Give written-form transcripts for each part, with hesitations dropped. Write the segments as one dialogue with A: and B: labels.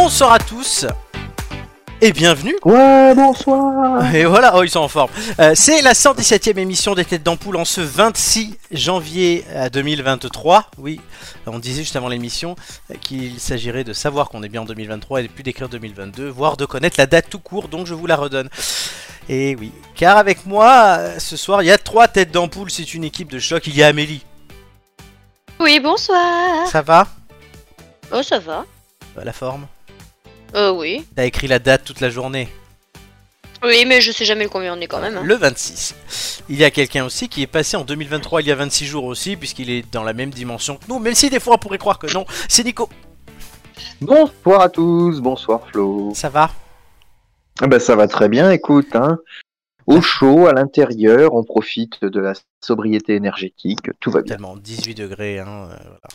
A: Bonsoir à tous et bienvenue.
B: Ouais, bonsoir.
A: Et voilà, oh ils sont en forme. C'est la 117e émission des Têtes d'Ampoule en ce 26 janvier 2023. Oui, on disait juste avant l'émission qu'il s'agirait de savoir qu'on est bien en 2023 et de plus d'écrire 2022, voire de connaître la date tout court, donc je vous la redonne. Et oui, car avec moi, ce soir, il y a 3 Têtes d'Ampoule, c'est une équipe de choc. Il y a Amélie.
C: Oui, bonsoir.
A: Ça va?
C: Oh, ça va.
A: La forme?
C: Oui.
A: T'as écrit la date toute la journée?
C: Oui, mais je sais jamais combien on est quand même. Hein.
A: Le 26. Il y a quelqu'un aussi qui est passé en 2023 il y a 26 jours aussi, puisqu'il est dans la même dimension que nous, même si des fois on pourrait croire que non. C'est Nico.
B: Bonsoir à tous, bonsoir Flo.
A: Ça va?
B: Ah ben, ça va très bien, écoute, hein. Au chaud, à l'intérieur, on profite de la sobriété énergétique, tout va bien.
A: Tellement 18 degrés, hein. Voilà.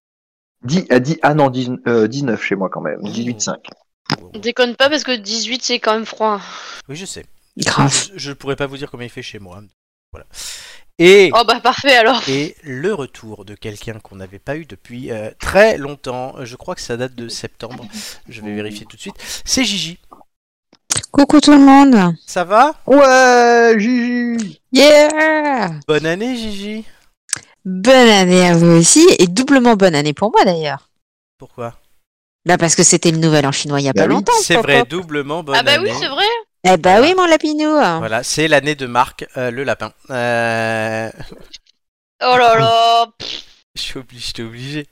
B: 19 chez moi quand même, 18,5.
C: Déconne pas parce que 18 c'est quand même froid.
A: Oui, je sais.
D: Grave.
A: Je ne pourrais pas vous dire combien il fait chez moi. Voilà. Et,
C: Oh bah parfait alors.
A: et le retour de quelqu'un qu'on n'avait pas eu depuis très longtemps. Je crois que ça date de septembre. Je vais vérifier tout de suite. C'est Gigi.
D: Coucou tout le monde.
A: Ça va?
B: Ouais, Gigi.
D: Yeah.
A: Bonne année, Gigi.
D: Bonne année à vous aussi et doublement bonne année pour moi d'ailleurs.
A: Pourquoi?
D: Bah parce que c'était le nouvel an chinois il y a
B: Bah
D: pas
B: oui,
D: longtemps.
A: C'est
D: papa.
A: vrai, doublement bonne
C: Ah bah
A: année.
C: oui, c'est vrai.
D: Eh bah
A: Voilà.
D: oui mon lapinou.
A: Voilà, c'est l'année de Marc, le lapin.
C: Oh là là.
A: J'étais obligé.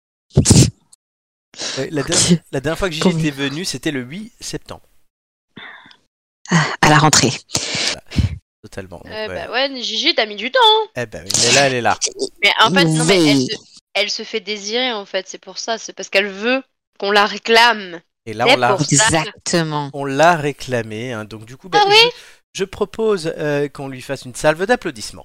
A: La dernière fois que Gigi était venu, c'était le 8 septembre.
D: À la rentrée.
A: Totalement. Donc,
C: Bah ouais, Gigi, t'as mis du temps. Hein.
A: Eh ben oui, mais là, elle est là.
C: Mais en fait, non mais
D: Oui.
C: elle se fait désirer en fait, c'est pour ça, c'est parce qu'elle veut qu'on la réclame.
A: Et là,
C: C'est
A: on l'a,
C: pour ça.
D: Exactement.
A: on l'a réclamé. Hein. Donc, du coup,
C: Ah oui.
A: je propose qu'on lui fasse une salve d'applaudissements.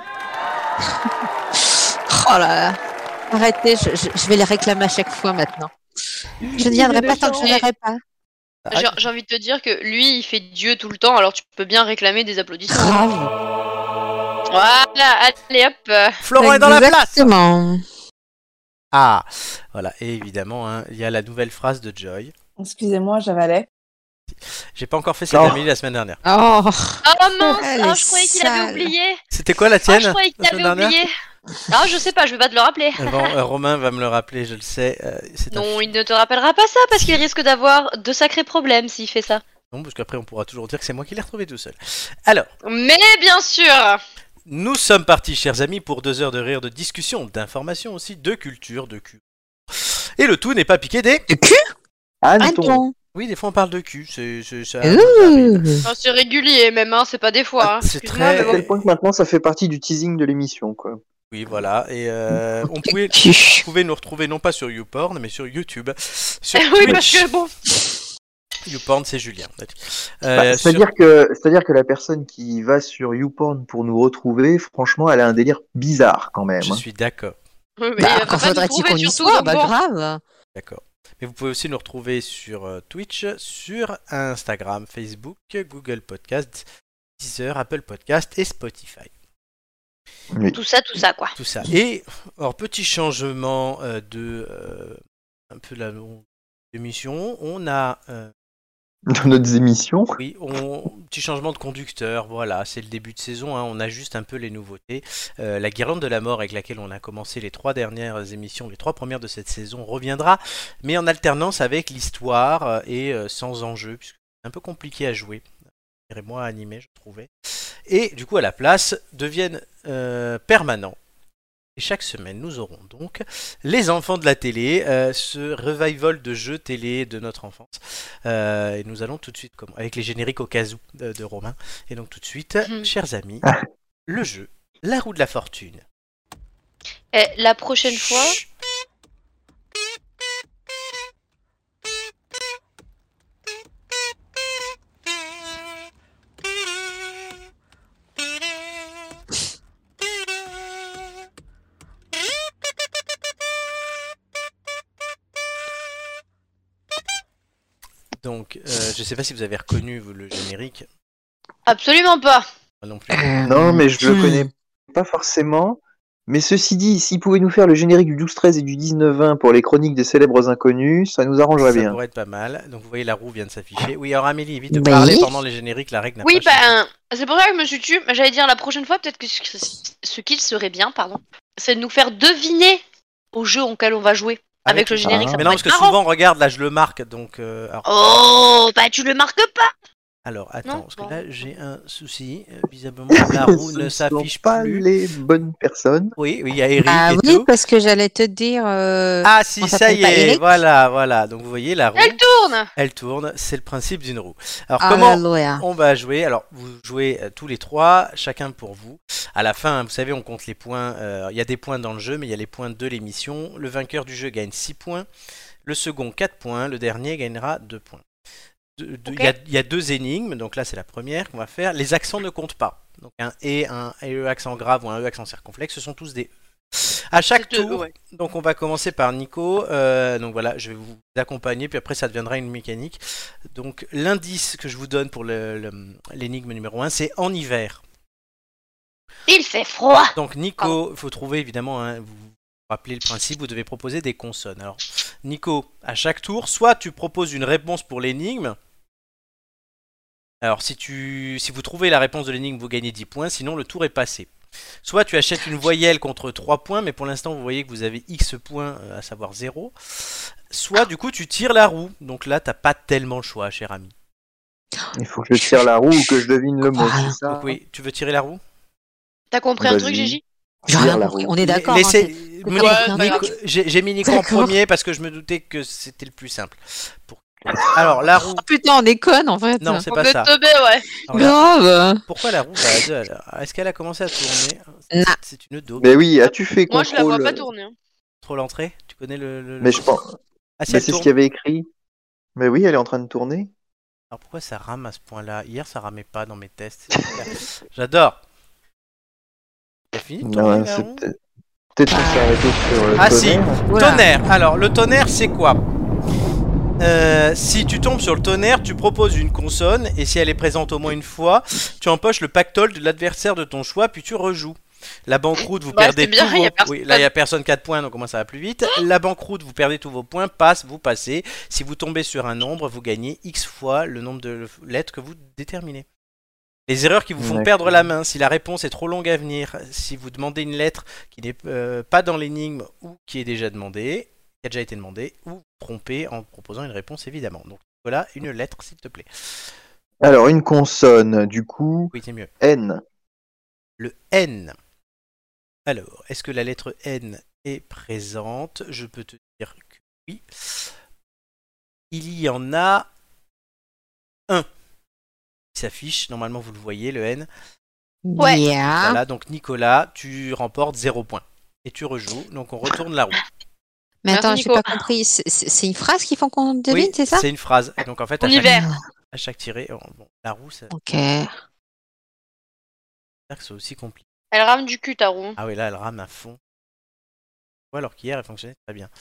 D: Oh là là. Arrêtez, je vais les réclamer à chaque fois maintenant. Je ne viendrai pas tant que je ne verrai pas.
C: J'ai envie de te dire que lui, il fait Dieu tout le temps, alors tu peux bien réclamer des applaudissements.
D: Grave.
C: Voilà, allez hop.
A: Florent est dans la place.
D: Exactement.
A: Ah, voilà. Et évidemment, hein, il y a la nouvelle phrase de Joy.
E: Excusez-moi, j'avalais.
A: J'ai pas encore fait cette
B: Oh.
A: Amélie la semaine dernière.
D: Oh.
C: Oh mince,
D: Elle
C: ah,
D: est
C: je croyais qu'il avait
D: sale.
C: oublié.
A: C'était quoi la
C: Ah,
A: tienne
C: je croyais
A: la
C: qu'il
A: semaine
C: avait
A: dernière?
C: oublié. Ah, je sais pas, je vais pas te le rappeler.
A: Bon, Romain va me le rappeler, je le sais. C'est un
C: Non, il ne te rappellera pas ça parce qu'il risque d'avoir de sacrés problèmes s'il fait ça.
A: Non, parce qu'après on pourra toujours dire que c'est moi qui l'ai retrouvé tout seul. Alors,
C: Mais bien sûr.
A: nous sommes partis, chers amis, pour 2 heures de rire, de discussion, d'information aussi, de culture, de cul. Et le tout n'est pas piqué des...
D: De cul?
B: Anton.
D: Anton.
A: Oui, des fois on parle de cul, ça
D: Ouh.
A: arrive.
C: Oh, c'est régulier même, hein, c'est pas des fois. Hein.
A: C'est
C: Excuse-moi,
A: très-
C: mais
B: À
C: bon.
B: tel point que maintenant ça fait partie du teasing de l'émission, quoi.
A: Oui, voilà, et vous pouvez nous retrouver non pas sur YouPorn, mais sur YouTube. Sur
C: Oui, parce
A: Twitch.
C: que bon.
A: YouPorn, c'est Julien.
B: C'est-à-dire que la personne qui va sur YouPorn pour nous retrouver, franchement, elle a un délire bizarre quand même.
A: Je
B: hein.
A: suis d'accord.
C: Oui, mais
D: Bah,
C: il va
D: quand
C: pas nous
D: faudrait-il
C: trouver
D: qu'on y
C: surtout,
D: soit?
C: donc
D: Bah
C: bon.
D: grave.
A: D'accord. Mais vous pouvez aussi nous retrouver sur Twitch, sur Instagram, Facebook, Google Podcast, Deezer, Apple Podcast et Spotify.
B: Oui.
C: Tout ça, quoi.
A: Tout ça. Et, alors, petit changement un peu la l'émission. On a,
B: Dans notre émission.
A: oui, petit changement de conducteur. Voilà, c'est le début de saison. Hein, on ajuste un peu les nouveautés. La guirlande de la mort avec laquelle on a commencé les 3 dernières émissions, les 3 premières de cette saison, reviendra, mais en alternance avec l'histoire et sans enjeu, puisque c'est un peu compliqué à jouer. Et moi à animer, je trouvais. Et du coup, à la place, deviennent permanents. Et chaque semaine, nous aurons donc les enfants de la télé, ce revival de jeux télé de notre enfance. Et nous allons tout de suite, avec les génériques au cas où de Romain. Et donc tout de suite, chers amis, le jeu, la roue de la fortune.
C: Et la prochaine fois.
A: Chut. Donc, je sais pas si vous avez reconnu vous, le générique.
C: Absolument pas.
A: Moi non plus.
B: Non, mais je le connais pas forcément. Mais ceci dit, s'ils pouvaient nous faire le générique du 12-13 et du 19-20 pour les chroniques des célèbres inconnus, ça nous arrangerait
A: Ça
B: bien.
A: pourrait être pas mal. Donc vous voyez, la roue vient de s'afficher. Oui, alors Amélie, évite de
D: Oui.
A: parler pendant les génériques, la règle n'a
C: Oui,
A: pas changé.
C: c'est pour ça que je me suis tue. J'allais dire la prochaine fois, peut-être que ce qu'il serait bien, c'est de nous faire deviner au jeu auquel on va jouer. Avec le générique, ça
A: Mais
C: pourrait
A: non, parce
C: être
A: que
C: marrant.
A: souvent, regarde, là je le marque, donc...
C: Oh, bah tu le marques pas.
A: Alors, attends,
C: Non,
A: parce que
C: bon.
A: là j'ai un souci. Visiblement, la roue
B: Ce
A: ne
B: ne sont
A: s'affiche
B: pas
A: plus.
B: les bonnes personnes.
A: Oui, il y a Eric
D: Ah
A: et
D: oui,
A: tout.
D: parce que j'allais te dire.
A: Ah si,
D: on
A: ça
D: s'appelle
A: y
D: pas
A: est,
D: Eric
A: voilà. Donc vous voyez, la roue,
C: Elle tourne.
A: elle tourne, c'est le principe d'une roue. Alors
D: Ah,
A: comment
D: Alléluia.
A: on va jouer? Alors vous jouez tous les trois, chacun pour vous. À la fin, vous savez, on compte les points. Il y a des points dans le jeu, mais il y a les points de l'émission. Le vainqueur du jeu gagne 6 points. Le second 4 points. Le dernier gagnera 2 points.
C: Ok.
A: Il y a 2 énigmes, donc là c'est la première qu'on va faire. Les accents ne comptent pas. Donc un E accent grave ou un E accent circonflexe, ce sont tous des E. À chaque
C: C'est deux,
A: tour,
C: ouais.
A: donc on va commencer par Nico. Donc voilà, je vais vous accompagner, puis après ça deviendra une mécanique. Donc l'indice que je vous donne pour l'énigme numéro 1, c'est en hiver.
C: Il fait froid.
A: Donc Nico, il faut trouver évidemment, hein, vous vous rappelez le principe, vous devez proposer des consonnes. Alors Nico, à chaque tour, soit tu proposes une réponse pour l'énigme. Alors si vous trouvez la réponse de l'énigme, vous gagnez 10 points, sinon le tour est passé. Soit tu achètes une voyelle contre 3 points, mais pour l'instant vous voyez que vous avez X points, à savoir 0. Soit du coup tu tires la roue, donc là t'as pas tellement le choix, cher ami.
B: Il faut que je tire la roue ou que je devine le mot, c'est ça?
A: Donc oui, tu veux tirer la roue?
C: T'as compris un
B: Vas-y.
C: truc, Gigi?
D: J'ai
B: Tire
D: rien
B: la
D: compris.
B: roue.
D: On est d'accord.
A: Laissez-
D: hein, c'est-
A: Monique-
C: Ouais, c'est pas
A: Nico-
C: grave.
A: j'ai mis Nico en
D: D'accord.
A: premier parce que je me doutais que c'était le plus simple. Alors la roue.
D: Oh, putain, on déconne en fait.
A: Non, c'est
C: On
A: pas
C: peut
A: ça.
C: teubé, ouais.
A: Alors, là,
D: Grave.
A: pourquoi la roue va à 2 à l'heure? Est-ce qu'elle a commencé à tourner?
D: Non.
A: C'est une daube.
B: Mais oui, as-tu fait
C: Moi, je la vois
B: contrôle?
C: pas tourner. Hein.
A: Contrôle entrée? Tu connais le...
B: Mais je pense.
A: Ah si,
B: Mais
A: elle
B: c'est ce
A: tourne.
B: qu'il y avait écrit. Mais oui, elle est en train de tourner.
A: Alors pourquoi ça rame à ce point-là? Hier ça ramait pas dans mes tests. C'est super. J'adore. T'as fini de tourner,
B: Non,
A: la
B: c'est
A: roue?
B: peut-être qu'on s'est arrêté sur le
A: Ah si,
B: tonnerre.
D: Voilà.
A: tonnerre. Alors le tonnerre c'est quoi? Si tu tombes sur le tonnerre, tu proposes une consonne et si elle est présente au moins une fois, tu empoches le pactole de l'adversaire de ton choix puis tu rejoues. La banqueroute, vous
C: Bah,
A: perdez
C: c'est bien,
A: tous
C: y
A: vos...
C: a personne.
A: Oui, là il y a personne 4 points donc au moins ça va plus vite. La banqueroute, vous perdez tous vos points, passe, vous passez. Si vous tombez sur un nombre, vous gagnez X fois le nombre de lettres que vous déterminez. Les erreurs qui vous font
B: D'accord.
A: perdre la main, si la réponse est trop longue à venir, si vous demandez une lettre qui n'est pas dans l'énigme ou qui est déjà demandée, qui a déjà été demandée, ou vous trompez en proposant une réponse évidemment. Donc voilà, une lettre s'il te plaît.
B: Alors, une consonne, du coup,
A: Oui, c'est mieux.
B: N.
A: Le N. Alors, est-ce que la lettre N est présente? Je peux te dire que oui. Il y en a un qui s'affiche, normalement vous le voyez, le N.
C: Ouais.
D: Yeah.
A: Voilà, donc Nicolas, tu remportes 0 points. Et tu rejoues, donc on retourne la roue.
D: Mais
C: Merci,
D: attends, j'ai
C: Nico.
D: pas compris. C'est une phrase qu'il faut qu'on devine,
A: Oui,
D: c'est ça?
A: c'est une phrase. Et donc en fait,
C: En hiver.
A: à chaque tirée, bon, la roue, c'est
D: Ok.
A: aussi compliqué.
C: Elle rame du cul, ta roue.
A: Ah oui, là, elle rame à fond. Ouais, alors qu'hier, elle fonctionnait très bien.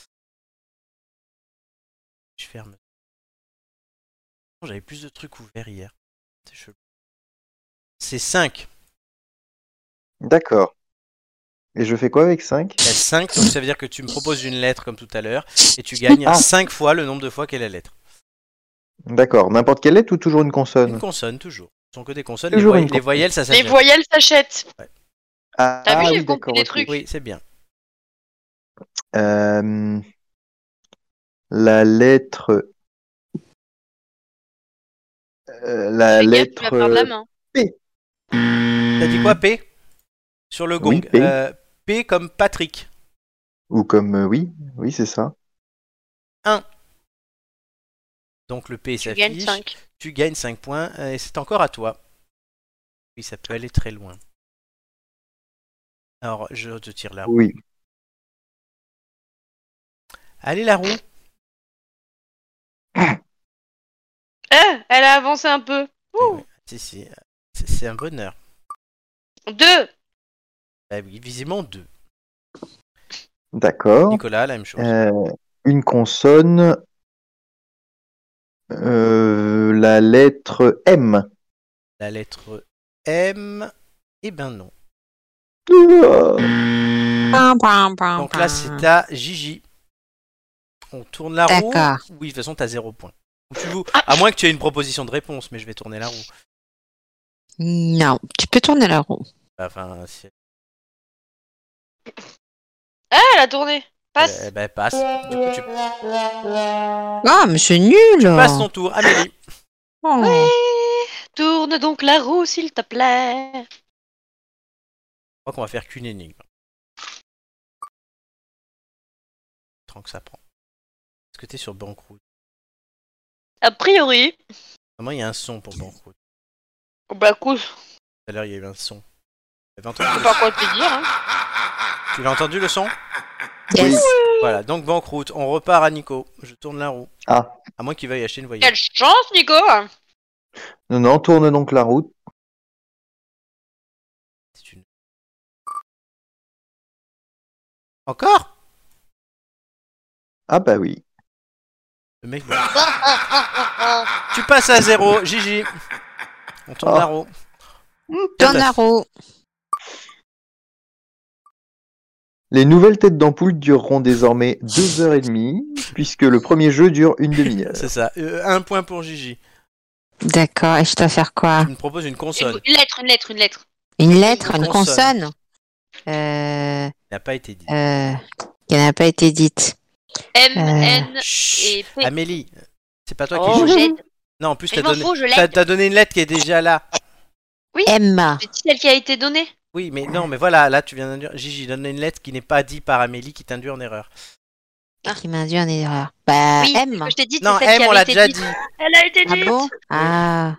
A: Je ferme. J'avais plus de trucs ouverts hier. C'est chelou. C'est 5.
B: D'accord. Et je fais quoi avec 5?
A: Il y a 5, donc ça veut dire que tu me proposes une lettre comme tout à l'heure et tu gagnes
B: Ah.
A: 5 fois le nombre de fois qu'est la lettre.
B: D'accord. N'importe quelle lettre ou toujours une
A: Une
B: consonne?
A: consonne, toujours. Ce sont que des consonnes.
B: Toujours une
A: Les voyelles, ça
C: Les
A: s'achète.
C: voyelles s'achètent.
B: Ah,
C: T'as vu,
B: ah
C: j'ai
B: oui,
C: compris
B: d'accord.
C: des
B: ok.
C: trucs.
A: Oui, c'est bien.
B: La lettre. La
C: Fais gaffe, tu vas
B: lettre
C: perdre la main.
B: P.
A: T'as dit quoi, P? Sur le gong.
B: Oui, P.
A: P comme Patrick.
B: Ou comme oui, oui, c'est ça.
A: 1. Donc le P
C: Tu gagnes
A: s'affiche.
C: 5.
A: Tu gagnes 5 points et c'est encore à toi. Oui, ça peut aller très loin. Alors, je te tire la roue.
B: Oui.
A: Allez, la roue.
C: Elle a avancé un peu.
A: Oui, oui. Si. C'est un bonheur.
C: 2.
A: Ah oui, visiblement 2.
B: D'accord.
A: Nicolas, la même chose.
B: Une consonne. La lettre M.
A: La lettre M. Eh ben non.
B: Ah.
A: Donc là, c'est à Gigi. On tourne la roue.
D: D'accord.
A: Oui, de toute façon, t'as 0 point. Ou tu veux... À moins que tu aies une proposition de réponse, mais je vais tourner la roue.
D: Non, tu peux tourner la roue.
A: Enfin, si...
C: Ah, elle a tourné. Passe.
A: ben, passe. Du coup, tu
D: Ah, mais c'est nul.
A: passes ton tour. Amélie.
D: Oh.
C: Oui. Tourne donc la roue, s'il te plaît.
A: Je crois qu'on va faire qu'une énigme. Tant que ça prend. Est-ce que t'es sur Banqueroute?
C: A priori.
A: Moi, il y a un son pour Banqueroute.
C: Bah, écoute,
A: Tout à l'heure, il y a eu un son. T'avais
C: je
A: entendu
C: sais
A: le
C: pas
A: son
C: quoi te dire. Hein.
A: Tu l'as entendu le son?
D: Yes.
A: Voilà, donc Banqueroute. On repart à Nico. Je tourne la roue.
B: Ah,
A: À moins qu'il veuille acheter une voyage.
C: Quelle chance, Nico.
B: non, tourne donc la route.
A: C'est une... Encore?
B: Ah bah oui.
A: Le mec... Tu passes à 0, Gigi. On tourne
B: Oh.
A: la roue.
D: Tourne la roue.
B: Les nouvelles têtes d'ampoule dureront désormais 2h30, puisque le premier jeu dure une demi-heure.
A: C'est ça. 1 point pour Gigi.
D: D'accord, et je dois faire quoi?
A: Tu me proposes une consonne.
C: Une lettre, une lettre, une lettre.
D: Une lettre,
A: Une
D: une
A: consonne.
D: consonne
A: Il n'a pas été dit.
D: qui n'a pas été dite.
C: M, N
A: Chut.
C: et P.
A: Amélie, c'est pas toi
C: Oh,
A: qui joue.
C: j'aide.
A: Non, en plus,
C: Mais je m'en fous, je l'aide.
A: t'as donné une lettre qui est déjà là.
D: Emma.
C: C'est celle qui a été donnée.
A: Oui, mais non, mais voilà, là, tu viens d'induire. Gigi, donne une lettre qui n'est pas dite par Amélie, qui t'induit en erreur.
D: Qui m'a dit en erreur. Bah,
C: Oui,
D: M.
C: ce que je t'ai dit,
A: Non,
C: c'est celle
A: M,
C: qui
A: on
C: avait
A: l'a
C: été
A: déjà
C: dite.
A: dit.
C: Elle a été
D: Ah
C: dite.
D: bon? Ah.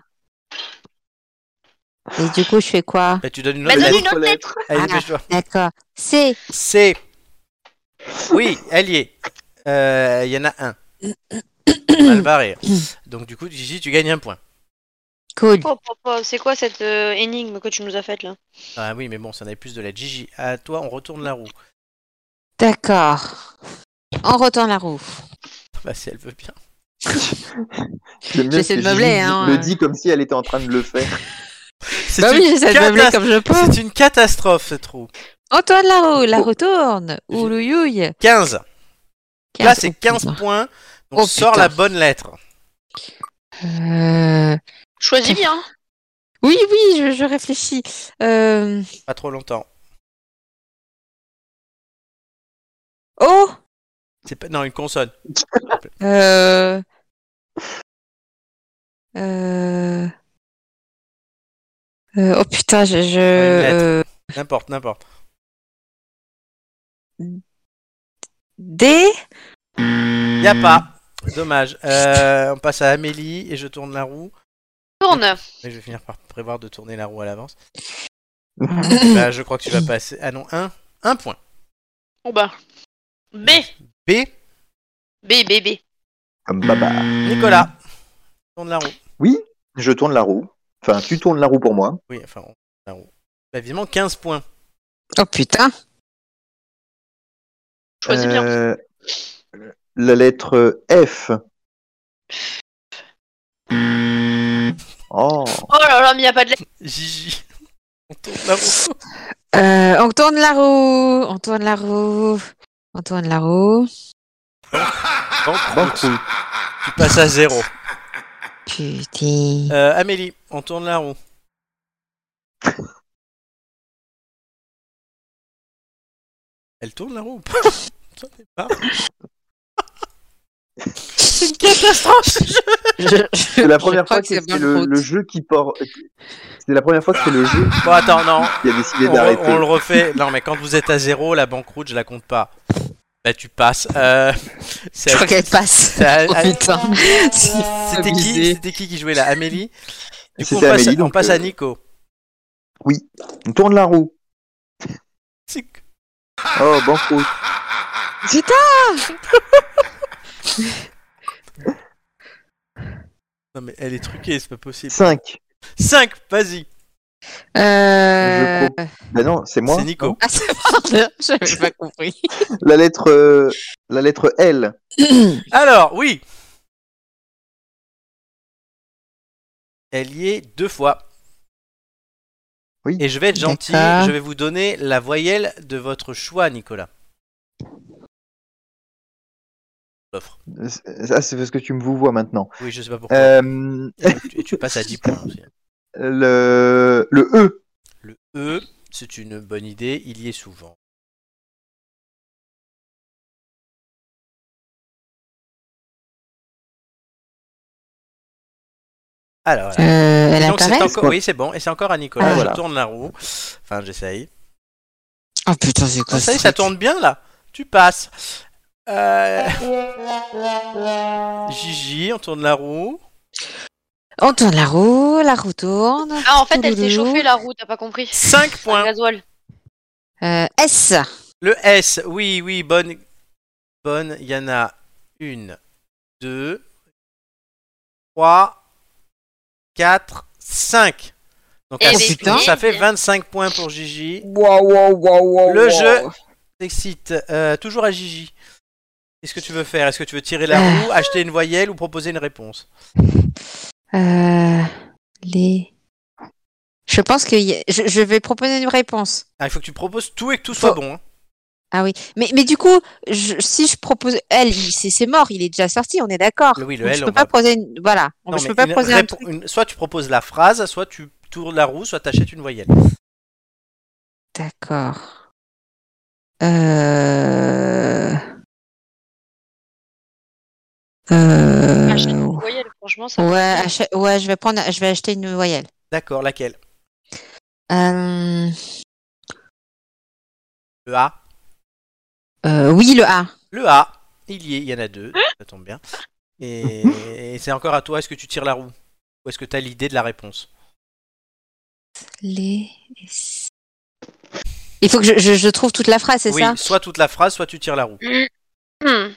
D: Et du coup, je fais quoi?
A: Bah, tu donnes une
C: Bah,
A: autre
C: donne
A: lettre.
C: une autre lettre.
A: Allez,
D: Ah.
A: dépêche-toi.
D: D'accord. C.
A: C'est. Oui, elle y est. Il y en a un. Mal barré. Donc, du coup, Gigi, tu gagnes un point.
D: Cool.
C: C'est quoi cette énigme que tu nous as faite là?
A: Ah oui, mais bon, ça en avait plus de lettres. Gigi, à toi, on retourne la roue.
D: D'accord. On retourne la roue.
A: Bah, si elle veut bien.
B: J'aime bien
D: J'essaie
B: que
D: de meubler,
B: Gigi
D: hein.
B: le dit comme si elle était en train de le faire.
A: C'est
D: Bah oui,
A: une
D: j'essaie de meubler
A: catas-
D: comme je peux.
A: C'est une catastrophe, cette roue.
D: On tourne la roue, la retourne. Oulouyoui.
A: 15. Là, c'est 15
D: putain.
A: points. Donc,
D: Oh,
A: sors
D: putain.
A: la bonne lettre.
C: Choisis bien.
D: Oui, oui, je réfléchis.
A: Pas trop longtemps.
D: Oh.
A: C'est pas... Non, une consonne.
D: Oh putain,
A: Une lettre. N'importe.
D: D.
A: Y a pas. Dommage. On passe à Amélie et je tourne la roue.
C: Tourne.
A: Mais je vais finir par prévoir de tourner la roue à l'avance. Bah, je crois que tu vas passer. Ah non, un point.
C: Bon bah. B.
A: B.
C: B.
B: Comme baba.
A: Nicolas. Tourne la roue.
B: Oui, je tourne la roue. Enfin, tu tournes la roue pour moi.
A: Oui, enfin, on tourne la roue. Bah, évidemment, 15 points.
D: Oh putain.
C: Choisis bien.
B: La lettre F. Oh.
C: Oh là là, mais y a pas de lettre.
A: Gigi. On tourne la roue.
D: On tourne la roue. On tourne la roue. On tourne la roue.
B: Banqueroute.
A: Tu passes à 0.
D: Putain.
A: Amélie, on tourne la roue. Elle tourne la roue ou pas? J'en ai pas. C'est une catastrophe ce jeu.
B: C'est la première fois que
D: c'est
B: c'est le jeu qui porte. C'est la première fois que c'est le jeu
A: Bon, attends, non.
B: qui a décidé
A: On
B: d'arrêter.
A: le refait. Non, mais quand vous êtes à 0, la banqueroute, je la compte pas. Bah, tu passes.
D: Je crois qu'elle passe. Oh putain.
A: C'était qui jouait là? Amélie? Du coup,
B: C'était Amélie,
A: on
B: donc,
A: passe à Nico.
B: Oui, on tourne la roue.
A: C'est-
B: Oh, banqueroute.
A: Non, mais elle est truquée, c'est pas possible.
B: 5.
A: 5, vas-y.
B: Ben non, c'est moi.
A: C'est Nico.
D: Ah, c'est pardon, j'avais pas compris.
B: La lettre L.
A: Alors, oui. Elle y est 2 fois.
B: Oui.
A: Et je vais être gentil,
D: D'accord.
A: je vais vous donner la voyelle de votre choix, Nicolas. L'offre.
B: Ça, c'est parce que tu me vous vois maintenant.
A: Oui, je sais pas pourquoi.
B: Euh,
A: Et tu passes à 10 points aussi.
B: le E.
A: Le E, c'est une bonne idée, il y est souvent. Alors, voilà.
D: Elle
A: Et donc, c'est
D: apparaît
A: encore... Oui, c'est bon. Et c'est encore à Nicolas.
D: Ah,
A: Je
B: voilà.
A: tourne la roue. Enfin, j'essaye.
D: Oh putain, c'est quoi
A: Ça y est,
D: ce
A: ça
D: truc
A: tourne bien là. Tu passes. Gigi, on tourne la roue.
D: On tourne la roue tourne.
C: Ah, en fait, elle s'est
D: Touloulou.
C: chauffée la roue, t'as pas compris.
A: 5
C: C'est un
A: points.
C: gasoil.
D: S.
A: Le S, oui, bonne. Bonne. Il y en a 1, 2, 3, 4, 5. Donc,
C: Eh
A: à
C: ben,
A: six-
D: putain.
A: ça fait 25 points pour Gigi.
D: Wow.
A: Le jeu t'excite. Toujours à Gigi. Qu'est-ce que tu veux faire? Est-ce que tu veux tirer la roue, acheter une voyelle ou proposer une réponse?
D: Les. Je pense que je vais proposer une réponse.
A: Ah, il faut que tu proposes tout et que tout soit bon. Hein.
D: Ah oui, mais du coup, si je propose L, c'est mort, il est déjà sorti, on est d'accord.
A: Oui, le
D: Donc,
A: L,
D: je
A: on
D: peux pas
A: va-
D: poser voilà,
A: Non,
D: je
A: mais
D: peux pas
A: une
D: poser un
A: répo-
D: truc.
A: Soit tu proposes la phrase, soit tu tournes la roue, soit tu achètes une voyelle.
D: D'accord.
C: Achète une voyelle, franchement, ça
D: Ouais,
C: va être bien.
D: je vais acheter une voyelle.
A: D'accord, laquelle?
D: Euh,
A: Le A.
D: oui, le A.
A: Le A, il y en a 2, ça tombe bien. Et c'est encore à toi, est-ce que tu tires la roue? Ou est-ce que tu as l'idée de la réponse?
D: Les. Il faut que je trouve toute la phrase, c'est
A: Oui,
D: ça?
A: soit toute la phrase, soit tu tires la roue.
C: Hmm.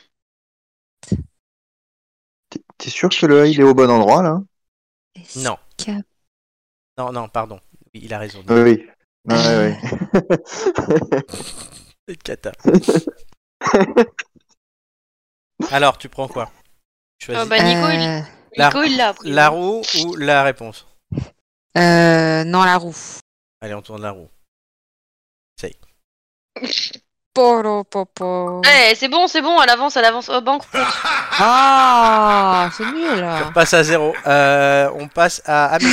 B: T'es sûr que le A il est au bon endroit là?
A: Non.
D: Escape.
A: Non, pardon. Oui, il a raison.
B: Oui. Ouais.
A: C'est cata. Alors, tu prends quoi? Choisis
C: Bah, Nico, il l'a appris.
A: la roue ou la réponse?
D: Non, la roue.
A: Allez, on tourne la roue.
D: Poro.
C: Eh, c'est bon, elle avance. Oh, banque.
D: Ah, c'est nul.
A: On passe à 0. On passe à Amélie.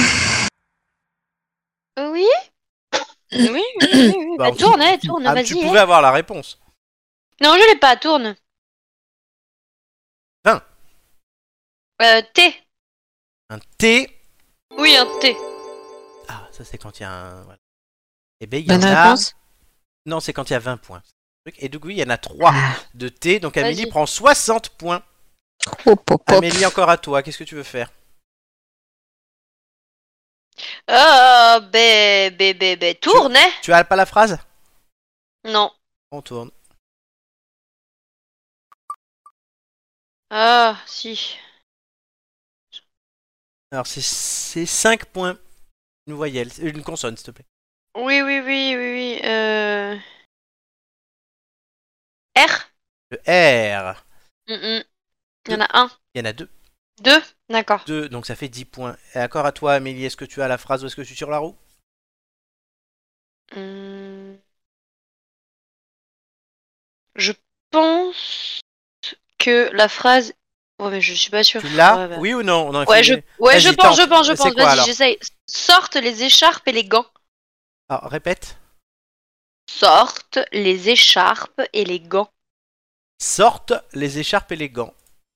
C: Oui. Oui.
A: Bah,
C: Bah, tourne,
A: Ah,
C: vas-y.
A: tu pouvais avoir la réponse.
C: Non, je l'ai pas, tourne.
A: 20.
C: T.
A: Un T.
C: Oui, un T.
A: Ah, ça c'est quand il y a un... Voilà. Et ben il y
D: Bonne
A: en a...
D: réponse.
A: Non, c'est quand il y a 20 points. Et du coup, il y en a 3 de T. Donc Amélie
C: Vas-y.
A: prend 60 points.
D: Hop.
A: Amélie, encore à toi. Qu'est-ce que tu veux faire?
C: Tourne, hein.
A: Tu as pas la phrase?
C: Non.
A: On tourne.
C: Ah, si.
A: Alors c'est 5 points. Une voyelle. Une consonne, s'il te plaît.
C: Oui. R.
A: Le R.
C: Il y en a un.
A: Il y en a 2.
C: 2. D'accord.
A: 2, donc ça fait 10 points. Et encore à toi, Amélie. Est-ce que tu as la phrase ou est-ce que tu tires la roue?
C: Je pense que la phrase. Ouais, mais je suis pas sûre.
A: Tu l'as?
C: Ouais, bah.
A: Oui ou non? Non, il
C: Ouais,
A: faut-
C: je
A: Vas-y,
C: pense.
A: tente. C'est quoi,
C: Vas-y,
A: alors?
C: j'essaye. Sortent les écharpes et les gants.
A: Alors, répète.
C: Sortent les écharpes et les gants.
A: Sortent les écharpes et les gants.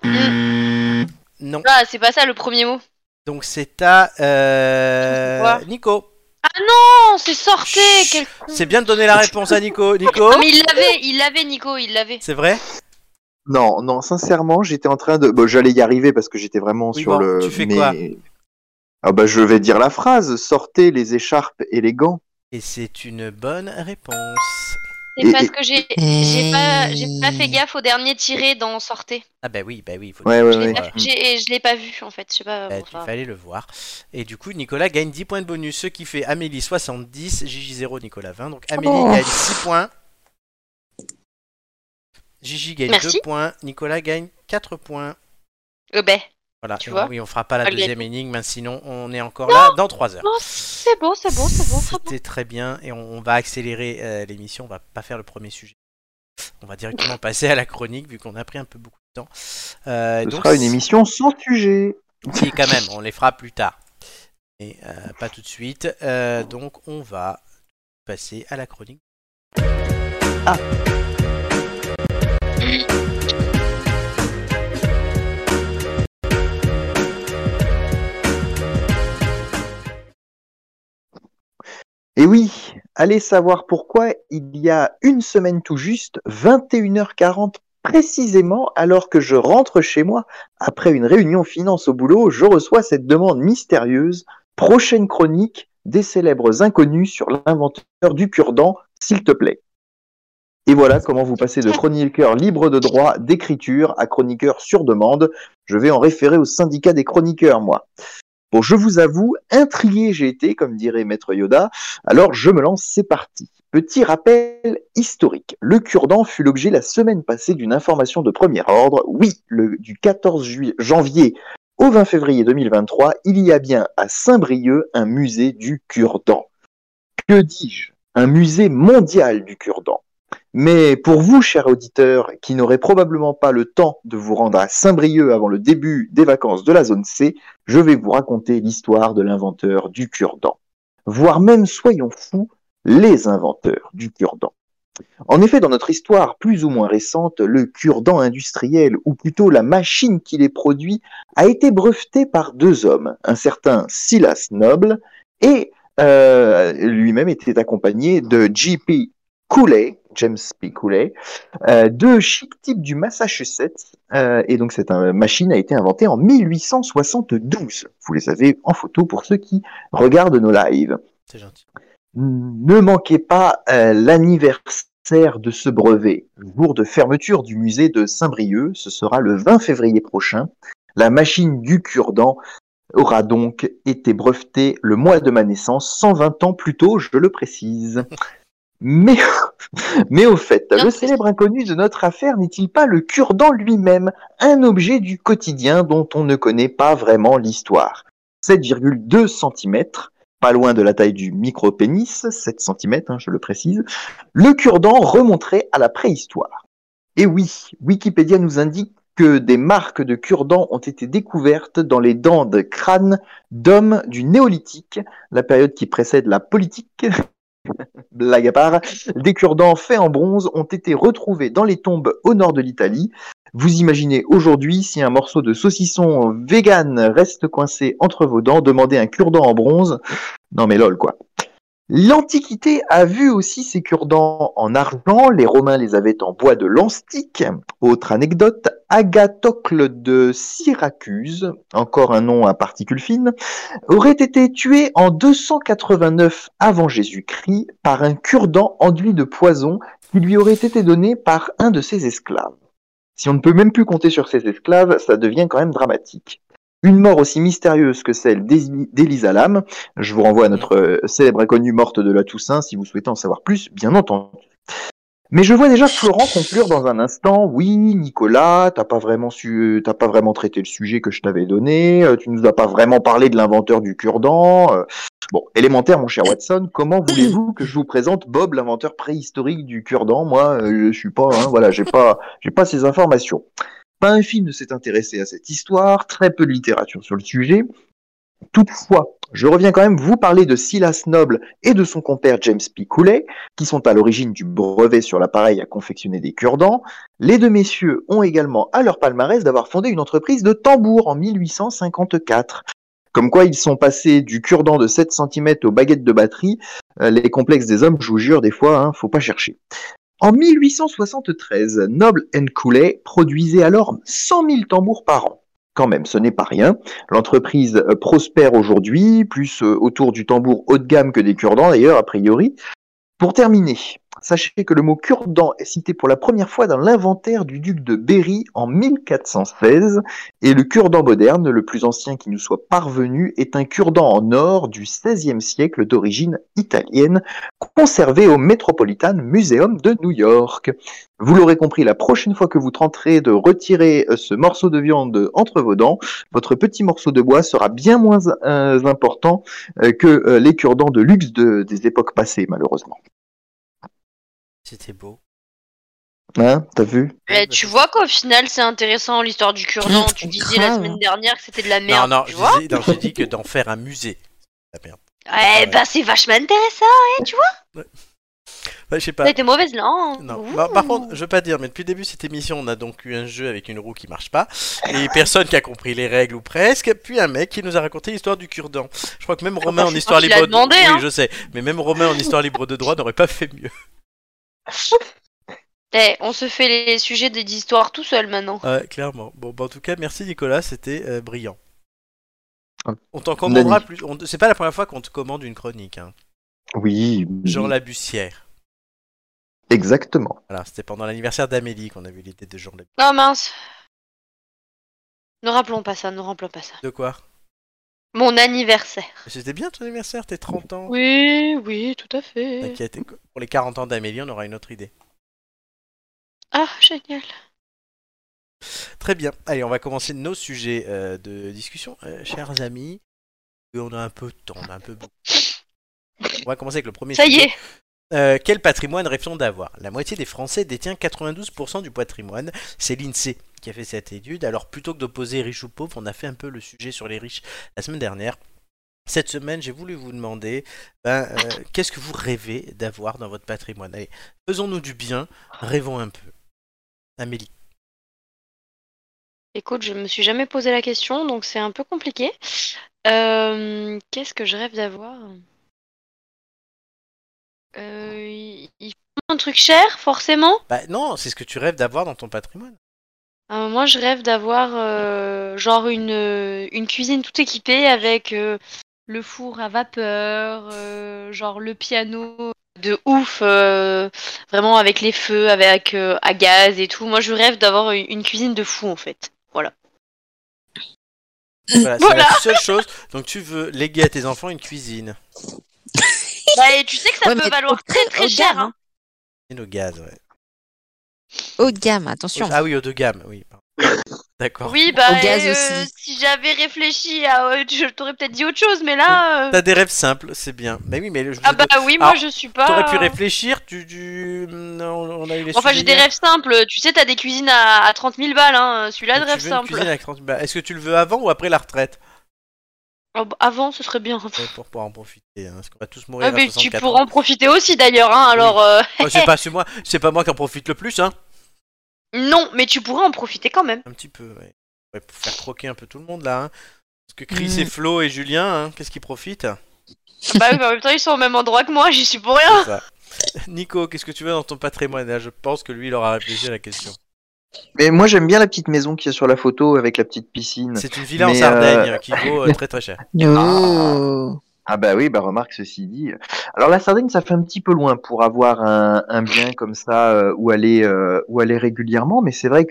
A: Non.
C: Ah, c'est pas ça le premier mot.
A: Donc c'est à
C: Quoi
A: Nico.
C: Non, c'est sortez. Quel con.
A: C'est bien de donner la réponse à Nico. Nico?
C: Ah, mais il l'avait, Nico, il l'avait.
A: C'est vrai?
B: Non, sincèrement, j'étais en train de. Bon, j'allais y arriver parce que j'étais vraiment
A: Oui,
B: sur
A: bon,
B: le.
A: tu fais quoi?
B: Ah bah je vais dire la phrase. Sortez les écharpes et les gants.
A: Et c'est une bonne réponse.
C: C'est parce que j'ai pas fait gaffe au dernier tiré dans sortez.
A: Ah bah oui, il faut
B: Ouais,
A: dire.
B: ouais.
C: Je l'ai pas vu en fait, je sais pas.
A: Bah,
C: bon,
A: il
C: ça va.
A: fallait le voir. Et du coup, Nicolas gagne 10 points de bonus, ce qui fait Amélie 70, Gigi 0, Nicolas 20. Donc Amélie gagne 6 points. Gigi gagne
C: Merci.
A: 2 points. Nicolas gagne 4 points.
C: Ben,
A: Voilà,
C: Tu vois,
A: oui, on fera pas la
C: malgré
A: deuxième énigme, hein, sinon on est encore là dans 3 heures.
C: Non, c'est bon, c'est bon, c'est bon.
A: C'était très bien et on va accélérer l'émission, on va pas faire le premier sujet. On va directement passer à la chronique vu qu'on a pris un peu beaucoup de temps.
B: Ce sera une émission sans sujet.
A: Si, quand même, on les fera plus tard. Et pas tout de suite. Donc on va passer à la chronique.
B: Ah. Et oui, allez savoir pourquoi il y a une semaine tout juste, 21h40 précisément, alors que je rentre chez moi, après une réunion finance au boulot, je reçois cette demande mystérieuse, prochaine chronique des célèbres inconnus sur l'inventeur du cure-dent, s'il te plaît. Et voilà comment vous passez de chroniqueur libre de droit d'écriture à chroniqueur sur demande. Je vais en référer au syndicat des chroniqueurs, moi. Bon, je vous avoue, intrigué j'ai été, comme dirait Maître Yoda, alors je me lance, c'est parti. Petit rappel historique. Le cure-dent fut l'objet la semaine passée d'une information de premier ordre. Oui, du 14 janvier au 20 février 2023, il y a bien à Saint-Brieuc un musée du cure-dent. Que dis-je ? Un musée mondial du cure-dent. Mais pour vous, chers auditeurs, qui n'aurez probablement pas le temps de vous rendre à Saint-Brieuc avant le début des vacances de la zone C, je vais vous raconter l'histoire de l'inventeur du cure-dent. Voire même, soyons fous, les inventeurs du cure-dent. En effet, dans notre histoire plus ou moins récente, le cure-dent industriel, ou plutôt la machine qui les produit, a été breveté par 2 hommes, un certain Silas Noble, et lui-même était accompagné de J.P. Cooley, James P. Cooley, deux chic types du Massachusetts, et donc cette machine a été inventée en 1872. Vous les avez en photo pour ceux qui regardent nos lives.
A: C'est gentil.
B: Ne manquez pas l'anniversaire de ce brevet, le jour de fermeture du musée de Saint-Brieuc, ce sera le 20 février prochain. La machine du cure-dent aura donc été brevetée le mois de ma naissance, 120 ans plus tôt, je le précise. Mais au fait, le célèbre inconnu de notre affaire n'est-il pas le cure-dent lui-même, un objet du quotidien dont on ne connaît pas vraiment l'histoire ? 7,2 cm, pas loin de la taille du micro-pénis, 7 cm, je le précise, le cure-dent remonterait à la préhistoire. Et oui, Wikipédia nous indique que des marques de cure-dent ont été découvertes dans les dents de crâne d'hommes du néolithique, la période qui précède la politique. Blague à part, des cure-dents faits en bronze ont été retrouvés dans les tombes au nord de l'Italie. Vous imaginez aujourd'hui, si un morceau de saucisson vegan reste coincé entre vos dents, demandez un cure-dent en bronze. Non mais lol quoi. L'Antiquité a vu aussi ces cure-dents en argent, les Romains les avaient en bois de lanstique. Autre anecdote, Agathocle de Syracuse, encore un nom à particules fines, aurait été tué en 289 avant Jésus-Christ par un cure-dent enduit de poison qui lui aurait été donné par un de ses esclaves. Si on ne peut même plus compter sur ses esclaves, ça devient quand même dramatique. Une mort aussi mystérieuse que celle d'Elisa Lam. Je vous renvoie à notre célèbre inconnue morte de la Toussaint si vous souhaitez en savoir plus, bien entendu. Mais je vois déjà Florent conclure dans un instant. Oui, Nicolas, t'as pas vraiment traité le sujet que je t'avais donné. Tu nous as pas vraiment parlé de l'inventeur du cure-dent. Bon, élémentaire, mon cher Watson. Comment voulez-vous que je vous présente Bob, l'inventeur préhistorique du cure-dent ? Moi, je suis pas, voilà, j'ai pas ces informations. Pas un film ne s'est intéressé à cette histoire, très peu de littérature sur le sujet. Toutefois, je reviens quand même vous parler de Silas Noble et de son compère James P. Cooley, qui sont à l'origine du brevet sur l'appareil à confectionner des cure-dents. Les deux messieurs ont également à leur palmarès d'avoir fondé une entreprise de tambours en 1854. Comme quoi ils sont passés du cure-dent de 7 cm aux baguettes de batterie. Les complexes des hommes, je vous jure, des fois, faut pas chercher. En 1873, Noble & Cooley produisait alors 100 000 tambours par an. Quand même, ce n'est pas rien. L'entreprise prospère aujourd'hui, plus autour du tambour haut de gamme que des cure-dents d'ailleurs, a priori. Pour terminer, sachez que le mot cure-dent est cité pour la première fois dans l'inventaire du duc de Berry en 1416, et le cure-dent moderne, le plus ancien qui nous soit parvenu, est un cure-dent en or du XVIe siècle d'origine italienne, conservé au Metropolitan Museum de New York. Vous l'aurez compris, la prochaine fois que vous tenterez de retirer ce morceau de viande entre vos dents, votre petit morceau de bois sera bien moins important que les cure-dents de luxe des époques passées, malheureusement.
A: C'était beau.
B: Hein, t'as vu?
C: Tu vois qu'au final, c'est intéressant l'histoire du cure-dent. Tu disais la
D: Grave.
C: semaine dernière que c'était de la merde.
A: Non,
C: tu vois
A: j'ai dit que d'en faire un musée. La merde.
C: Ouais, bah c'est vachement intéressant, tu vois.
A: Ouais, je sais pas.
C: Ça a été mauvaise langue.
A: Non.
C: Ouh.
A: Bah, par contre, je veux pas dire, mais depuis le début de cette émission, on a donc eu un jeu avec une roue qui marche pas, et personne qui a compris les règles ou presque, puis un mec qui nous a raconté l'histoire du cure-dent. Je crois que même Romain en
C: c'est
A: histoire
C: toi qui
A: libre
C: l'as demandé,
A: oui,
C: hein.
A: je sais, mais même Romain en histoire libre de droit n'aurait pas fait mieux.
C: On se fait les sujets d'histoire tout seul maintenant.
A: Ouais, clairement. Bon, bah, en tout cas, merci Nicolas, c'était brillant.
B: Ah.
A: On t'en commandera
B: Nani.
A: plus. C'est pas la première fois qu'on te commande une chronique, hein.
B: Oui,
A: Jean Labussière.
B: exactement.
A: Voilà, c'était pendant l'anniversaire d'Amélie qu'on a eu l'idée de Jean Labussière.
C: Non mince. Ne rappelons pas ça, ne rappelons pas ça.
A: De quoi?
C: Mon anniversaire.
A: C'était bien ton anniversaire, t'es 30 ans.
C: Oui, tout à fait.
A: T'inquiète, pour les 40 ans d'Amélie, on aura une autre idée.
C: Ah, génial.
A: Très bien. Allez, on va commencer nos sujets de discussion, chers amis. Et on a un peu de temps, on a un peu beaucoup. On va commencer avec le premier
C: Ça y
A: sujet.
C: est.
A: Quel patrimoine rêve-t-on d'avoir? La moitié des Français détient 92% du patrimoine. C'est l'INSEE qui a fait cette étude. Alors plutôt que d'opposer riches ou pauvres, on a fait un peu le sujet sur les riches la semaine dernière. Cette semaine, j'ai voulu vous demander qu'est-ce que vous rêvez d'avoir dans votre patrimoine? Allez, faisons-nous du bien, rêvons un peu. Amélie.
C: Écoute, je me suis jamais posé la question, donc c'est un peu compliqué. Qu'est-ce que je rêve d'avoir? Il faut un truc cher, forcément.
A: Bah non, c'est ce que tu rêves d'avoir dans ton patrimoine.
C: Moi, je rêve d'avoir genre une cuisine tout équipée avec le four à vapeur, genre le piano de ouf, vraiment avec les feux, avec à gaz et tout. Moi, je rêve d'avoir une cuisine de fou en fait. Voilà.
A: Voilà, c'est
C: Voilà.
A: la seule chose. Donc tu veux léguer à tes enfants une cuisine.
C: Bah, et tu sais que ça
D: Ouais,
C: peut
D: mais
C: valoir très
D: haut
C: très
D: de
C: cher.
D: gamme,
C: Hein.
A: Et au gaz, ouais.
D: Haut de gamme, attention.
A: Ah oui, haut de gamme, oui. pardon. D'accord.
C: Oui, bah,
D: Au gaz aussi.
C: si j'avais réfléchi à. Je t'aurais peut-être dit autre chose, mais là.
A: T'as des rêves simples, c'est bien. Mais oui, mais je
C: Ah, bah oui, moi
A: Alors,
C: je suis pas.
A: t'aurais pu réfléchir, Non, on a eu les
C: Enfin,
A: sujets
C: j'ai des
A: hier.
C: rêves simples. Tu sais, t'as des cuisines à 30 000 balles, hein. Celui-là de
A: Donc,
C: rêve
A: tu veux une
C: simple.
A: cuisine avec 30 balles. Est-ce que tu le veux avant ou après la retraite?
C: Oh, bah, avant, ce serait bien.
A: Ouais, pour pouvoir en profiter, hein, parce qu'on va tous
C: Ah,
A: mourir à
C: mais tu
A: 64
C: pourras
A: ans.
C: en profiter aussi d'ailleurs, hein. Alors.
A: Oh, c'est pas moi qui en profite le plus, hein.
C: Non, mais tu pourras en profiter quand même.
A: Un petit peu, ouais. Ouais, pour faire croquer un peu tout le monde là, hein. Parce que Chris et Flo et Julien, hein, qu'est-ce qu'ils profitent?
C: Bah oui, mais en même temps, ils sont au même endroit que moi, j'y suis pour rien.
A: C'est ça. Nico, qu'est-ce que tu veux dans ton patrimoine? Là, je pense que lui, il aura réfléchi à la question.
B: Mais moi, j'aime bien la petite maison qu'il y a sur la photo avec la petite piscine.
A: C'est une villa en
B: Mais,
A: Sardaigne qui vaut très très cher.
D: Oh.
B: Ah bah oui, bah remarque ceci dit. Alors la Sardaigne, ça fait un petit peu loin pour avoir un bien comme ça où aller régulièrement, mais c'est vrai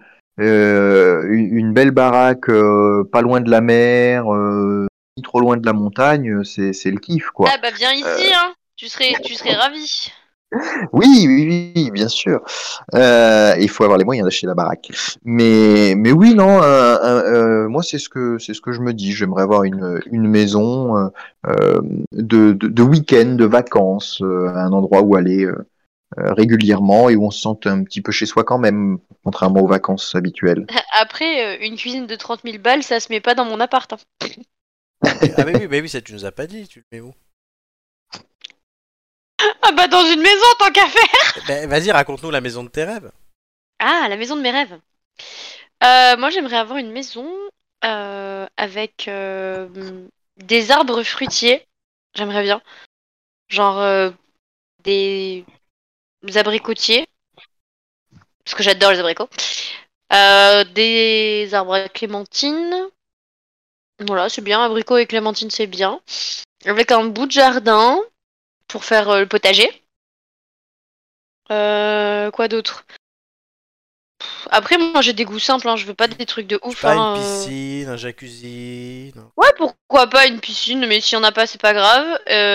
B: qu'une belle baraque pas loin de la mer, ni trop loin de la montagne, c'est le kiff quoi.
C: Ah, bah viens ici, hein. Tu serais ravi.
B: Oui, oui, oui, bien sûr. Il faut avoir les moyens d'acheter la baraque. Mais oui, non. Moi, c'est ce que je me dis. J'aimerais avoir une maison de week-end, de vacances, un endroit où aller régulièrement et où on se sente un petit peu chez soi quand même, contrairement aux vacances habituelles.
C: Après, une cuisine de 30 000 balles, ça se met pas dans mon appart. Hein.
A: Ah mais oui, ça tu nous as pas dit, tu le mets où?
C: Ah bah dans une maison, tant qu'à faire.
A: Ben, vas-y, raconte-nous la maison de tes rêves.
C: Ah, la maison de mes rêves. Moi, j'aimerais avoir une maison avec des arbres fruitiers. J'aimerais bien. Genre des abricotiers. Parce que j'adore les abricots. Des arbres à clémentine. Voilà, c'est bien. Abricots et clémentine, c'est bien. Avec un bout de jardin pour faire le potager. Quoi d'autre? Après, moi j'ai des goûts simples, hein, je veux pas des trucs de ouf.
A: Pas
C: hein,
A: une piscine, un jacuzzi. Non.
C: Ouais, pourquoi pas une piscine, mais s'il y en a pas, c'est pas grave.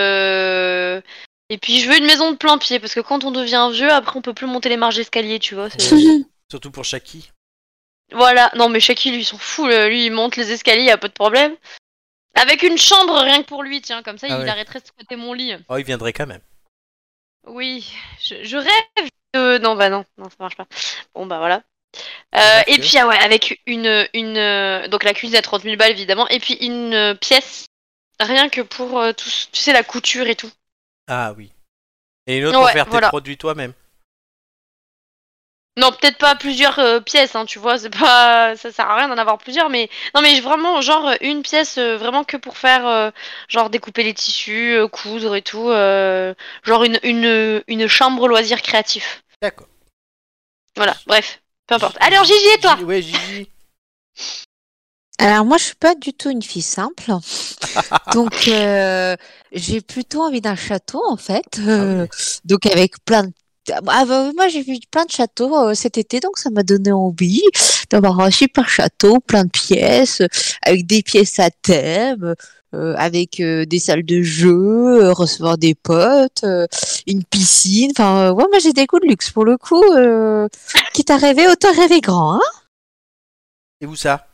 C: Et puis je veux une maison de plein pied, parce que quand on devient vieux, après on peut plus monter les marches d'escalier, tu vois.
A: Ouais. Surtout pour Shaki.
C: Voilà, non mais Shaki, lui, il s'en fout, lui, il monte les escaliers, y a pas de problème. Avec une chambre rien que pour lui, tiens, comme ça
A: Ah
C: il
A: ouais.
C: arrêterait de squatter mon lit.
A: Oh, il viendrait quand même.
C: Oui, je rêve de... Non, bah non, ça marche pas. Bon, bah voilà.
A: Bref,
C: Et
A: que-
C: puis, ah ouais, avec donc la cuisine à 30 000 balles, évidemment, et puis une pièce, rien que pour, tout, tu sais, la couture et tout.
A: Ah oui. Et une autre pour
C: Ouais,
A: faire tes
C: voilà.
A: produits toi-même.
C: Non, peut-être pas plusieurs pièces, hein, tu vois, c'est pas... Ça sert à rien d'en avoir plusieurs, mais... Non, mais vraiment, genre, une pièce, vraiment que pour faire, genre, découper les tissus, coudre et tout, genre une chambre loisir créatif.
A: D'accord.
C: Voilà, bref, peu importe. Alors, Gigi, et toi?
A: Ouais, Gigi.
D: Alors moi, je suis pas du tout une fille simple, donc j'ai plutôt envie d'un château en fait.
A: oui.
D: Donc avec plein de... moi, j'ai vu plein de châteaux cet été, donc ça m'a donné envie d'avoir un super château, plein de pièces, avec des pièces à thème, avec des salles de jeu, recevoir des potes, une piscine. Enfin, ouais, moi j'ai des goûts de luxe pour le coup. Quitte à rêver, autant rêver grand, hein.
A: Et où ça?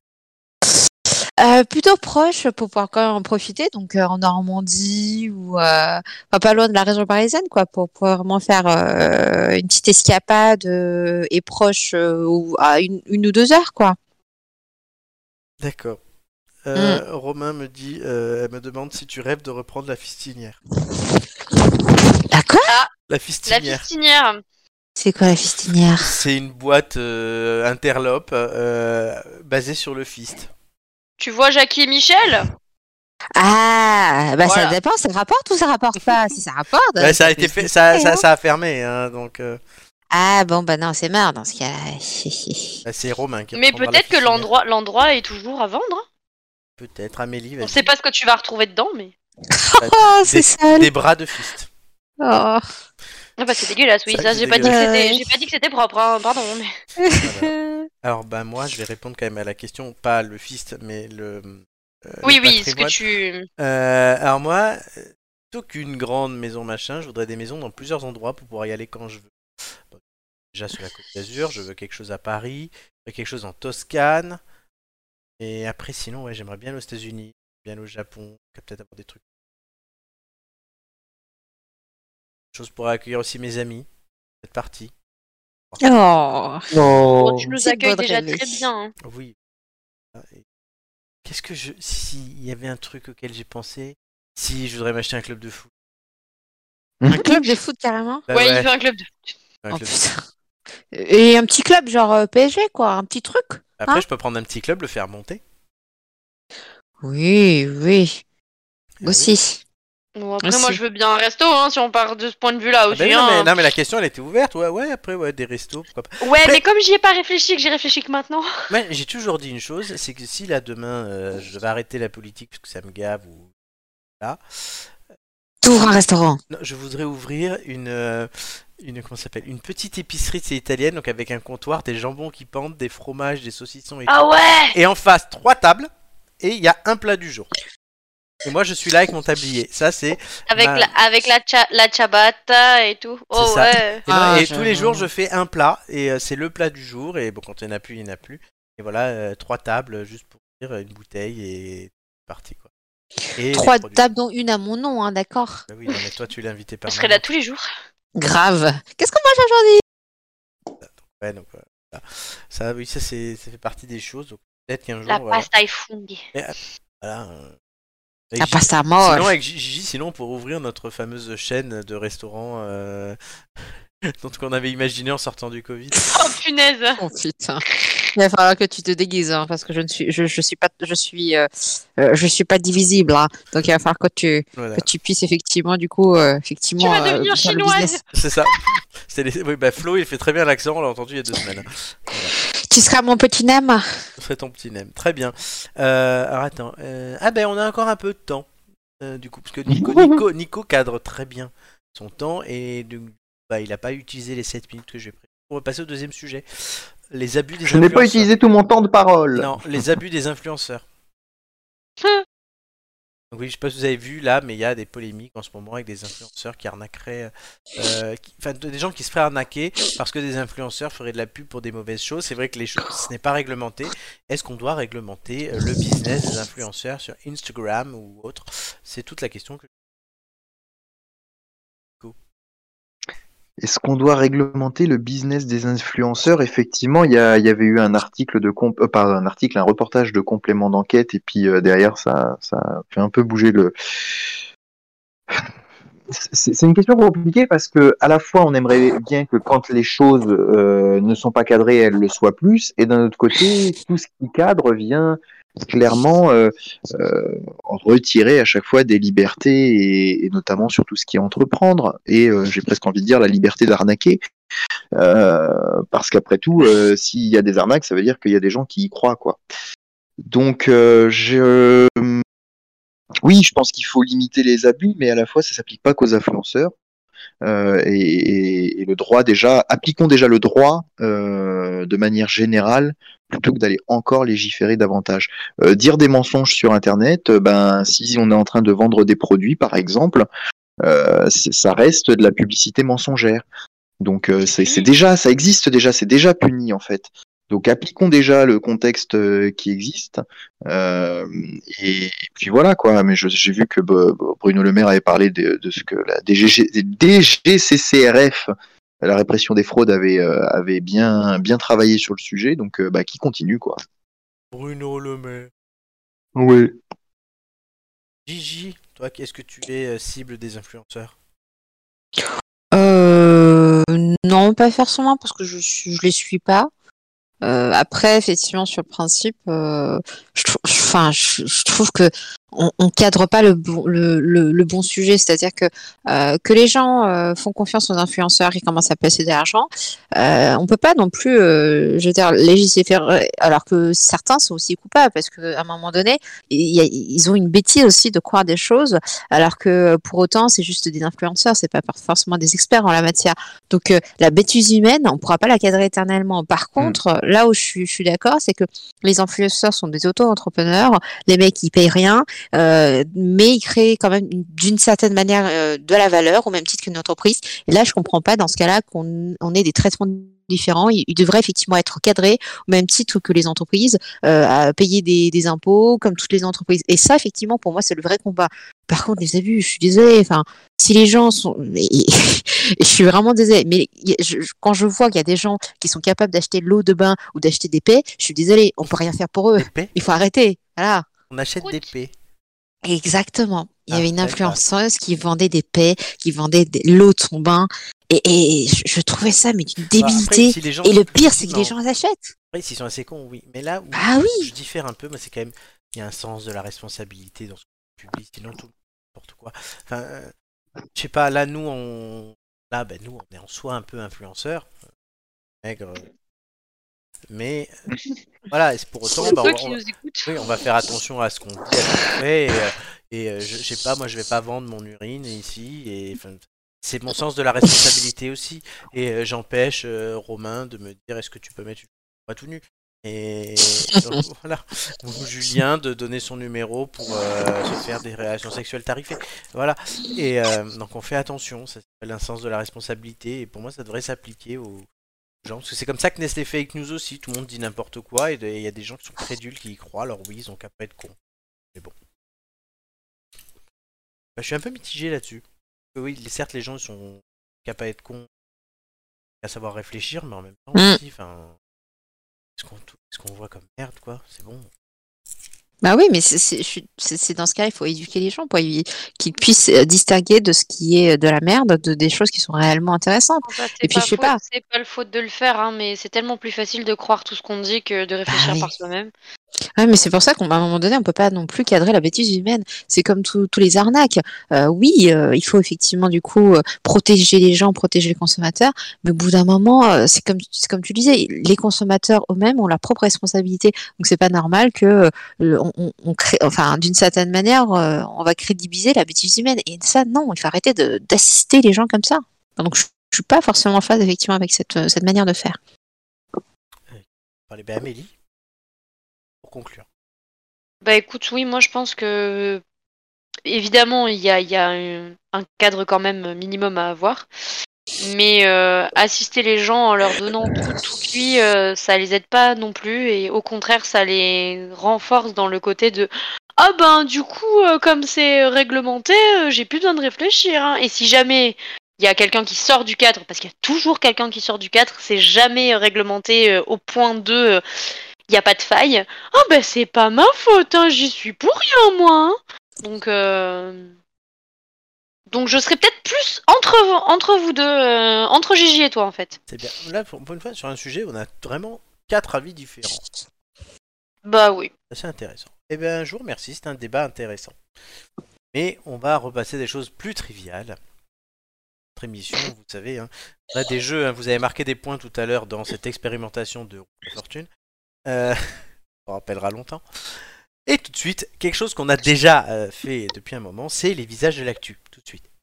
D: Plutôt proche pour pouvoir quand même en profiter, donc en Normandie ou enfin, pas loin de la région parisienne, quoi, pour pouvoir vraiment faire une petite escapade et proche ou à une ou 2 heures, quoi.
A: D'accord. Romain me dit, elle me demande si tu rêves de reprendre la fistinière.
D: D'accord.
A: La
C: La
A: fistinière.
C: fistinière.
D: C'est quoi la fistinière?
A: C'est une boîte interlope basée sur le fist.
C: Tu vois Jackie et Michel?
D: Ah, bah
C: Voilà.
D: ça dépend, ça rapporte ou ça rapporte pas? Si ça rapporte,
A: Ouais, ça a
D: peut
A: été
D: se
A: fait,
D: discuter, hein.
A: ça a fermé, hein, donc
D: Ah bon, bah non, c'est mort dans ce cas-là.
A: bah, c'est Romain qui
C: Mais
A: reprendra la
C: peut-être que
A: fistinière.
C: l'endroit est toujours à vendre. Hein.
A: Peut-être. Amélie,
C: On
A: vas-y.
C: sait pas ce que tu vas retrouver dedans, mais...
D: Oh, c'est sale.
A: Des bras de fist.
D: Oh.
C: Ah bah c'est dégueulasse, oui.
A: C'est
C: Ça,
A: vrai que
C: j'ai
A: c'est
C: pas dit que
A: dégueulasse.
C: c'était... J'ai pas dit que c'était propre, hein, pardon. Mais...
A: Voilà. Alors, bah, moi, je vais répondre quand même à la question, pas le fist, mais
C: Oui,
A: le
C: oui, ce que
A: patrimoine.
C: tu...
A: Alors, moi, plutôt qu'une grande maison machin, je voudrais des maisons dans plusieurs endroits pour pouvoir y aller quand je veux. Bon, déjà sur la Côte d'Azur, je veux quelque chose à Paris, je veux quelque chose en Toscane. Et après, sinon, ouais, j'aimerais bien aux États-Unis, bien au Japon, peut-être avoir des trucs. Chose pour accueillir aussi mes amis. Cette partie.
D: Oh.
C: Bon, tu nous
D: C'est
C: accueilles
D: beau de
C: déjà
D: rêver.
C: très bien. Hein.
A: Oui. Et qu'est-ce que je. S'il y avait un truc auquel j'ai pensé. Si, je voudrais m'acheter un club de foot.
D: Un club de foot carrément?
A: Bah
C: Ouais,
A: ouais,
C: il veut un club de...
A: un
D: Oh
A: club.
D: putain. Et un petit club genre PSG, quoi, un petit truc.
A: Après,
D: Hein?
A: je peux prendre un petit club, le faire monter.
D: Oui, oui.
A: Ah
D: Aussi.
C: Bon, après,
D: Aussi.
C: moi, je veux bien un resto, hein, si on part de ce point de vue-là
A: Ah
C: aussi.
A: bah oui,
C: hein.
A: non, mais la question elle était ouverte. Ouais, ouais, après, ouais, des restos, pourquoi pas.
C: Ouais,
A: Après-
C: mais comme j'y ai pas réfléchi, que j'y réfléchis que maintenant...
A: Ouais, j'ai toujours dit une chose, c'est que si là demain je devais arrêter la politique parce que ça me gave ou là,
D: T'ouvres un restaurant.
A: non, je voudrais ouvrir comment ça s'appelle, une petite épicerie, c'est italienne, donc avec un comptoir, des jambons qui pendent, des fromages, des saucissons et tout.
C: Ah ouais!
A: Et en face 3 tables et il y a un plat du jour. Et moi je suis là avec mon tablier. Ça c'est
C: Avec,
A: ma-
C: avec la ciabatta et tout. Oh
A: C'est ça.
C: ouais.
A: Et,
D: Ah,
A: tous les jours, je fais un plat et c'est le plat du jour. Et bon, quand il n'y en a plus, il n'y en a plus. Et voilà, 3 tables juste pour dire une bouteille et parti quoi. Et les
D: 3
A: produits.
D: tables dont une à mon nom, hein, d'accord.
A: Bah oui, non, mais toi, tu l'as invité
C: Je
A: par
C: serai là tous les jours.
D: Grave. Qu'est-ce qu'on mange aujourd'hui?
A: Ouais, donc voilà. Ça, oui, ça fait partie des choses. Donc peut-être qu'un jour,
C: La
A: voilà.
C: pasta est fondue.
A: Voilà, avec
D: La
A: Gigi-
D: pasta
A: Sinon,
D: moche.
A: avec Gigi, sinon pour ouvrir notre fameuse chaîne de restaurants dont on avait imaginé en sortant du Covid.
C: Oh punaise!
D: Oh putain. Il va falloir que tu te déguises, hein, parce que je suis pas divisible, hein. Donc il va falloir
A: Voilà.
D: que tu puisses effectivement, du coup,
C: Tu vas devenir
D: faire le
C: chinoise!
D: business.
A: C'est ça. Oui, bah Flo, il fait très bien l'accent, on l'a entendu il y a 2 semaines.
D: Tu seras mon petit nem.
A: Ce serait ton petit nem. Très bien. Alors attends. Ah ben on a encore un peu de temps. Du coup, parce que Nico cadre très bien son temps et bah, il n'a pas utilisé les 7 minutes que j'ai pris. On va passer au deuxième sujet. Les abus des
B: Je n'ai pas
A: influenceurs.
B: utilisé tout mon temps de parole.
A: Non, les abus des influenceurs. Donc oui, je sais pas si vous avez vu là, mais il y a des polémiques en ce moment avec des influenceurs qui arnaqueraient, des gens qui se feraient arnaquer parce que des influenceurs feraient de la pub pour des mauvaises choses. C'est vrai que ce n'est pas réglementé. Est-ce qu'on doit réglementer le business des influenceurs sur Instagram ou autre? C'est toute la question que.
B: Est-ce qu'on doit réglementer le business des influenceurs? Effectivement, il y avait eu un article un reportage de complément d'enquête, et puis derrière, ça fait un peu bouger le. C'est une question compliquée parce que à la fois on aimerait bien que quand les choses ne sont pas cadrées, elles le soient plus, et d'un autre côté, tout ce qui cadre vient clairement retirer à chaque fois des libertés, et notamment sur tout ce qui est entreprendre, et j'ai presque envie de dire la liberté d'arnaquer, parce qu'après tout, s'il y a des arnaques, ça veut dire qu'il y a des gens qui y croient, quoi. Donc oui, je pense qu'il faut limiter les abus, mais à la fois ça s'applique pas qu'aux influenceurs. Et le droit appliquons déjà le droit de manière générale plutôt que d'aller encore légiférer davantage. Dire des mensonges sur Internet, si on est en train de vendre des produits par exemple, ça reste de la publicité mensongère. Donc ça existe déjà, c'est déjà puni en fait. Donc appliquons déjà le contexte qui existe, et puis voilà quoi. Mais j'ai vu que Bruno Le Maire avait parlé de ce que la DGCCRF, la répression des fraudes, avait bien travaillé sur le sujet, donc qui continue quoi.
A: Bruno Le Maire.
B: Oui.
A: Gigi, toi, est-ce que tu es cible des influenceurs?
D: Non, pas forcément parce que je les suis pas. Après, effectivement, sur le principe, je trouve que on cadre pas le bon sujet, c'est-à-dire que les gens font confiance aux influenceurs qui commencent à placer de l'argent. On peut pas non plus, je veux dire, légiférer, alors que certains sont aussi coupables parce qu'à un moment donné, ils ont une bêtise aussi de croire des choses, alors que pour autant, c'est juste des influenceurs, c'est pas forcément des experts en la matière. Donc la bêtise humaine, on pourra pas la cadrer éternellement. Par contre, là où je suis d'accord, c'est que les influenceurs sont des auto-entrepreneurs, les mecs ils payent rien, mais ils créent quand même d'une certaine manière de la valeur au même titre qu'une entreprise. Et là, je comprends pas dans ce cas-là qu'on ait des traitements différents. Ils devraient effectivement être cadrés au même titre que les entreprises, à payer des impôts comme toutes les entreprises. Et ça, effectivement, pour moi, c'est le vrai combat. Par contre, les abus, je suis désolée. Enfin, si les gens sont, et je suis vraiment désolée, mais quand je vois qu'il y a des gens qui sont capables d'acheter l'eau de bain ou d'acheter des paix, je suis désolée, on peut rien faire pour eux. Il faut arrêter. Voilà.
A: On achète des paix.
D: Exactement. Il y avait une influenceuse qui vendait des paix, qui vendait l'eau de son bain. Et je trouvais ça, mais d'une débilité.
A: Après, si
D: et le pire, c'est que les gens les achètent.
A: Après, s'ils sont assez cons, oui. Mais là où je diffère un peu, moi, c'est quand même, il y a un sens de la responsabilité dans ce qu'on publie, sinon tout n'importe quoi. Enfin, je sais pas, là, nous, on est en soi un peu influenceurs. Maigre. Mais voilà, et c'est pour autant, on va faire attention à ce qu'on dit, à ce qu'on fait, et je sais pas, moi je vais pas vendre mon urine ici, et c'est mon sens de la responsabilité aussi, et j'empêche Romain de me dire est-ce que tu peux mettre une pas tout nu, et donc, voilà, ou Julien de donner son numéro pour se faire des relations sexuelles tarifées, voilà, et donc on fait attention, ça s'appelle un sens de la responsabilité, et pour moi ça devrait s'appliquer aux gens, parce que c'est comme ça que naissent les fake news aussi, tout le monde dit n'importe quoi, et il y a des gens qui sont crédules qui y croient, alors oui, ils ont qu'à pas être cons. Mais bon. Je suis un peu mitigé là-dessus. Oui, certes, les gens ils sont qu'à pas être cons, qu'à savoir réfléchir, mais en même temps aussi, est-ce qu'on voit comme merde, quoi, c'est bon.
D: Bah oui, mais c'est dans ce cas, il faut éduquer les gens pour qu'ils puissent distinguer de ce qui est de la merde, des choses qui sont réellement intéressantes. Et puis je sais pas.
C: C'est pas le faute de le faire, hein, mais c'est tellement plus facile de croire tout ce qu'on dit que de réfléchir par soi-même.
D: Ouais, mais c'est pour ça qu'à un moment donné, on peut pas non plus cadrer la bêtise humaine. C'est comme tous les arnaques. Il faut effectivement du coup protéger les gens, protéger les consommateurs, mais au bout d'un moment, c'est comme tu disais, les consommateurs eux-mêmes ont leur propre responsabilité. Donc c'est pas normal que on crée, enfin d'une certaine manière, on va crédibiliser la bêtise humaine. Et ça, non, il faut arrêter d'assister les gens comme ça. Donc je suis pas forcément en phase effectivement avec cette manière de faire.
A: Allez, ben Amélie, pour conclure.
C: Bah écoute, oui, moi je pense que évidemment il y a un cadre quand même minimum à avoir, mais assister les gens en leur donnant tout cuit, ça les aide pas non plus, et au contraire ça les renforce dans le côté de ah ben du coup comme c'est réglementé, j'ai plus besoin de réfléchir, hein. Et si jamais il y a quelqu'un qui sort du cadre, parce qu'il y a toujours quelqu'un qui sort du cadre, c'est jamais réglementé au point de il n'y a pas de faille. Ah ben c'est pas ma faute, hein, j'y suis pour rien moi. Hein. Donc je serais peut-être plus entre vous deux, entre Gigi et toi en fait.
A: C'est bien. Là, pour une fois, sur un sujet, on a vraiment 4 avis différents.
C: Bah oui.
A: C'est intéressant. Eh bien, je vous remercie, c'est un débat intéressant. Mais on va repasser des choses plus triviales. Notre émission, vous savez, hein, on a des jeux, hein, vous avez marqué des points tout à l'heure dans cette expérimentation de Fortune. On rappellera longtemps. Et tout de suite, quelque chose qu'on a déjà fait depuis un moment, c'est les visages de l'actu. Tout de suite.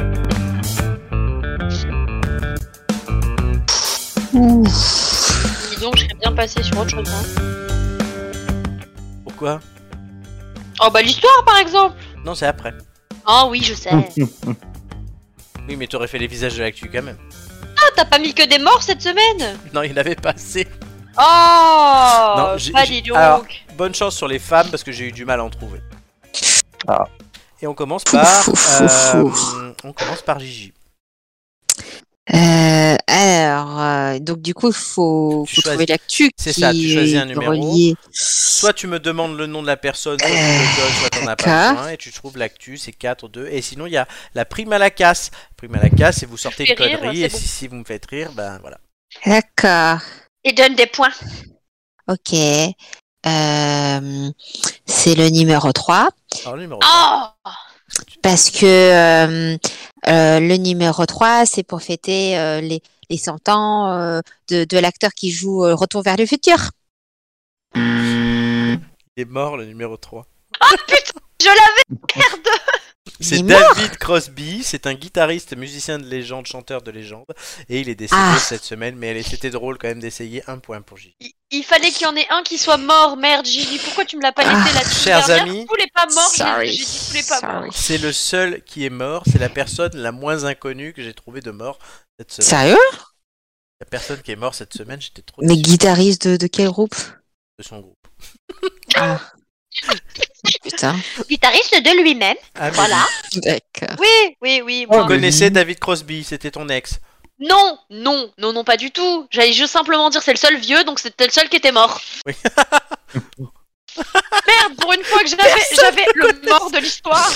C: Dis donc, je serais bien passé sur autre chose. Hein.
A: Pourquoi ?
C: Oh bah l'histoire par exemple.
A: Non, c'est après.
C: Ah oui, je sais.
A: Oui, mais t'aurais fait les visages de l'actu quand même.
C: Ah, t'as pas mis que des morts cette semaine?
A: Non, il n'avait pas assez.
C: Oh
A: Non,
C: pas dis donc.
A: Alors, bonne chance sur les femmes parce que j'ai eu du mal à en trouver.
B: Ah.
A: Et on commence par Gigi.
D: Donc du coup, il faut trouver l'actu.
A: C'est ça, tu choisis un numéro. Soit tu me demandes le nom de la personne, soit tu le donnes, soit t'en as pas besoin, et tu trouves l'actu, c'est 4, 2. Et sinon, il y a la prime à la casse. Prime à la casse, et vous sortez une connerie, et si vous me faites rire, ben voilà.
D: D'accord.
C: Et donne des points.
D: Ok. C'est le numéro 3.
A: Alors, le numéro
C: 3. Oh
D: parce que le numéro 3, c'est pour fêter les 100 ans de l'acteur qui joue Retour vers le futur.
A: Il est mort, le numéro 3.
C: Ah putain, je l'avais, merde.
A: C'est David Crosby, c'est un guitariste, musicien de légende, chanteur de légende, et il est décédé cette semaine, mais c'était drôle quand même d'essayer. Un point pour Gigi.
C: Il fallait qu'il y en ait un qui soit mort, merde Gigi, pourquoi tu me l'as pas laissé la semaine
A: chers
C: dernière?
A: amis,
C: tous les pas morts,
D: sorry.
C: j'ai dit tous les pas morts.
A: C'est le seul qui est mort, c'est la personne la moins inconnue que j'ai trouvé de mort cette semaine.
D: Sérieux?
A: La personne qui est morte cette semaine, j'étais trop
D: Mais
A: déçu
D: guitariste de quel groupe?
A: de son groupe.
D: Ah. Putain.
C: Guitariste de lui-même,
A: Amélie.
C: voilà.
D: D'accord.
C: Oui.
A: Vous
C: Moi.
A: connaissez David Crosby, c'était ton ex.
C: Non, pas du tout. J'allais juste simplement dire c'est le seul vieux, donc c'était le seul qui était mort.
A: Oui.
C: Merde, pour une fois que j'avais le mort de l'histoire.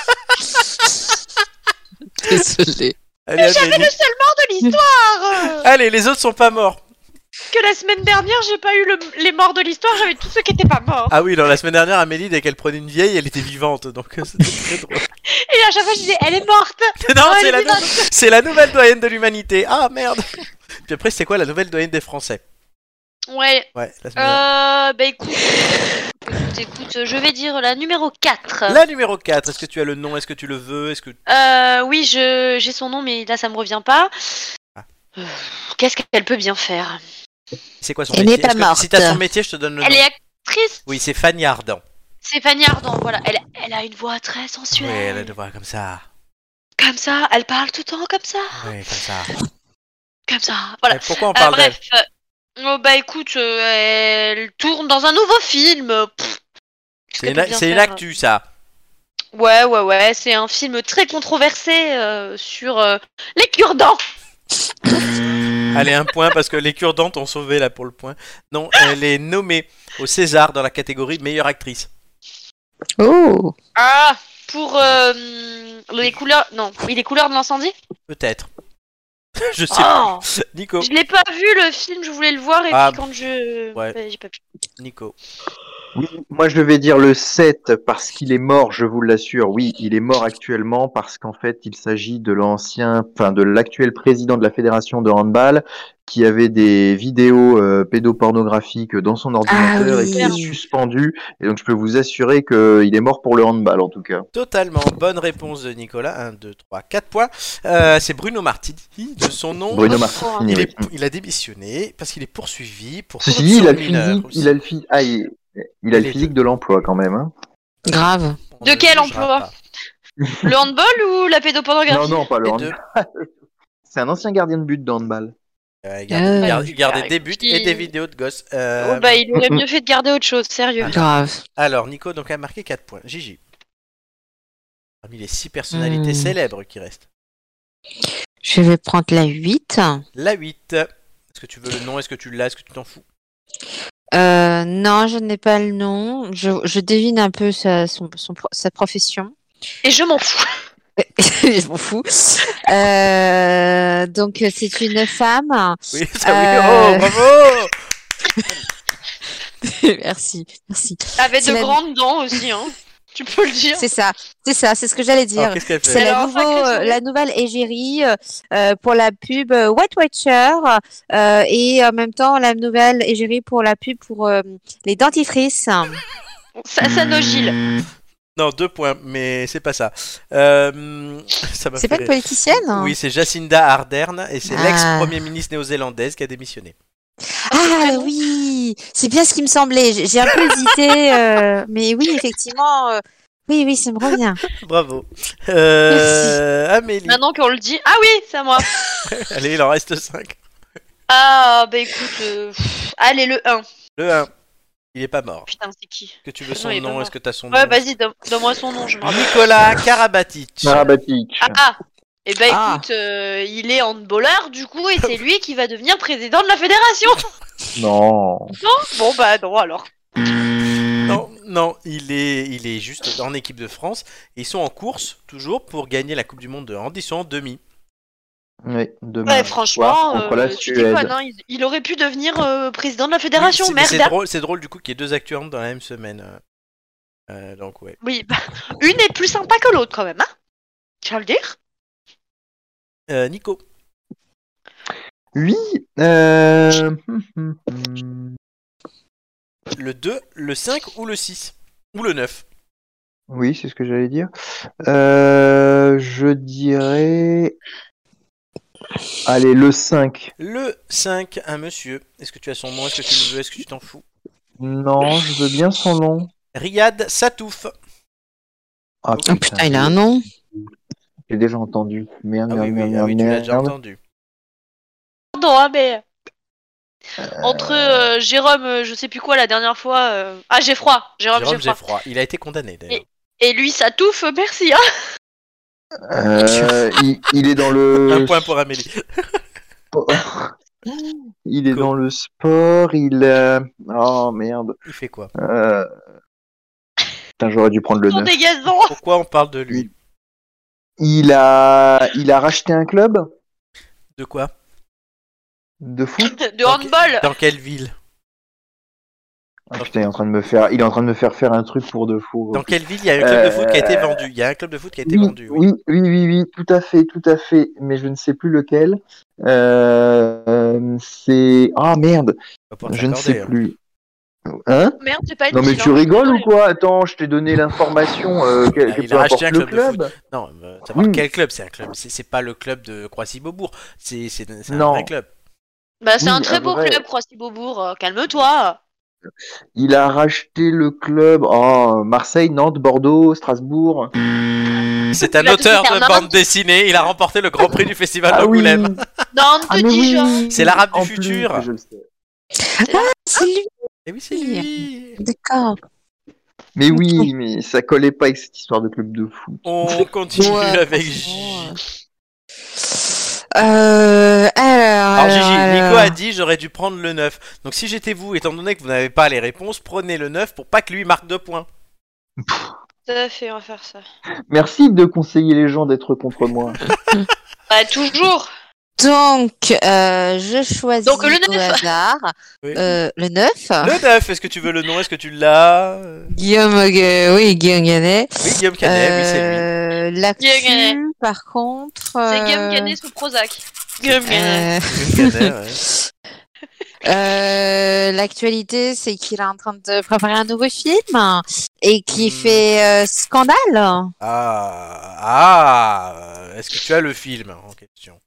D: Désolé.
A: Allez,
C: Mais j'avais
A: Amélie.
C: le seul mort de l'histoire.
A: Allez, les autres sont pas morts.
C: Que la semaine dernière, j'ai pas eu les morts de l'histoire, j'avais tous ceux qui étaient pas morts.
A: Ah oui, non, la semaine dernière, Amélie, dès qu'elle prenait une vieille, elle était vivante, donc c'était très drôle.
C: Et à chaque fois, je disais, elle est morte.
A: Non,
C: elle est vivante.
A: c'est la nouvelle doyenne de l'humanité. Ah merde. Puis après, c'est quoi la nouvelle doyenne des Français?
C: Ouais.
A: Ouais, la semaine dernière.
C: Bah écoute, je vais dire la numéro 4.
A: La numéro 4, est-ce que tu as le nom? Est-ce que tu le veux? Est-ce que...
C: Oui, j'ai son nom, mais là, ça me revient pas. Qu'est-ce qu'elle peut bien faire?
A: C'est quoi son
D: Elle
A: métier?
D: n'est pas morte.
A: Si t'as son métier, je te donne le nom.
C: Elle est actrice.
A: Oui, c'est Fanny Ardant.
C: C'est Fanny Ardant, voilà. Elle a une voix très sensuelle.
A: Oui, elle a une voix comme ça.
C: Comme ça, elle parle tout le temps comme ça.
A: Oui, comme ça.
C: Comme ça, voilà.
A: Mais pourquoi on parle d'elle?
C: Bref, bah écoute, elle tourne dans un nouveau film.
A: C'est une actu, ça.
C: Ouais, c'est un film très controversé sur les cure-dents.
A: Allez, un point parce que les cure-dents t'ont sauvé là pour le point. Non, elle est nommée au César dans la catégorie meilleure actrice.
D: Oh.
C: Ah, pour les couleurs. Non, oui, les couleurs de l'incendie.
A: Peut-être. Je sais
C: Oh,
A: pas. Nico.
C: je l'ai pas vu le film, je voulais le voir et
A: Ah,
C: puis quand je.
A: ouais.
C: J'ai pas pu.
A: Nico.
B: Oui, moi je vais dire le 7 parce qu'il est mort, je vous l'assure. Oui, il est mort actuellement parce qu'en fait, il s'agit de de l'actuel président de la fédération de handball qui avait des vidéos pédopornographiques dans son ordinateur et qui est
D: oui.
B: suspendu. Et donc je peux vous assurer qu'il est mort pour le handball en tout cas.
A: Totalement. Bonne réponse de Nicolas. 1, 2, 3, 4 points. C'est Bruno Martini, de son nom.
B: Bruno
C: Oh,
B: Martini,
A: Il,
B: oui.
A: il a démissionné parce qu'il est poursuivi pour
B: Ceci dit,
A: corruption mineure.
B: il a le
A: les
B: physique
A: deux.
B: de l'emploi quand même. Hein.
D: Grave.
A: On
C: De
A: ne
C: quel
A: jugera
C: emploi
A: pas.
C: Le handball ou la pédopornographie?
B: Non, pas le
A: Les
B: handball.
A: deux.
B: C'est un ancien gardien de but de handball.
A: Il gardait
C: Bah,
A: des
C: écoute,
A: buts
C: il-
A: et des vidéos de gosses.
C: Oh, bah, il aurait mieux fait de garder autre chose, sérieux.
D: Grave.
A: Alors, Nico donc a marqué 4 points. Gigi. Parmi les 6 personnalités célèbres qui restent.
D: Je vais prendre la 8.
A: La 8. Est-ce que tu veux le nom? Est-ce que tu l'as? Est-ce que tu t'en fous?
D: Non, je n'ai pas le nom. Je devine un peu sa profession.
C: Et je m'en fous.
D: Je m'en fous. Donc, c'est une femme.
A: Oui, ça oui. Oh, bravo!
D: Merci.
C: Avec
D: C'est
C: de
D: la-
C: grandes dents aussi, hein. Tu peux le dire.
D: C'est ça, c'est ce que j'allais dire.
A: Alors, qu'est-ce qu'elle
D: C'est
A: fait?
C: Alors,
D: la nouvelle égérie pour la pub White Watcher et en même temps la nouvelle égérie pour la pub pour les dentifrices.
C: Ça Nogile.
A: Non, 2 points, mais c'est pas ça. Ça m'a
D: C'est
A: fait
D: pas une
A: rire.
D: politicienne?
A: Oui, c'est Jacinda Ardern et c'est
D: Ah.
A: l'ex-premier ministre néo-zélandaise qui a démissionné.
D: Ah oui, c'est bien ce qui me semblait. J'ai un peu hésité, mais oui, effectivement, oui, ça me revient.
A: Bravo.
D: Merci.
A: Amélie.
C: Maintenant qu'on le dit. Ah oui, c'est à moi.
A: Allez, il en reste 5.
C: Ah, bah écoute. Allez, le 1.
A: Le 1. Il est pas mort.
C: Putain, c'est qui?
A: Est-ce que tu veux
C: Non,
A: son
C: il est pas
A: nom?
C: mort.
A: Est-ce que tu as son nom?
C: Ouais, vas-y, donne-moi son nom. Je me rappelle.
A: Nicolas Karabatic.
B: Karabatic.
C: Ah! Et ben
D: Ah.
C: écoute, il est handballeur du coup et c'est lui qui va devenir président de la fédération.
B: Non.
C: Bon bah non alors.
A: Non, il est juste en équipe de France. Et ils sont en course, toujours, pour gagner la Coupe du Monde de hand. Ils sont en demi.
B: Oui, demain
C: Ouais, franchement,
B: contre la
C: tu
B: Suède.
C: déconnes, hein, il aurait pu devenir président de la fédération,
A: Oui, mais
C: merde.
A: c'est drôle du coup qu'il y ait 2 actus dans la même semaine. Donc ouais.
C: Oui, bah, une est plus sympa que l'autre quand même, hein. Tu vas le dire?
A: Nico.
B: Oui.
A: Le 2, le 5 ou le 6? Ou le 9?
B: Oui, c'est ce que j'allais dire. Je dirais. Allez, le 5.
A: Le 5, un monsieur. Est-ce que tu as son nom? Est-ce que tu le veux? Est-ce que tu t'en fous?
B: Non, je veux bien son nom.
A: Riyad Satouf.
B: Ah
D: Oh putain, il a un nom.
B: J'ai déjà entendu. Merde,
A: Ah oui,
B: merde,
A: tu l'as déjà
B: merde.
A: entendu.
C: Pardon, hein, mais entre Jérôme, je sais plus quoi la dernière fois. Ah, j'ai froid. Jérôme,
A: Jérôme
C: j'ai froid.
A: Geffroy. Il a été condamné d'ailleurs.
C: Et lui, ça touffe, merci. Hein.
B: Il est dans le.
A: Un point pour Amélie.
B: Il est
A: Cool.
B: dans le sport. Oh merde.
A: Il fait quoi?
B: Putain, j'aurais dû prendre le
C: Ton
B: 9.
C: dégazant.
A: Pourquoi on parle de lui?
B: Il a racheté un club
A: De quoi?
B: de foot.
C: De handball.
A: Dans quelle ville?
B: Ah, putain, il est en train de me faire faire un truc pour de fou.
A: Dans quelle ville il y a un club de foot qui a été vendu? Il y a un club de foot qui a été vendu. Oui.
B: Oui, tout à fait, mais je ne sais plus lequel. C'est... Ah merde,
A: On va pouvoir
B: je ne
A: s'accorder,
B: sais
A: hein.
B: plus. Hein?
C: Merde, c'est pas une
B: Non mais
C: ville,
B: tu
C: hein.
B: rigoles ou quoi? Attends, je t'ai donné l'information, que
A: il
B: peu
A: a racheté
B: importe
A: un
B: le
A: club de
B: club.
A: Non, savoir
B: Oui.
A: quel club? C'est un club. C'est pas le club de Croissy-Beaubourg. C'est un
B: Non.
A: vrai club.
C: Bah, c'est
B: Oui,
C: un très
B: un
C: beau
B: vrai.
C: club, Croissy-Beaubourg. Calme-toi.
B: Il a racheté le club, Marseille, Nantes, Bordeaux, Strasbourg.
A: C'est un
C: Il a tout
A: auteur
C: fait
A: de
C: faire
A: bande
C: Nantes.
A: dessinée. Il a remporté le Grand Prix du Festival
B: Ah oui.
A: d'Angoulême.
C: Dans
B: Ah,
C: de
B: mais oui.
C: Dijon.
A: C'est l'arabe du
B: En plus,
A: futur.
B: je le sais.
D: C'est lui.
A: Et oui, c'est lui.
D: D'accord.
B: Mais oui, mais ça collait pas avec cette histoire de club de foot.
A: On continue
D: Ouais,
A: avec
D: franchement,
A: Gigi.
D: Alors,
A: Gigi, Nico a dit j'aurais dû prendre le 9. Donc si j'étais vous, étant donné que vous n'avez pas les réponses, prenez le 9 pour pas que lui marque 2 points.
C: Tout à fait, on va faire ça.
B: Merci de conseiller les gens d'être contre moi.
C: Bah, toujours.
D: Donc, je choisis
C: Donc, le
D: au
C: 9.
D: hasard
A: Oui.
D: le 9.
A: Le 9, est-ce que tu veux le nom? Est-ce que tu l'as?
D: Guillaume, oui, Guillaume Canet.
A: Oui, Guillaume Canet, oui, c'est lui.
D: L'actu,
C: Guillaume Canet.
D: par contre.
C: C'est Guillaume Canet sous Prozac. Guillaume Canet.
A: Guillaume Canet, ouais.
D: L'actualité, c'est qu'il est en train de préparer un nouveau film et qui
A: Hmm.
D: fait scandale.
A: Est-ce que tu as le film en question?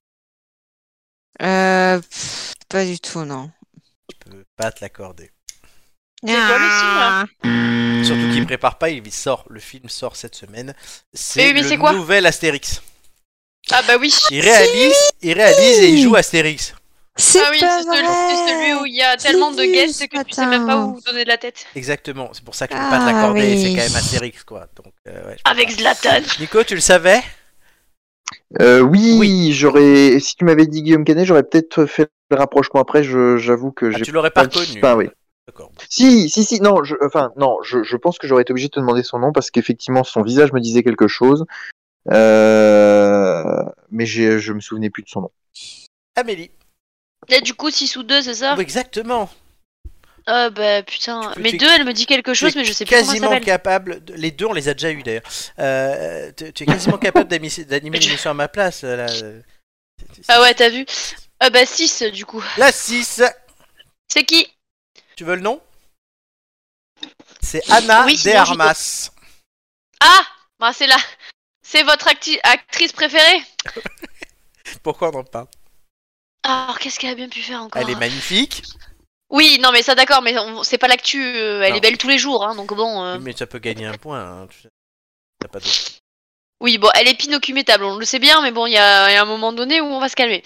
D: Pas du tout, non.
A: Je peux pas te l'accorder.
C: C'est quoi le film?
A: Surtout qu'il prépare pas, il sort. Le film sort cette semaine.
C: Mais
A: C'est
C: oui, mais
A: le
C: c'est quoi
A: nouvel Astérix.
C: Ah bah oui.
A: Il réalise et il joue Astérix.
D: C'est
C: Ah oui,
D: pas
C: c'est
D: vrai.
C: celui où il y a tellement de
D: vu
C: guests
D: ce
C: que tu sais même pas
D: matin.
C: où donner de la tête.
A: Exactement, c'est pour ça que je peux pas te
D: Ah,
A: l'accorder.
D: oui.
A: C'est quand même Astérix, quoi. Donc, ouais, je peux
C: Avec
A: pas.
C: Zlatan.
A: Nico, tu le savais?
B: Oui, j'aurais. Si tu m'avais dit Guillaume Canet, j'aurais peut-être fait le rapprochement après. J'avoue que
A: Ah,
B: j'ai
A: tu l'aurais pas
B: pas.
A: reconnu.
B: Enfin, oui.
A: D'accord.
B: Si, non, je pense que j'aurais été obligé de te demander son nom parce qu'effectivement, son visage me disait quelque chose. Mais je me souvenais plus de son nom.
A: Amélie.
C: Là, du coup, 6 ou 2, c'est ça?
A: Oui, exactement.
C: Ah bah putain.
A: Tu
C: Mais
A: es
C: 2, elle me dit quelque chose, mais je sais plus comment ça
A: quasiment
C: s'appelle.
A: capable. Les deux, on les a déjà eu d'ailleurs. Tu es quasiment capable d'animer l'émission à ma place. Là.
C: Ah ouais, t'as vu? Ah bah 6, du coup.
A: La 6.
C: C'est qui?
A: Tu veux le nom? C'est Anna
C: Oui,
A: de
C: sinon je
A: Armas.
C: Ah bah c'est là. C'est votre actrice préférée?
A: Pourquoi on en parle?
C: Alors, qu'est-ce qu'elle a bien pu faire encore?
A: Elle est magnifique,
C: Oui, non mais ça d'accord, mais c'est pas l'actu, elle
A: Non.
C: est belle tous les jours, hein, donc bon...
A: mais ça peut gagner un point. Hein. T'as pas d'autre.
C: Oui, bon, elle est pinocumétable, on le sait bien, mais bon, il y a un moment donné où on va se calmer.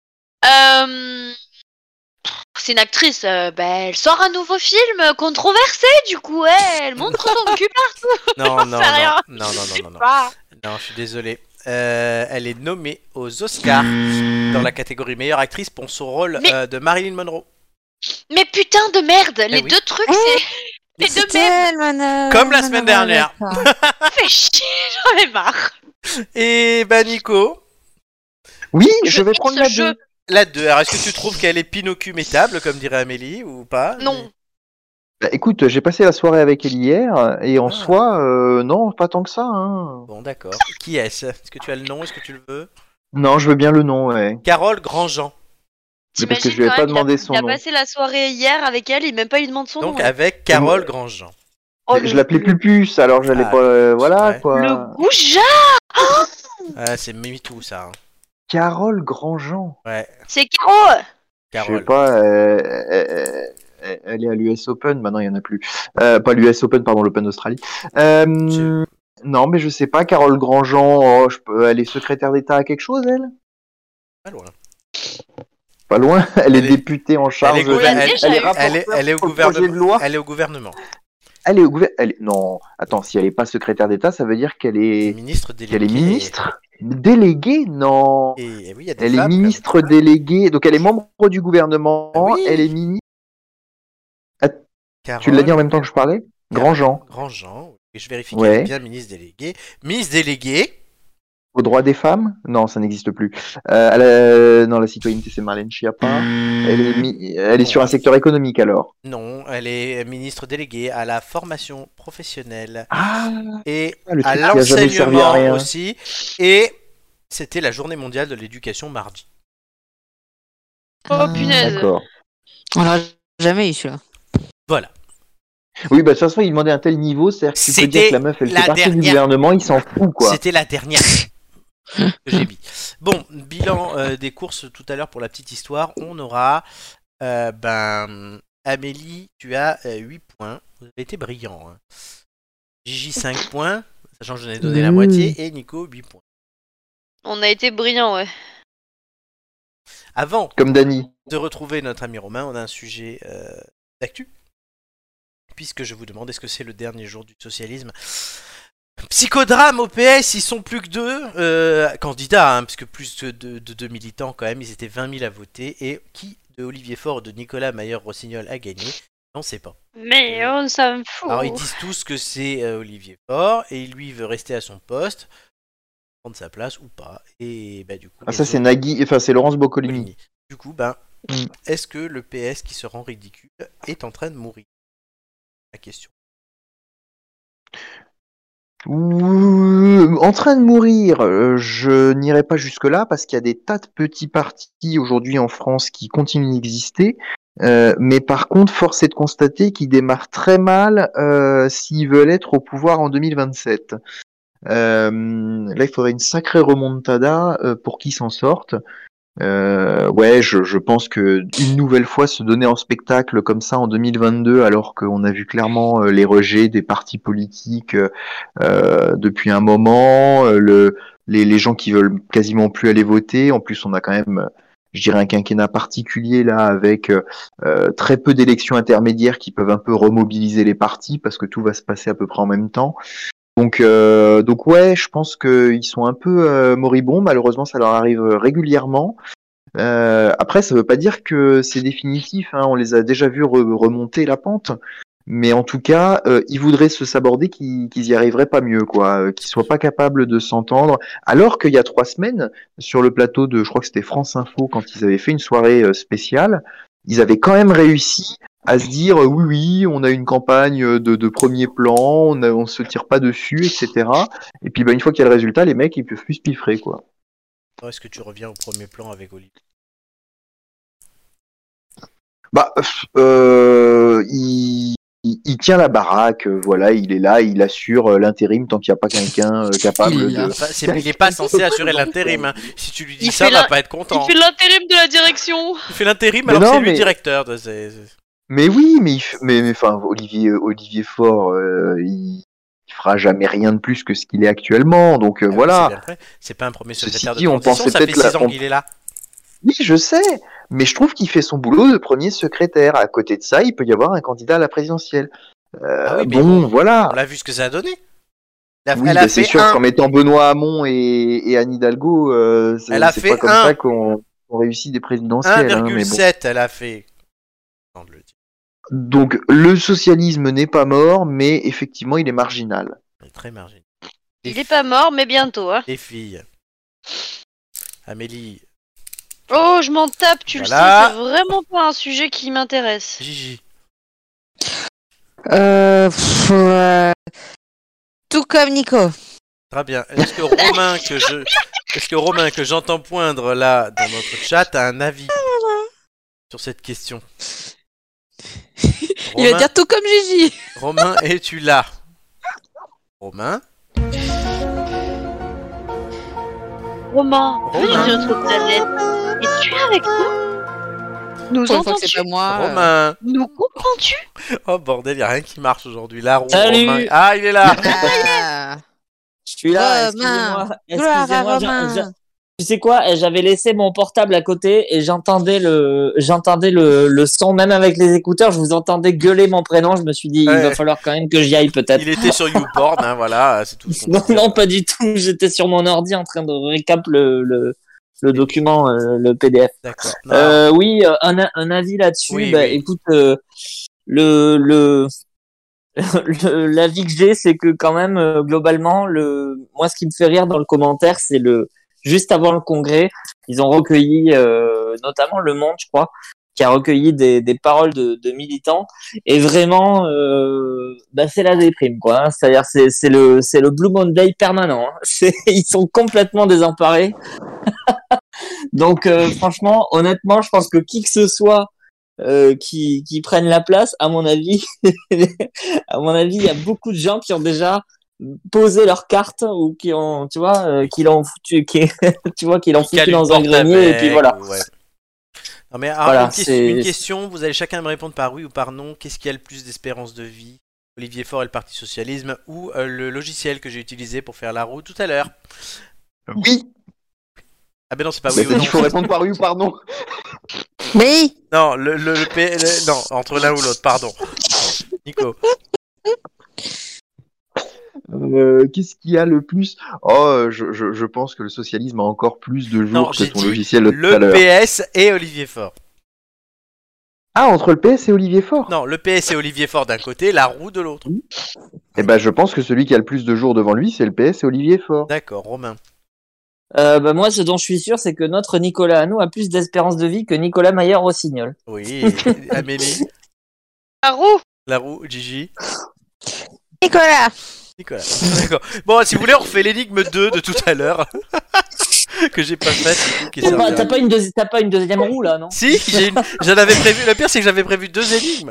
C: C'est une actrice, elle sort un nouveau film controversé, du coup, ouais, elle montre son cul partout.
A: Non,
C: J'en
A: non,
C: sais rien.
A: non, non.
C: Ah.
A: Non, je suis désolé. Elle est nommée aux Oscars dans la catégorie meilleure actrice pour son rôle
C: Mais-
A: de Marilyn Monroe.
C: Mais putain de merde, les
A: oui.
C: deux trucs, c'est... Les deux mêmes.
A: Comme la semaine dernière.
C: Fait chier, j'en ai marre.
A: Et bah Nico,
B: Oui,
C: Je
B: je vais
C: hais
B: prendre
C: ce
B: la
C: jeu.
B: 2.
A: la 2. Alors, est-ce que tu trouves qu'elle est pinocumétable, comme dirait Amélie, ou pas?
C: Non.
B: Bah, écoute, j'ai passé la soirée avec elle hier et en
A: Ah.
B: soi, non, pas tant que ça. Hein.
A: Bon, d'accord. Qui est-ce? Est-ce que tu as le nom? Est-ce que tu le veux?
B: Non, je veux bien le nom, ouais.
A: Carole Grandjean.
B: Mais parce que
C: T'imagines
B: je lui ai
C: quand
B: pas
C: même,
B: demandé son
C: il a
B: nom.
C: passé la soirée hier avec elle, il même pas lui demande son
A: Donc
C: nom.
A: avec Carole Grandjean.
C: Oh,
B: Je l'appelais Pupus, alors j'allais
A: Ah,
B: pas. Voilà
A: ouais.
B: quoi.
C: Le goujat.
A: Ah, c'est MeToo ça. Hein.
B: Carole Grandjean.
A: Ouais,
C: C'est Caro.
B: Je sais
A: Carole.
B: pas. Elle est à l'US Open, maintenant il y en a plus. Pas l'US Open, pardon, l'Open d'Australie. Non, mais je sais pas. Carole Grandjean, elle est secrétaire d'État à quelque chose, elle?
A: Pas loin.
B: Pas loin. Elle est
A: Elle est-
B: députée en charge.
A: Elle est, gouver-
C: elle-
A: elle-
C: déjà eu.
A: elle est au
B: sur le projet de
A: gouvernement.
B: loi.
A: Elle est au gouvernement.
B: Elle est au gouvernement. Non, attends, si elle est pas secrétaire d'État, ça veut dire qu'elle est
A: Ministre déléguée.
B: qu'elle est ministre déléguée. Non.
A: Et oui, il y a des
B: Elle est
A: femmes,
B: ministre déléguée. Donc elle est membre du gouvernement.
A: Ah oui.
B: Elle est ministre.
A: Carole
B: Tu l'as dit en même temps que je parlais? Grandjean.
A: Grandjean. Et je vérifie
B: Ouais.
A: qu'elle est bien ministre déléguée. Ministre déléguée.
B: Aux droits des femmes? Non, ça n'existe plus. Non, la citoyenneté, c'est Marlène Schiappa. Elle est sur un secteur économique alors.
A: Non, elle est ministre déléguée à la formation professionnelle
B: Ah,
A: et
B: le
A: à
B: truc qui a jamais servi à
A: l'enseignement
B: rien.
A: aussi. Et c'était la journée mondiale de l'éducation mardi.
C: Oh punaise.
B: d'accord.
D: On l'a jamais eu celui-là.
A: Voilà.
B: Oui, bah de toute façon, il demandait un tel niveau, c'est-à-dire que tu peux dire que la meuf, elle
A: la
B: fait partie du
A: dernière.
B: gouvernement, il s'en fout, quoi.
A: C'était la dernière que j'ai mis. Bon, bilan des courses tout à l'heure pour la petite histoire. On aura Amélie, tu as 8 points. Vous avez été brillant. Hein. Gigi 5 points, sachant que j'en ai donné la moitié. Et Nico 8 points.
C: On a été brillants, ouais.
A: Avant
B: Comme Dany.
A: de retrouver notre ami Romain, on a un sujet d'actu. Puisque je vous demande, est-ce que c'est le dernier jour du socialisme? Psychodrame au PS, ils sont plus que 2 candidats, hein, puisque plus de 2 militants quand même, ils étaient 20 000 à voter. Et qui de Olivier Faure ou de Nicolas Mayer-Rossignol a gagné? On ne sait pas.
C: Mais on s'en fout.
A: Alors ils disent tous que c'est Olivier Faure, et lui il veut rester à son poste. prendre sa place ou pas. Et bah, du coup,
B: Ah, ça c'est Nagui, enfin c'est Laurence Boccolini.
A: Boccolini. Du coup, ben,
B: Mm.
A: est-ce que le PS qui se rend ridicule est en train de mourir? La question.
B: En train de mourir, je n'irai pas jusque-là parce qu'il y a des tas de petits partis aujourd'hui en France qui continuent d'exister. Mais par contre, force est de constater qu'ils démarrent très mal s'ils veulent être au pouvoir en 2027. Là, il faudrait une sacrée remontada pour qu'ils s'en sortent. Ouais, je pense que une nouvelle fois se donner en spectacle comme ça en 2022, alors qu'on a vu clairement les rejets des partis politiques depuis un moment, les gens qui veulent quasiment plus aller voter. En plus, on a quand même, je dirais, un quinquennat particulier là, avec très peu d'élections intermédiaires qui peuvent un peu remobiliser les partis parce que tout va se passer à peu près en même temps. Donc ouais, je pense qu'ils sont un peu moribonds. Malheureusement, ça leur arrive régulièrement. Après, ça veut pas dire que c'est définitif. Hein. On les a déjà vus remonter la pente. Mais en tout cas, ils voudraient se saborder qu'ils y arriveraient pas mieux, quoi. Qu'ils soient pas capables de s'entendre. Alors qu'il y a 3 semaines, sur le plateau de, je crois que c'était France Info, quand ils avaient fait une soirée spéciale, ils avaient quand même réussi à se dire oui, oui, on a une campagne de premier plan, on se tire pas dessus, etc. Et puis, bah, une fois qu'il y a le résultat, les mecs, ils peuvent plus se piffrer, quoi.
A: Est-ce que tu reviens au premier plan avec Olivier?
B: Bah, il tient la baraque, voilà, il est là, il assure l'intérim tant qu'il n'y a pas quelqu'un capable de.
A: Enfin, il est pas censé assurer l'intérim. Hein. Si tu lui dis
C: Il
A: ça,
C: fait
A: il va
C: la-
A: pas être content.
C: Il fait l'intérim de la direction.
A: Il fait l'intérim
B: Mais
A: alors que
B: non,
A: c'est lui
B: mais-
A: directeur.
B: Mais oui, mais enfin, Olivier Faure, il fera jamais rien de plus que ce qu'il est actuellement, donc
A: Ah oui, c'est
B: voilà.
A: bien vrai. C'est pas un premier
B: Ceci
A: secrétaire
B: dit,
A: de
B: on
A: transition,
B: pensait
A: ça fait
B: peut-être
A: 6 ans qu'il est là.
B: Oui, je sais, mais je trouve qu'il fait son boulot de premier secrétaire. À côté de ça, il peut y avoir un candidat à la présidentielle.
A: Ah oui, mais
B: Bon, voilà.
A: On l'a vu ce que ça a donné.
B: Oui,
A: Elle
B: bah,
A: a
B: c'est
A: fait
B: sûr
A: un.
B: qu'en mettant Benoît Hamon et Anne Hidalgo,
A: Elle a
B: c'est
A: fait
B: pas comme
A: un.
B: ça qu'on réussit des présidentielles. Hein, mais bon.
A: 1,7 elle a fait. Attends de le dire.
B: Donc le socialisme n'est pas mort, mais effectivement il est marginal.
A: Elle est très marginal.
C: Il est pas mort, mais bientôt. Hein.
A: Les filles. Amélie.
C: Oh, je m'en tape, tu
A: Voilà.
C: le sais, c'est vraiment pas un sujet qui m'intéresse.
A: Gigi.
D: Tout comme Nico.
A: Très bien. Est-ce que Romain que j'entends poindre là dans notre chat a un avis sur cette question?
D: Il va dire tout comme Gigi.
A: Romain, es-tu là? Romain?
C: Romain,
A: Romain.
C: de notre planète, es-tu avec nous? Nous
D: Pour une fois que
C: entends-tu?
D: c'est pas moi.
A: Romain.
C: Nous comprends-tu?
A: Oh bordel, y a rien qui marche aujourd'hui. Là,
E: Salut.
A: Romain. Ah, il est là.
D: Ah.
E: Je suis là,
D: Romain.
E: excusez-moi.
D: Gloire à
E: Excusez-moi,
D: Romain.
E: tu sais quoi, j'avais laissé mon portable à côté et j'entendais le son, même avec les écouteurs, je vous entendais gueuler mon prénom, je me suis dit, il
A: Ouais.
E: va falloir quand même que j'y aille peut-être.
A: Il était sur YouPorn, hein, voilà, c'est tout. ce qu'on
E: Non,
A: peut dire.
E: non, pas du tout, j'étais sur mon ordi en train de récap le document, le PDF.
A: D'accord. Non,
E: Oui, un avis là-dessus,
A: Oui,
E: bah,
A: oui.
E: écoute, l'avis que j'ai, c'est que quand même, globalement, moi, ce qui me fait rire dans le commentaire, c'est juste avant le congrès, ils ont recueilli, notamment Le Monde, je crois, qui a recueilli des paroles de militants, et vraiment, c'est la déprime, quoi. Hein. C'est-à-dire, c'est le Blue Monday permanent. Hein. Ils sont complètement désemparés. Donc, franchement, honnêtement, je pense que qui que ce soit qui prennent la place, à mon avis, il y a beaucoup de gens qui ont déjà posé leur carte ou qui ont, tu vois, qui l'ont foutu, tu vois, qui l'ont foutu
A: Quelle
E: dans un
A: porte
E: grenier et
A: avec,
E: puis voilà.
A: ouais. Non mais
E: Voilà,
A: une question, vous allez chacun me répondre par oui ou par non. Qu'est-ce qui a le plus d'espérance de vie? Olivier Faure et le Parti Socialisme ou le logiciel que j'ai utilisé pour faire la roue tout à l'heure?
B: Oui,
A: Ah ben non, c'est pas
B: mais
A: oui ou
B: ça,
A: non.
B: il faut répondre par oui ou par non.
D: Oui.
A: Non, non, entre l'un ou l'autre, pardon. Nico.
B: Qu'est-ce qu'il y a le plus? Oh, je pense que le socialisme a encore plus de jours
A: Non,
B: que
A: j'ai
B: ton
A: dit
B: logiciel de tout à
A: le
B: l'heure.
A: PS et Olivier Faure.
B: Ah, entre le PS et Olivier Faure?
A: Non, le PS et Olivier Faure d'un côté, la roue de l'autre.
B: Eh ben, je pense que celui qui a le plus de jours devant lui, c'est le PS et Olivier Faure.
A: D'accord, Romain.
E: Moi, ce dont je suis sûr, c'est que notre Nicolas à nous a plus d'espérance de vie que Nicolas Maillard-Rossignol.
A: Oui, Amélie,
C: La roue.
A: la roue, Gigi,
D: Nicolas.
A: Nicolas. D'accord. Bon, si vous voulez, on refait l'énigme 2 de tout à l'heure. Que j'ai pas faite, du coup, qui est sortie.
E: T'as pas une deuxième roue, là, non?
A: Si, j'en avais prévu. Le pire, c'est que j'avais prévu 2 énigmes.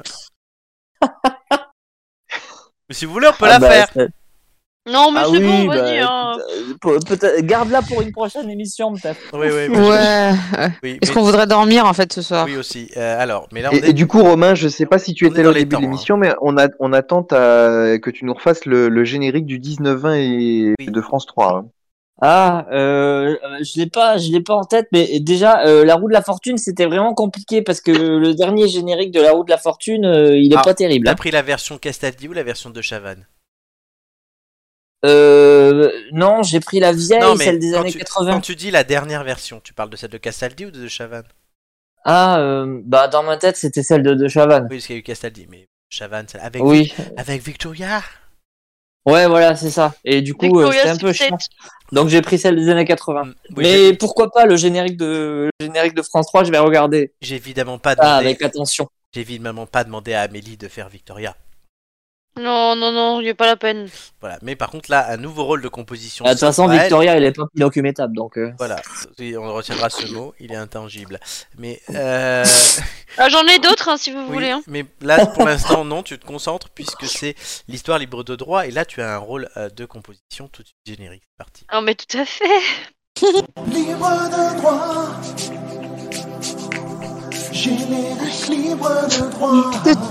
A: Mais si vous voulez, on peut la faire.
C: Non, mais
E: Ah
C: c'est
E: oui,
C: bon,
E: bah,
C: vas-y. Hein.
E: peut-être, garde-la pour une prochaine émission, peut-être.
A: Oui, oui,
D: Ouais.
A: oui,
D: Est-ce qu'on voudrait dormir en fait ce soir?
A: oui aussi. Alors, mais là, on
B: Et du coup, Romain, je sais pas si tu
A: on est
B: étais
A: dans
B: là au
A: les
B: début
A: temps,
B: de l'émission, mais on attend que tu nous refasses le générique du 19-20 et
A: Oui.
B: de France 3. hein.
E: Ah, je l'ai pas en tête, mais déjà, la roue de la fortune, c'était vraiment compliqué parce que le dernier générique de la roue de la fortune, il est
A: Ah,
E: pas terrible.
A: T'as
E: Hein.
A: pris la version Castaldi ou la version de Chavannes?
E: Non, j'ai pris la vieille,
A: Non, mais
E: celle des
A: quand
E: années
A: tu,
E: 80.
A: quand tu dis la dernière version, tu parles de celle de Castaldi ou de Chavannes?
E: Ah, dans ma tête, c'était celle de Chavannes.
A: Oui, parce qu'il y a eu Castaldi, mais Chavannes, c'est avec,
E: Oui.
A: avec Victoria.
E: Ouais, voilà, c'est ça. Et du coup,
C: Victoria's
E: c'était un peu
C: Secret.
E: chiant. Donc j'ai pris celle des années 80.
A: Oui,
E: Mais pourquoi pas le générique de France 3, je vais regarder.
A: j'ai évidemment pas
E: Ah,
A: demandé.
E: avec attention.
A: J'ai évidemment pas demandé à Amélie de faire Victoria.
C: Non, non, non, il n'y a pas la peine.
A: Voilà. Mais par contre, là, un nouveau rôle de composition.
E: De toute façon,
A: sera elle.
E: Victoria, elle est pas documentable, donc.
A: Voilà. On retiendra ce mot. Il est intangible. Mais
C: Ah, j'en ai d'autres hein, si vous
A: oui,
C: voulez. Hein.
A: mais là, pour l'instant, non. Tu te concentres puisque c'est l'histoire libre de droit. Et là, tu as un rôle de composition tout de suite générique. C'est parti.
C: Ah, mais tout à fait.
F: Libre de droit. Générique libre de droit.
D: De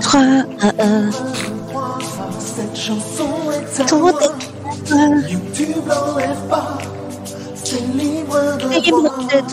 D: 3
F: Cette chanson est à
D: Ton
F: moi.
D: est-
F: YouTube l'enlève pas. C'est libre de
D: Libre
F: droit.
D: de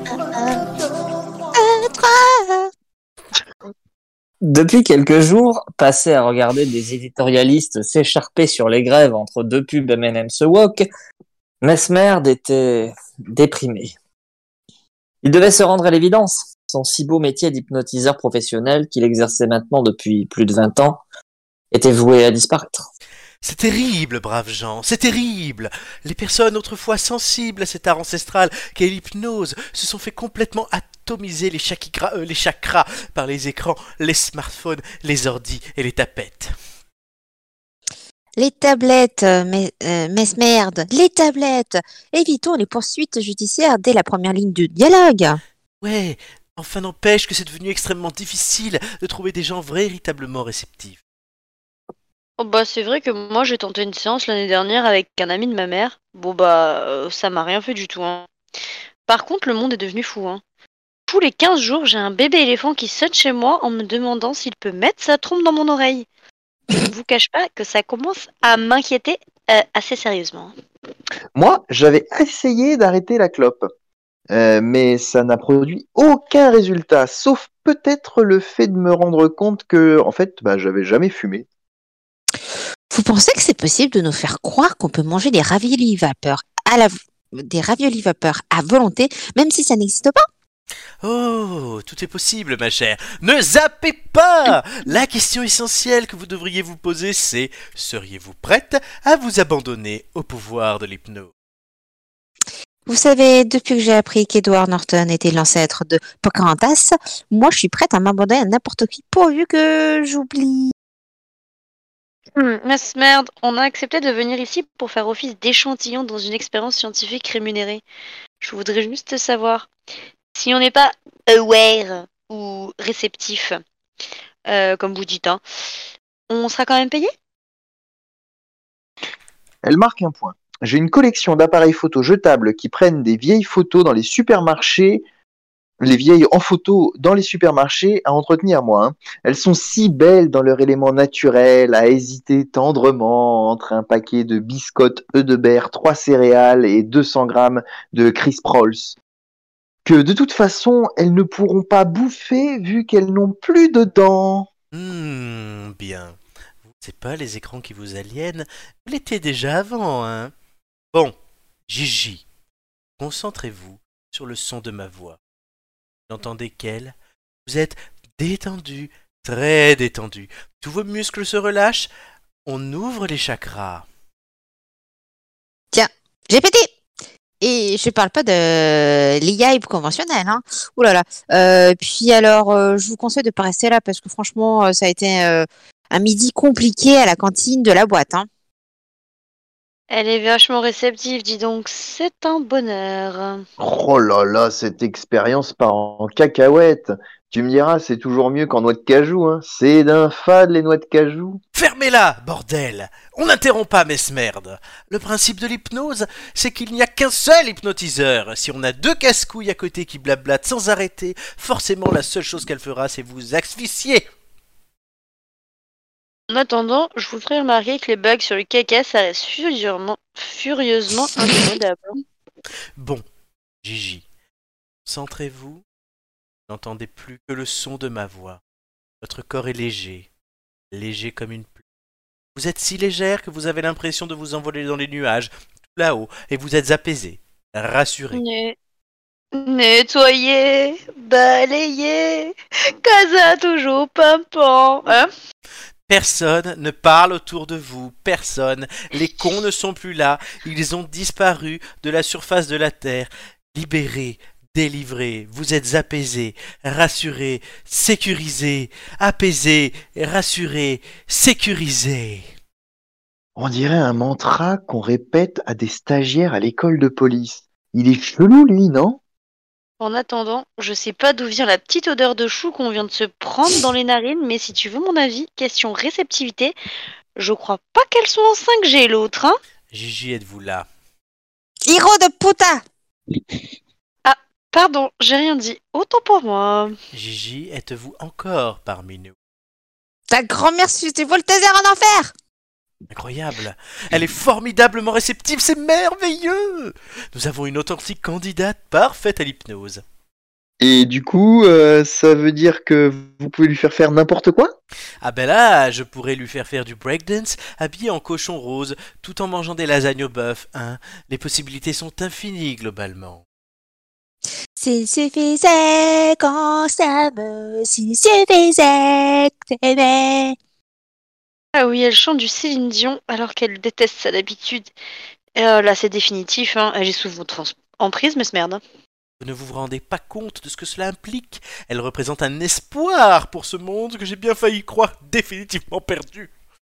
D: 3
E: Depuis quelques jours, passé à regarder des éditorialistes s'écharper sur les grèves entre deux pubs M&M's Wok, Mesmerd était déprimé. Il devait se rendre à l'évidence. Son si beau métier d'hypnotiseur professionnel qu'il exerçait maintenant depuis plus de 20 ans était voué à disparaître.
A: C'est terrible, braves gens, c'est terrible. Les personnes autrefois sensibles à cet art ancestral qu'est l'hypnose se sont fait complètement atomiser les chakras par les écrans, les smartphones, les ordis et les tapettes.
D: Les tablettes, merde, les tablettes. Évitons les poursuites judiciaires dès la première ligne du dialogue.
A: Ouais, enfin n'empêche que c'est devenu extrêmement difficile de trouver des gens véritablement réceptifs.
C: Oh, bah, c'est vrai que moi j'ai tenté une séance l'année dernière avec un ami de ma mère. Bon, bah, ça m'a rien fait du tout. Hein. Par contre, le monde est devenu fou. Hein. Tous les 15 jours, j'ai un bébé éléphant qui sonne chez moi en me demandant s'il peut mettre sa trompe dans mon oreille. Je ne vous cache pas que ça commence à m'inquiéter assez sérieusement.
B: Moi, j'avais essayé d'arrêter la clope, mais ça n'a produit aucun résultat, sauf peut-être le fait de me rendre compte que, en fait, j'avais jamais fumé.
D: Vous pensez que c'est possible de nous faire croire qu'on peut manger des raviolis vapeur à volonté, même si ça n'existe pas?
A: Oh, tout est possible, ma chère. Ne zappez pas! La question essentielle que vous devriez vous poser, c'est: seriez-vous prête à vous abandonner au pouvoir de l'hypnose?
D: Vous savez, depuis que j'ai appris qu'Edward Norton était l'ancêtre de Pocahontas, moi je suis prête à m'abandonner à n'importe qui pourvu que j'oublie.
C: Merde, on a accepté de venir ici pour faire office d'échantillon dans une expérience scientifique rémunérée. Je voudrais juste savoir si on n'est pas aware ou réceptif, comme vous dites, hein, on sera quand même payé?
B: Elle marque un point. J'ai une collection d'appareils photo jetables qui prennent des vieilles photos dans les supermarchés, les vieilles en photo dans les supermarchés à entretenir, moi. Hein. Elles sont si belles dans leur élément naturel, à hésiter tendrement entre un paquet de biscottes Eudebert, 3 céréales et 200 grammes de Crisp Rolls, que de toute façon, elles ne pourront pas bouffer vu qu'elles n'ont plus de dents.
A: Bien. C'est pas les écrans qui vous aliènent, vous l'étiez déjà avant, hein. Bon, Gigi, concentrez-vous sur le son de ma voix. Vous n'entendez qu'elle? Vous êtes détendu, très détendu. Tous vos muscles se relâchent. On ouvre les chakras.
D: Tiens, j'ai pété. Et je parle pas de l'IAIB conventionnel, hein. Ouh là là. Puis alors, je vous conseille de pas rester là parce que franchement, ça a été un midi compliqué à la cantine de la boîte, hein.
C: Elle est vachement réceptive, dis donc, c'est un bonheur.
B: Oh là là, cette expérience part en cacahuète. Tu me diras, c'est toujours mieux qu'en noix de cajou, hein. C'est d'un fade les noix de cajou.
A: Fermez-la, bordel! On n'interrompt pas Mesmerde. Le principe de l'hypnose, c'est qu'il n'y a qu'un seul hypnotiseur. Si on a deux casse-couilles à côté qui blablatent sans arrêter, forcément la seule chose qu'elle fera, c'est vous asphyxier.
C: En attendant, je vous ferai remarquer que les bugs sur le caca, ça reste furieusement incommodable.
A: Bon, Gigi, centrez-vous. Vous n'entendez plus que le son de ma voix. Votre corps est léger, léger comme une pluie. Vous êtes si légère que vous avez l'impression de vous envoler dans les nuages, tout là-haut, et vous êtes apaisé, rassuré.
C: Nettoyer, balayer, casa toujours pimpant, hein?
A: Personne ne parle autour de vous, personne. Les cons ne sont plus là, ils ont disparu de la surface de la Terre. Libérés, délivrés, vous êtes apaisés, rassurés, sécurisés, apaisés, rassurés, sécurisés.
B: On dirait un mantra qu'on répète à des stagiaires à l'école de police. Il est chelou, lui, non?
C: En attendant, je sais pas d'où vient la petite odeur de chou qu'on vient de se prendre dans les narines, mais si tu veux mon avis, question réceptivité, je crois pas qu'elles sont en 5G l'autre, hein?
A: Gigi, êtes-vous là?
D: Hiro de puta!
C: Pardon, j'ai rien dit, autant pour moi.
A: Gigi, êtes-vous encore parmi nous?
D: Ta grand-mère suce Voltaire en enfer!
A: Incroyable. Elle est formidablement réceptive, c'est merveilleux. Nous avons une authentique candidate parfaite à l'hypnose.
B: Et du coup, ça veut dire que vous pouvez lui faire n'importe quoi?
A: Ah ben là, je pourrais lui faire du breakdance habillé en cochon rose, tout en mangeant des lasagnes au bœuf, hein. Les possibilités sont infinies globalement.
D: S'il suffisait qu'on s'aime, s'il suffisait que t'aimais.
C: Ah oui, elle chante du Céline Dion alors qu'elle déteste ça d'habitude. Là, c'est définitif, hein. Elle est sous votre emprise, mais ce merde.
A: Vous ne vous rendez pas compte de ce que cela implique. Elle représente un espoir pour ce monde que j'ai bien failli croire définitivement perdu.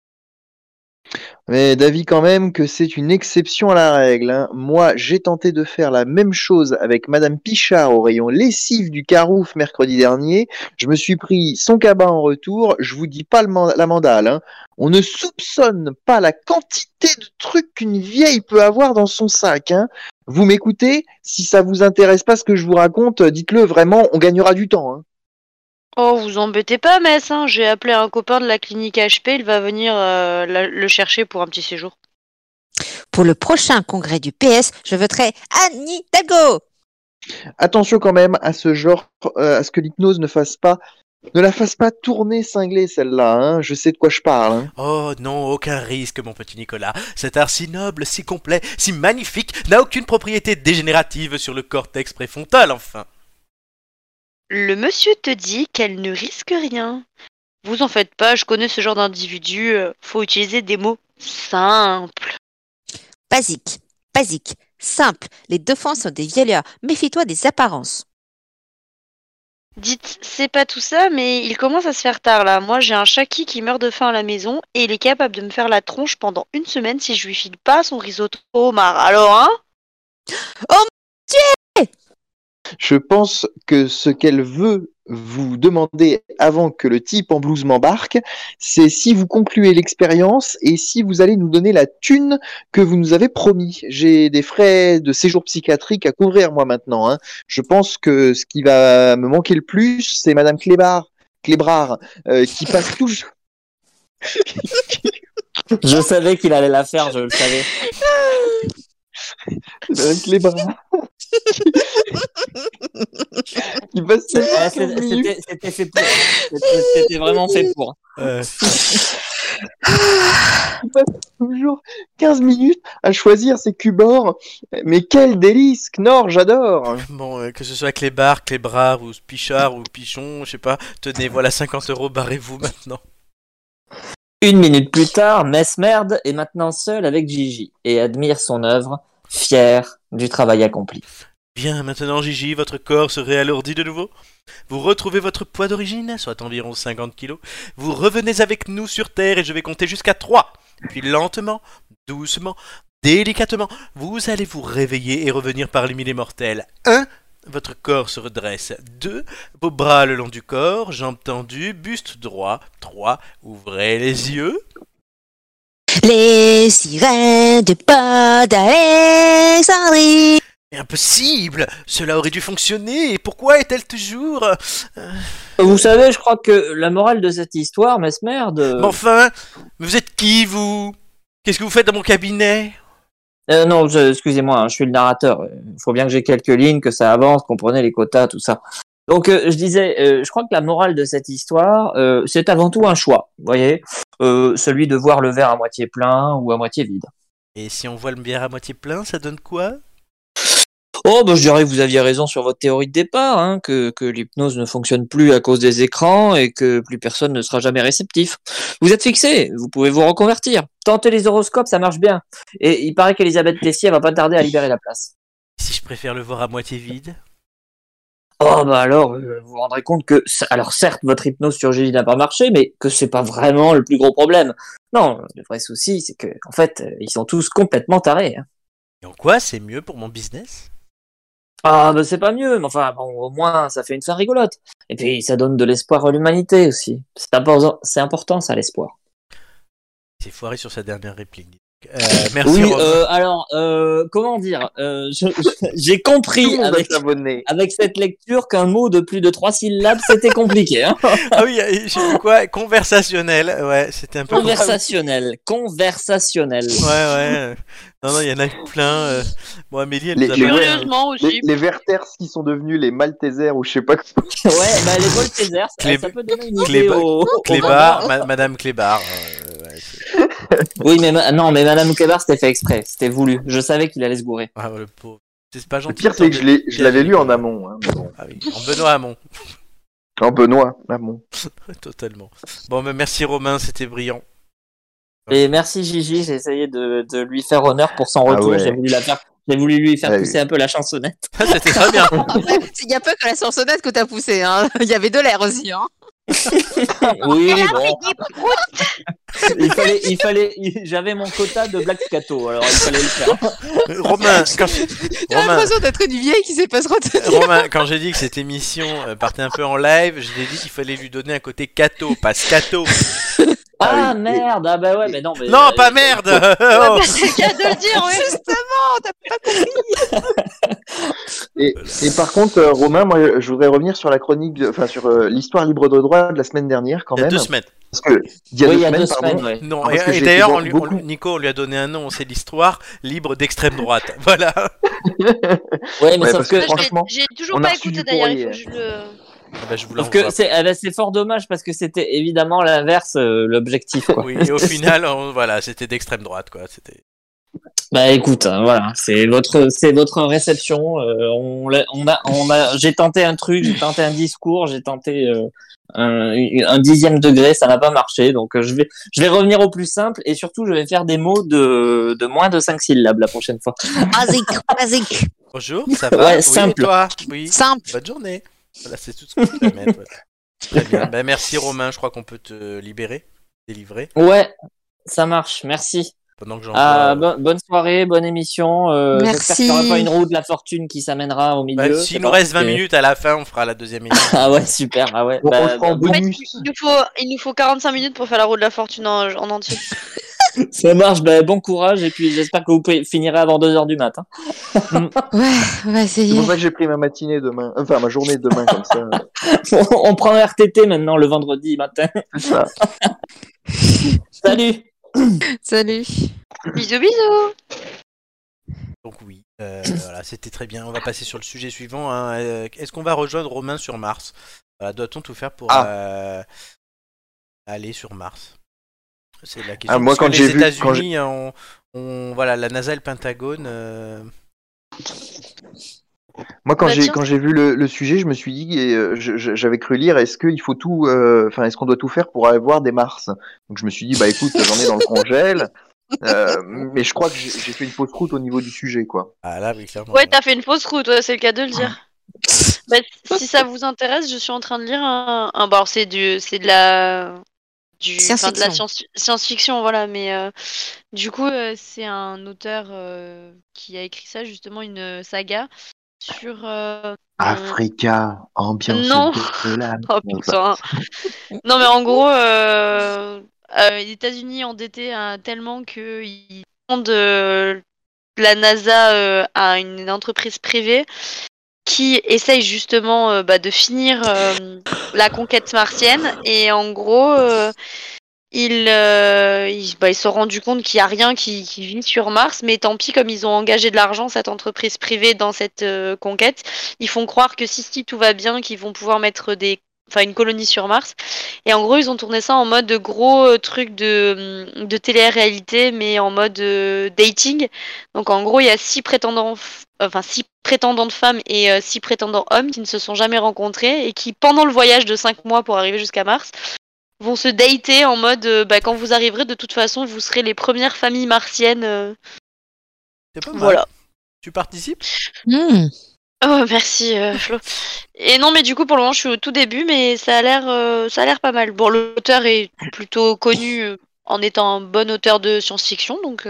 B: Mais d'avis quand même que c'est une exception à la règle, hein. Moi, j'ai tenté de faire la même chose avec Madame Pichard au rayon lessive du Carouf mercredi dernier. Je me suis pris son cabas en retour. Je vous dis pas la mandale, hein. On ne soupçonne pas la quantité de trucs qu'une vieille peut avoir dans son sac, hein. Vous m'écoutez? Si ça vous intéresse pas ce que je vous raconte, dites-le vraiment, on gagnera du temps, hein.
C: Oh, vous embêtez pas, Mess, hein. J'ai appelé un copain de la clinique HP, il va venir le chercher pour un petit séjour.
D: Pour le prochain congrès du PS, je voterai Anne Hidalgo.
B: Attention quand même à ce genre, à ce que l'hypnose ne la fasse pas tourner cinglée celle-là, hein. Je sais de quoi je parle, hein.
A: Oh non, aucun risque, mon petit Nicolas. Cet art si noble, si complet, si magnifique, n'a aucune propriété dégénérative sur le cortex préfrontal, enfin.
C: Le monsieur te dit qu'elle ne risque rien. Vous en faites pas, je connais ce genre d'individu. Faut utiliser des mots simples.
D: Basique, simple. Les dauphins sont des violeurs. Méfie-toi des apparences.
C: Dites, c'est pas tout ça, mais il commence à se faire tard là. Moi, j'ai un chaki qui meurt de faim à la maison et il est capable de me faire la tronche pendant une semaine si je lui file pas son risotto au homard. Alors, hein?
D: Oh mon Dieu!
B: Je pense que ce qu'elle veut vous demander avant que le type en blouse m'embarque, c'est si vous concluez l'expérience et si vous allez nous donner la thune que vous nous avez promis. J'ai des frais de séjour psychiatrique à couvrir moi maintenant, hein. Je pense que ce qui va me manquer le plus, c'est Madame Clébrard, qui passe toujours.
E: Je savais qu'il allait la faire, je le savais.
B: Madame Clébrard. Qui passe
E: Ouais,
B: 15 minutes.
E: c'était fait pour. C'était vraiment fait pour.
B: Qui passe toujours 15 minutes à choisir ses cubors. Mais quel délice, Knorr, j'adore.
A: Bon, que ce soit Clébar, Clébrard ou Pichard ou Pichon, je sais pas, tenez, voilà 50 €, barrez-vous maintenant.
E: Une minute plus tard, Mesmerde est maintenant seul avec Gigi et admire son œuvre, fier du travail accompli.
A: Bien, maintenant Gigi, votre corps se réalourdit de nouveau. Vous retrouvez votre poids d'origine, soit environ 50 kilos. Vous revenez avec nous sur Terre et je vais compter jusqu'à 3. Puis lentement, doucement, délicatement, vous allez vous réveiller et revenir parmi les mortels. 1. Votre corps se redresse. 2. Vos bras le long du corps, jambes tendues, buste droit. 3. Ouvrez les yeux.
D: Les sirènes du port d'Alexandrie.
A: Impossible! Cela aurait dû fonctionner. Pourquoi est-elle toujours...
E: Vous savez, je crois que la morale de cette histoire, Mesmer,
A: Mais enfin, vous êtes qui, vous? Qu'est-ce que vous faites dans mon cabinet?
E: Non, excusez-moi, hein, je suis le narrateur. Il faut bien que j'ai quelques lignes, que ça avance, comprenez les quotas, tout ça. Donc, je disais, je crois que la morale de cette histoire, c'est avant tout un choix, vous voyez, celui de voir le verre à moitié plein ou à moitié vide.
A: Et si on voit le bière à moitié plein, ça donne quoi?
E: Oh, je dirais que vous aviez raison sur votre théorie de départ, hein, que l'hypnose ne fonctionne plus à cause des écrans et que plus personne ne sera jamais réceptif. Vous êtes fixé, vous pouvez vous reconvertir. Tentez les horoscopes, ça marche bien. Et il paraît qu'Elisabeth Tessier va pas tarder à libérer la place.
A: Si je préfère le voir à moitié vide?
E: Oh, alors, vous vous rendrez compte que, alors certes, votre hypnose sur Gigi n'a pas marché, mais que c'est pas vraiment le plus gros problème. Non, le vrai souci, c'est que, en fait, ils sont tous complètement tarés. Hein.
A: Et en quoi c'est mieux pour mon business?
E: Ah, c'est pas mieux, mais enfin, bon, au moins, ça fait une fin rigolote. Et puis, ça donne de l'espoir à l'humanité aussi. C'est important, ça, l'espoir.
A: C'est foiré sur sa dernière réplique. Merci,
E: Oui,
A: Romain.
E: alors, comment dire, j'ai compris avec cette lecture qu'un mot de plus de 3 syllabes, c'était compliqué. Hein.
A: Ah oui, j'ai vu quoi? Conversationnel. Ouais, c'était un peu...
E: Conversationnel.
A: Ouais. Non, il y en a plein. Bon, Amélie, elle nous a parlé,
C: Curieusement aussi.
B: Les Werthers qui sont devenus les Maltesers ou je sais pas quoi.
E: Ouais, les Voltaire, ça peut donner une idée au
A: Clébar, Madame Clébar.
E: Oui, mais non, mais Madame Clébar, c'était fait exprès, c'était voulu. Je savais qu'il allait se gourer.
A: Ah, le pauvre. C'est pas
B: Le
A: gentil.
B: pire, c'est que je l'avais lu en amont. Hein, mais bon.
A: Ah oui, en Benoît Hamon.
B: En Benoît, amont.
A: Totalement. Bon, mais merci Romain, c'était brillant.
E: Et merci Gigi, j'ai essayé de lui faire honneur pour son retour.
B: ouais.
E: J'ai voulu lui faire
B: Ah
E: pousser un peu la chansonnette.
A: C'était très bien.
D: Après, il n'y a pas que la chansonnette que t'as poussé, hein. Il y avait de l'air aussi, hein.
E: Oui, bon. J'avais mon quota de Black Scato, alors il fallait le faire.
A: Romain,
D: J'ai l'impression d'être une vieille qui sait pas se retenir.
A: Romain, quand j'ai dit que cette émission partait un peu en live, je lui ai dit qu'il fallait lui donner un côté cato, pas scato.
E: Ah merde, ah bah ouais, mais non. Mais,
A: Non, pas merde. Oh.
C: C'est le cas de le dire, oui.
D: Justement, t'as pas compris.
B: Et par contre, Romain, moi, je voudrais revenir sur la chronique, enfin sur l'histoire libre de droit de la semaine dernière, quand
A: Il y a
B: même.
A: 2 semaines.
B: Parce que il y a
E: oui,
B: 2
E: il y a
B: semaines,
E: 2
B: pardon.
E: semaines, ouais.
A: Non,
B: Parce que
A: et
B: j'ai
A: d'ailleurs,
B: été beaucoup-
A: Nico, on lui a donné un nom, c'est l'histoire libre d'extrême droite. Voilà.
E: Ouais, mais
B: Ouais,
E: sauf
B: parce
E: que,
B: que franchement,
C: J'ai toujours
B: on a
C: pas
B: reçu
C: écouté
B: du
C: d'ailleurs, il
B: courrier.
C: faut que je le...
A: Ah bah, je vous
E: sauf
A: l'envoie.
E: que c'est fort dommage parce que c'était évidemment l'inverse, l'objectif, quoi.
A: Oui, et au final, voilà, c'était d'extrême droite, quoi. C'était...
E: Bah écoute, hein, voilà, c'est votre réception. J'ai tenté un truc, j'ai tenté un discours, j'ai tenté un 10e degré, ça n'a pas marché. Donc je vais revenir au plus simple et surtout je vais faire des mots de moins de 5 syllabes la prochaine fois.
D: Basique.
A: Bonjour, ça va?
E: Ouais,
A: Oui,
E: simple.
A: et toi? Oui.
D: Simple.
A: Bonne journée. Voilà, c'est tout ce que je peux mettre. Voilà. Très bien. Ben, merci Romain, je crois qu'on peut te délivrer,
E: Ouais, ça marche. Merci.
A: pendant que j'envoie.
E: Bonne soirée, bonne émission. J'espère
D: Merci.
E: qu'il n'y aura pas une roue de la fortune qui s'amènera au milieu.
A: Bah, s'il nous reste 20 minutes à la fin, on fera la deuxième émission.
E: Ah ouais, super. Ah ouais.
B: on le fera en
C: En fait,
B: bonus.
C: il nous faut 45 minutes pour faire la roue de la fortune en entier.
E: Ça marche. Bon courage et puis j'espère que vous finirez avant 2h du matin.
D: Ouais, on va
B: C'est
D: essayer.
B: pour ça que j'ai pris ma matinée demain, enfin ma journée demain comme ça.
E: On prend un RTT maintenant le vendredi matin.
B: C'est ça.
E: Salut.
D: Salut.
C: Bisous, bisous.
A: Donc oui, voilà, c'était très bien. On va passer sur le sujet suivant. Hein. Est-ce qu'on va rejoindre Romain sur Mars? Doit-on tout faire pour aller sur Mars? C'est la question.
B: Moi,
A: Parce
B: quand
A: que
B: j'ai
A: les
B: vu-
A: États-Unis, voilà, la NASA et le Pentagone.
B: Moi, quand
C: Bah,
B: j'ai
C: tiens.
B: quand j'ai vu le sujet, je me suis dit, et j'avais cru lire, est-ce qu'il faut tout, enfin, est-ce qu'on doit tout faire pour aller voir des Mars? Donc je me suis dit, bah écoute, j'en ai dans le congèle. Mais je crois que j'ai fait une fausse route au niveau du sujet, quoi.
A: Ah là, oui, clairement.
C: Ouais, t'as fait une fausse route, ouais, c'est le cas de le dire. Bah, si ça vous intéresse, je suis en train de lire bon, alors c'est de la
D: Science-fiction.
C: science-fiction, voilà, mais du coup, c'est un auteur qui a écrit ça, justement, une saga sur.
B: Africa, ambiance
C: Non,
B: de la...
C: oh
B: Non,
C: putain. Non, mais en gros, les États-Unis endettés tellement qu'ils vendent la NASA à une entreprise privée qui essaye justement de finir la conquête martienne. Et en gros, ils se sont rendus compte qu'il n'y a rien qui vit sur Mars, mais tant pis, comme ils ont engagé de l'argent, cette entreprise privée, dans cette conquête, ils font croire que si tout va bien, qu'ils vont pouvoir mettre une colonie sur Mars. Et en gros, ils ont tourné ça en mode gros truc de télé-réalité, mais en mode dating. Donc en gros, il y a 6 prétendantes femmes et 6 prétendants hommes qui ne se sont jamais rencontrés et qui, pendant le voyage de 5 mois pour arriver jusqu'à Mars, vont se dater en mode quand vous arriverez, de toute façon, vous serez les premières familles martiennes.
A: C'est pas mal.
C: Voilà.
A: Tu participes?
C: Oh, merci Flo. Et non, mais du coup, pour le moment, je suis au tout début, mais ça a l'air pas mal. Bon, l'auteur est plutôt connu en étant un bon auteur de science-fiction, donc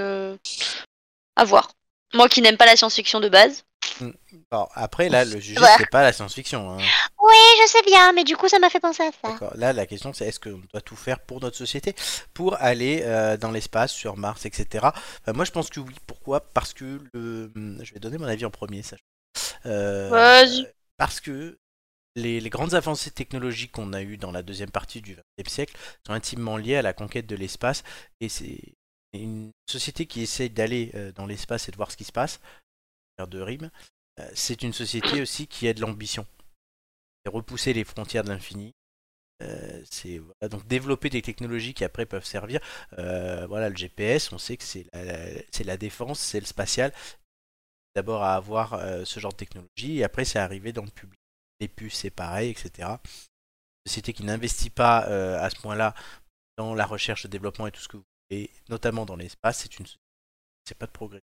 C: à voir. Moi qui n'aime pas la science-fiction de base.
A: Alors, après, là, le sujet,
C: Voilà.
A: c'est pas la science-fiction. Hein.
C: Oui, je sais bien, mais du coup, ça m'a fait penser à ça.
A: D'accord. Là, la question, c'est est-ce qu'on doit tout faire pour notre société, pour aller dans l'espace, sur Mars, etc. Enfin, moi, je pense que oui. Pourquoi? Parce que je vais donner mon avis en premier, ça.
C: Vas-y.
A: Parce que les grandes avancées technologiques qu'on a eues dans la deuxième partie du XXe siècle sont intimement liées à la conquête de l'espace. Et c'est une société qui essaye d'aller dans l'espace et de voir ce qui se passe, faire de rime. C'est une société aussi qui a de l'ambition. C'est repousser les frontières de l'infini. Voilà, donc développer des technologies qui après peuvent servir. Voilà, le GPS, on sait que c'est la défense, c'est le spatial. D'abord à avoir ce genre de technologie et après c'est arrivé dans le public. Les puces, c'est pareil, etc. Une société qui n'investit pas à ce point-là dans la recherche, le développement et tout ce que vous voulez, notamment dans l'espace, c'est pas de progrès.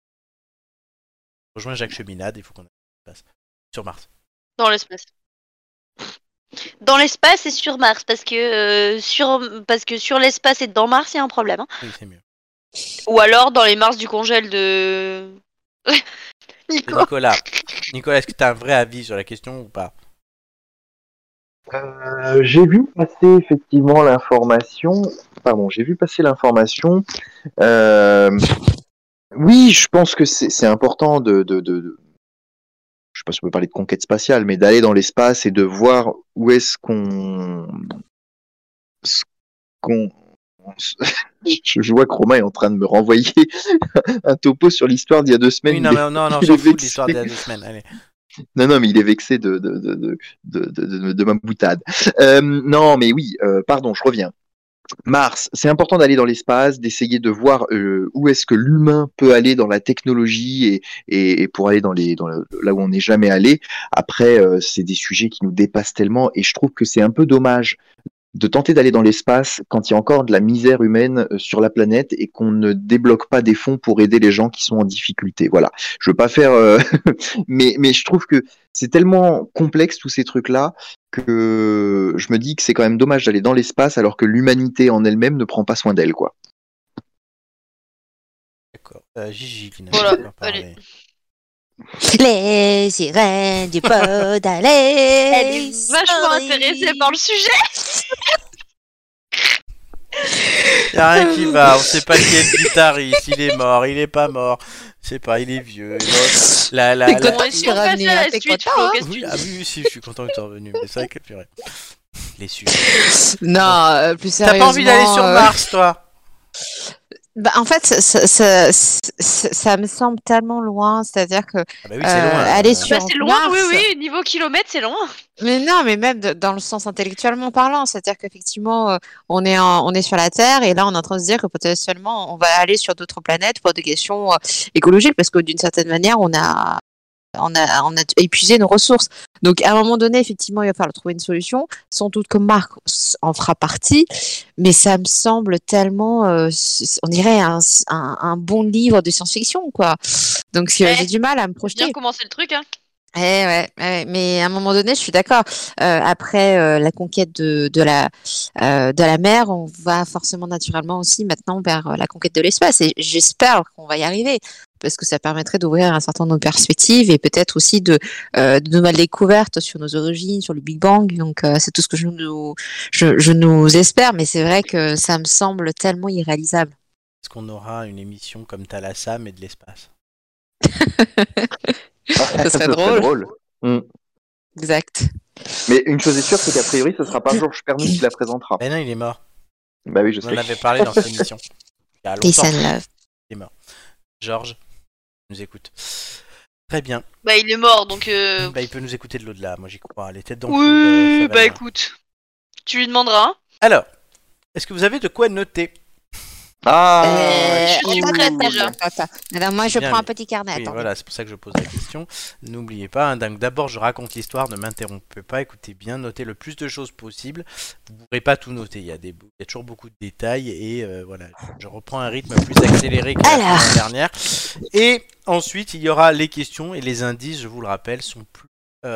A: Je rejoins Jacques Cheminade, il faut qu'on aille dans l'espace. Sur Mars.
C: Dans l'espace. Dans l'espace et sur Mars, parce que sur l'espace et dans Mars, il y a un problème. Hein.
A: Oui, c'est mieux.
C: Ou alors dans les Mars du congèle de Nico.
A: Nicolas, est-ce que tu as un vrai avis sur la question ou pas?
B: J'ai vu passer effectivement l'information. Pardon, j'ai vu passer l'information. Oui, je pense que c'est important je sais pas si on peut parler de conquête spatiale, mais d'aller dans l'espace et de voir où est-ce qu'on je vois que Romain est en train de me renvoyer un topo sur l'histoire d'il y a 2 semaines.
A: Oui, non, mais non,
B: il
A: j'en
B: est
A: fous de
B: vexé.
A: l'histoire d'il y a 2 semaines. Allez.
B: Non, mais il est vexé de ma boutade. Non, mais oui, pardon, je reviens. Mars, c'est important d'aller dans l'espace, d'essayer de voir où est-ce que l'humain peut aller dans la technologie et pour aller là où on n'est jamais allé. Après, c'est des sujets qui nous dépassent tellement et je trouve que c'est un peu dommage de tenter d'aller dans l'espace quand il y a encore de la misère humaine sur la planète et qu'on ne débloque pas des fonds pour aider les gens qui sont en difficulté. Voilà. Je veux pas faire, mais je trouve que c'est tellement complexe tous ces trucs-là que je me dis que c'est quand même dommage d'aller dans l'espace alors que l'humanité en elle-même ne prend pas soin d'elle, quoi.
A: D'accord. Gigi qui n'a
C: Voilà,
A: pas encore parlé.
D: Les sirènes du pot d'aller.
C: Elle est vachement intéressée par le sujet.
A: Y'a rien qui va, on sait pas qui est le guitariste, il est mort, il est pas mort, je sais pas, il est vieux.
D: T'es content
C: Bon,
D: que
C: si
D: tu
C: on passe
D: ramené,
C: à la
D: hein, t'es
C: suite,
D: content,
C: Flo,
D: hein.
C: qu'est-ce que
A: Oui,
C: tu
A: ah
C: dis?
A: oui, si, je suis content que tu es revenu, mais c'est vrai que purée. Les sujets.
D: Non, plus
A: T'as
D: sérieusement.
A: pas envie d'aller sur Mars, toi?
D: Bah, en fait, ça me semble tellement loin, c'est-à-dire que
A: Ah bah oui, c'est loin.
D: aller sur
C: Bah, c'est loin,
D: Mars,
C: oui, niveau kilomètre, c'est loin.
D: mais non, mais même dans le sens intellectuellement parlant, c'est-à-dire qu'effectivement, on est sur la Terre et là, on est en train de se dire que potentiellement, on va aller sur d'autres planètes pour des questions écologiques, parce que d'une certaine manière, on a on a épuisé nos ressources. Donc, à un moment donné, effectivement, il va falloir trouver une solution. Sans doute que Marc en fera partie, mais ça me semble tellement, on dirait un bon livre de science-fiction, quoi. Donc, j'ai du mal à me projeter.
C: Bien commencer le truc, hein.
D: Ouais, mais à un moment donné, je suis d'accord. Après la conquête de la mer, on va forcément naturellement aussi maintenant vers la conquête de l'espace. Et j'espère qu'on va y arriver parce que ça permettrait d'ouvrir un certain nombre de perspectives et peut-être aussi de nouvelles découvertes sur nos origines, sur le Big Bang. Donc c'est tout ce que je nous espère. Mais c'est vrai que ça me semble tellement irréalisable.
A: Est-ce qu'on aura une émission comme Thalassa mais de l'espace?
D: Ça serait drôle. Exact.
B: Mais une chose est sûre, c'est qu'a priori, ce sera pas Georges Pernou qui la présentera.
A: Ben non, il est mort.
B: Bah oui, je
A: On
B: sais.
A: en avait parlé dans cette émission. Il y a
D: Peace
A: longtemps.
D: and love.
A: Il est mort. Georges, nous écoute. Très bien.
C: Bah, il est mort, donc...
A: Bah, il peut nous écouter de l'au-delà. Moi, j'y crois. Les têtes dans
C: Oui,
A: le fond,
C: bah écoute. Tu lui demanderas, hein.
A: Alors, est-ce que vous avez de quoi noter?
C: je suis prête, déjà.
D: Alors moi, je
A: Bien,
D: prends un
A: mais-
D: petit carnet.
A: Oui,
D: attendez.
A: voilà, c'est pour ça que je pose la question. N'oubliez pas, hein, donc d'abord je raconte l'histoire, ne m'interrompez pas, écoutez bien, notez le plus de choses possible. Vous ne pourrez pas tout noter, il y a toujours beaucoup de détails et voilà, je reprends un rythme plus accéléré que la
D: Alors.
A: semaine dernière. Et ensuite, il y aura les questions et les indices, je vous le rappelle, sont plus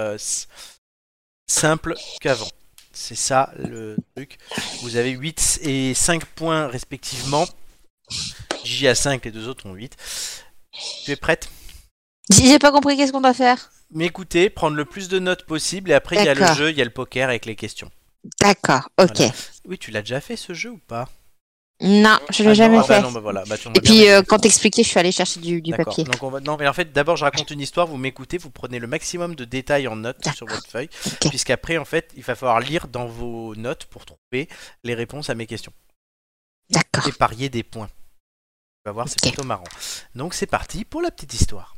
A: simples qu'avant. C'est ça le truc. Vous avez 8 et 5 points respectivement. J a 5, les deux autres ont 8. Tu es prête?
D: J'ai pas compris qu'est-ce qu'on doit faire.
A: M'écouter, prendre le plus de notes possible et après il y a le
D: D'accord.
A: jeu, il y a le poker avec les questions.
D: D'accord, ok.
A: Voilà. Oui, tu l'as déjà fait ce jeu ou pas?
D: Non, je l'ai jamais
A: non,
D: fait.
A: Bah non, bah voilà. Bah, tu en as
D: Et
A: bien
D: puis
A: raison.
D: quand t'expliquais, je suis allée chercher du
A: D'accord.
D: papier.
A: Donc non, mais en fait, d'abord je raconte une histoire, vous m'écoutez, vous prenez le maximum de détails en notes sur votre feuille,
D: Ok.
A: puisqu'après en fait, il va falloir lire dans vos notes pour trouver les réponses à mes questions
D: D'accord.
A: et parier des points. Tu vas voir, c'est
D: Ok.
A: plutôt marrant. Donc c'est parti pour la petite histoire.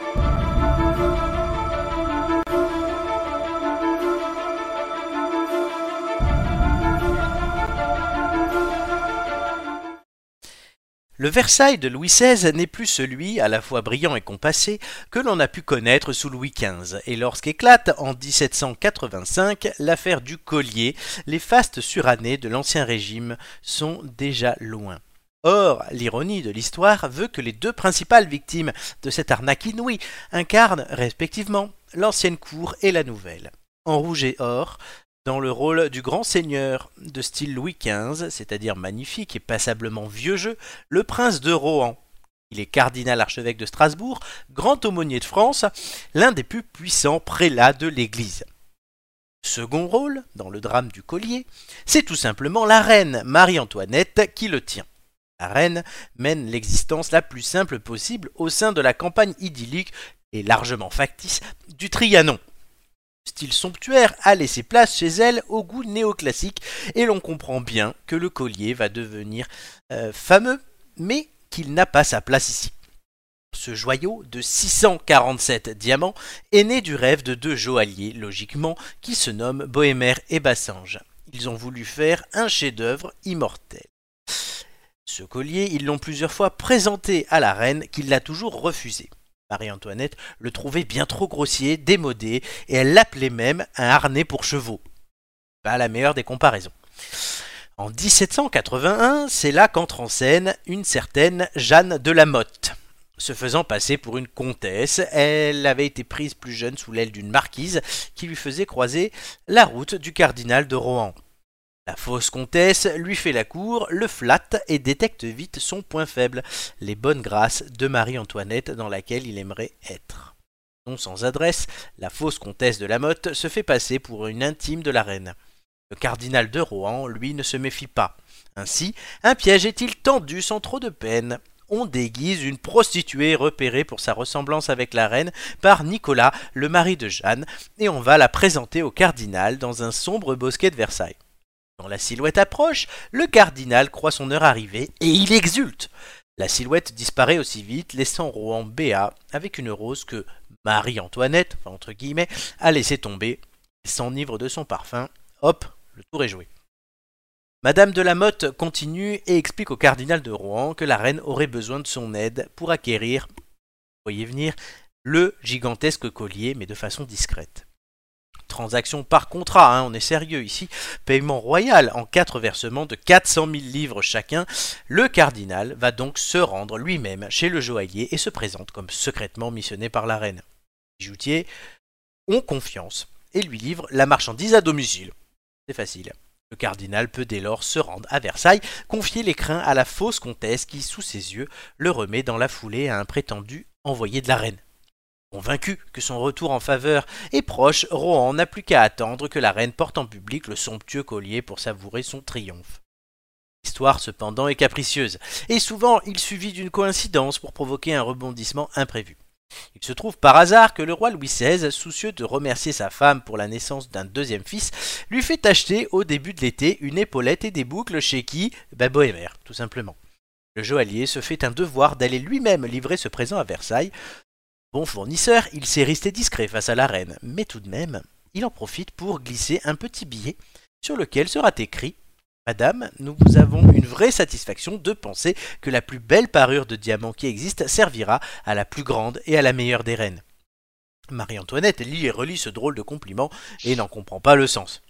A: Le Versailles de Louis XVI n'est plus celui, à la fois brillant et compassé, que l'on a pu connaître sous Louis XV, et lorsqu'éclate en 1785 l'affaire du collier, les fastes surannées de l'Ancien Régime sont déjà loin. Or, l'ironie de l'histoire veut que les deux principales victimes de cette arnaque inouïe incarnent respectivement l'ancienne cour et la nouvelle. En rouge et or, dans le rôle du grand seigneur de style Louis XV, c'est-à-dire magnifique et passablement vieux jeu, le prince de Rohan. Il est cardinal archevêque de Strasbourg, grand aumônier de France, l'un des plus puissants prélats de l'Église. Second rôle, dans le drame du collier, c'est tout simplement la reine Marie-Antoinette qui le tient. La reine mène l'existence la plus simple possible au sein de la campagne idyllique et largement factice du Trianon. Le style somptuaire a laissé place chez elle au goût néoclassique et l'on comprend bien que le collier va devenir fameux, mais qu'il n'a pas sa place ici. Ce joyau de 647 diamants est né du rêve de deux joailliers, logiquement, qui se nomment Bohémer et Bassange. Ils ont voulu faire un chef-d'œuvre immortel. Ce collier, ils l'ont plusieurs fois présenté à la reine, qui l'a toujours refusé. Marie-Antoinette le trouvait bien trop grossier, démodé, et elle l'appelait même un harnais pour chevaux. Pas la meilleure des comparaisons. En 1781, c'est là qu'entre en scène une certaine Jeanne de la Motte. Se faisant passer pour une comtesse, elle avait été prise plus jeune sous l'aile d'une marquise qui lui faisait croiser la route du cardinal de Rohan. La fausse comtesse lui fait la cour, le flatte et détecte vite son point faible, les bonnes grâces de Marie-Antoinette dans laquelle il aimerait être. Non sans adresse, la fausse comtesse de la Motte se fait passer pour une intime de la reine. Le cardinal de Rohan, lui, ne se méfie pas. Ainsi, un piège est-il tendu sans trop de peine. On déguise une prostituée repérée pour sa ressemblance avec la reine par Nicolas, le mari de Jeanne, et on va la présenter au cardinal dans un sombre bosquet de Versailles. Quand la silhouette approche, le cardinal croit son heure arrivée et il exulte. La silhouette disparaît aussi vite, laissant Rohan béat avec une rose que Marie-Antoinette, entre guillemets, a laissé tomber. Il s'enivre de son parfum. Hop, le tour est joué. Madame de la Motte continue et explique au cardinal de Rohan que la reine aurait besoin de son aide pour acquérir, voyez venir, le gigantesque collier, mais de façon discrète. Transaction par contrat, on est sérieux ici, paiement royal en 4 versements de 400 000 livres chacun, le cardinal va donc se rendre lui-même chez le joaillier et se présente comme secrètement missionné par la reine. Les bijoutiers ont confiance et lui livrent la marchandise à domicile. C'est facile. Le cardinal peut dès lors se rendre à Versailles, confier les crins à la fausse comtesse qui, sous ses yeux, le remet dans la foulée à un prétendu envoyé de la reine. Convaincu que son retour en faveur est proche, Rohan n'a plus qu'à attendre que la reine porte en public le somptueux collier pour savourer son triomphe. L'histoire cependant est capricieuse, et souvent il suffit d'une coïncidence pour provoquer un rebondissement imprévu. Il se trouve par hasard que le roi Louis XVI, soucieux de remercier sa femme pour la naissance d'un deuxième fils, lui fait acheter au début de l'été une épaulette et des boucles chez qui ? Bohémer, tout simplement. Le joaillier se fait un devoir d'aller lui-même livrer ce présent à Versailles. Bon fournisseur, il sait rester discret face à la reine, mais tout de même, il en profite pour glisser un petit billet sur lequel sera écrit « Madame, nous avons une vraie satisfaction de penser que la plus belle parure de diamant qui existe servira à la plus grande et à la meilleure des reines. » Marie-Antoinette lit et relit ce drôle de compliment et n'en comprend pas le sens.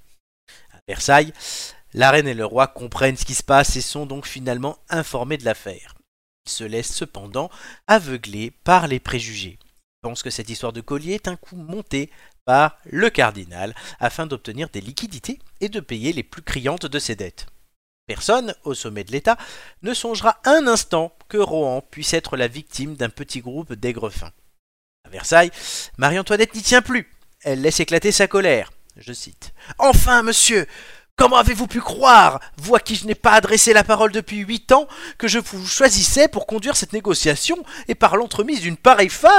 A: À Versailles, la reine et le roi comprennent ce qui se passe et sont donc finalement informés de l'affaire. Ils se laissent cependant aveugler par les préjugés. Ils pensent que cette histoire de collier est un coup monté par le cardinal afin d'obtenir des liquidités et de payer les plus criantes de ses dettes. Personne, au sommet de l'État, ne songera un instant que Rohan puisse être la victime d'un petit groupe d'aigrefins. À Versailles, Marie-Antoinette n'y tient plus. Elle laisse éclater sa colère. Je cite « Enfin, monsieur, comment avez-vous pu croire, vous à qui je n'ai pas adressé la parole depuis 8 ans, que je vous choisissais pour conduire cette négociation et par l'entremise d'une pareille femme ?»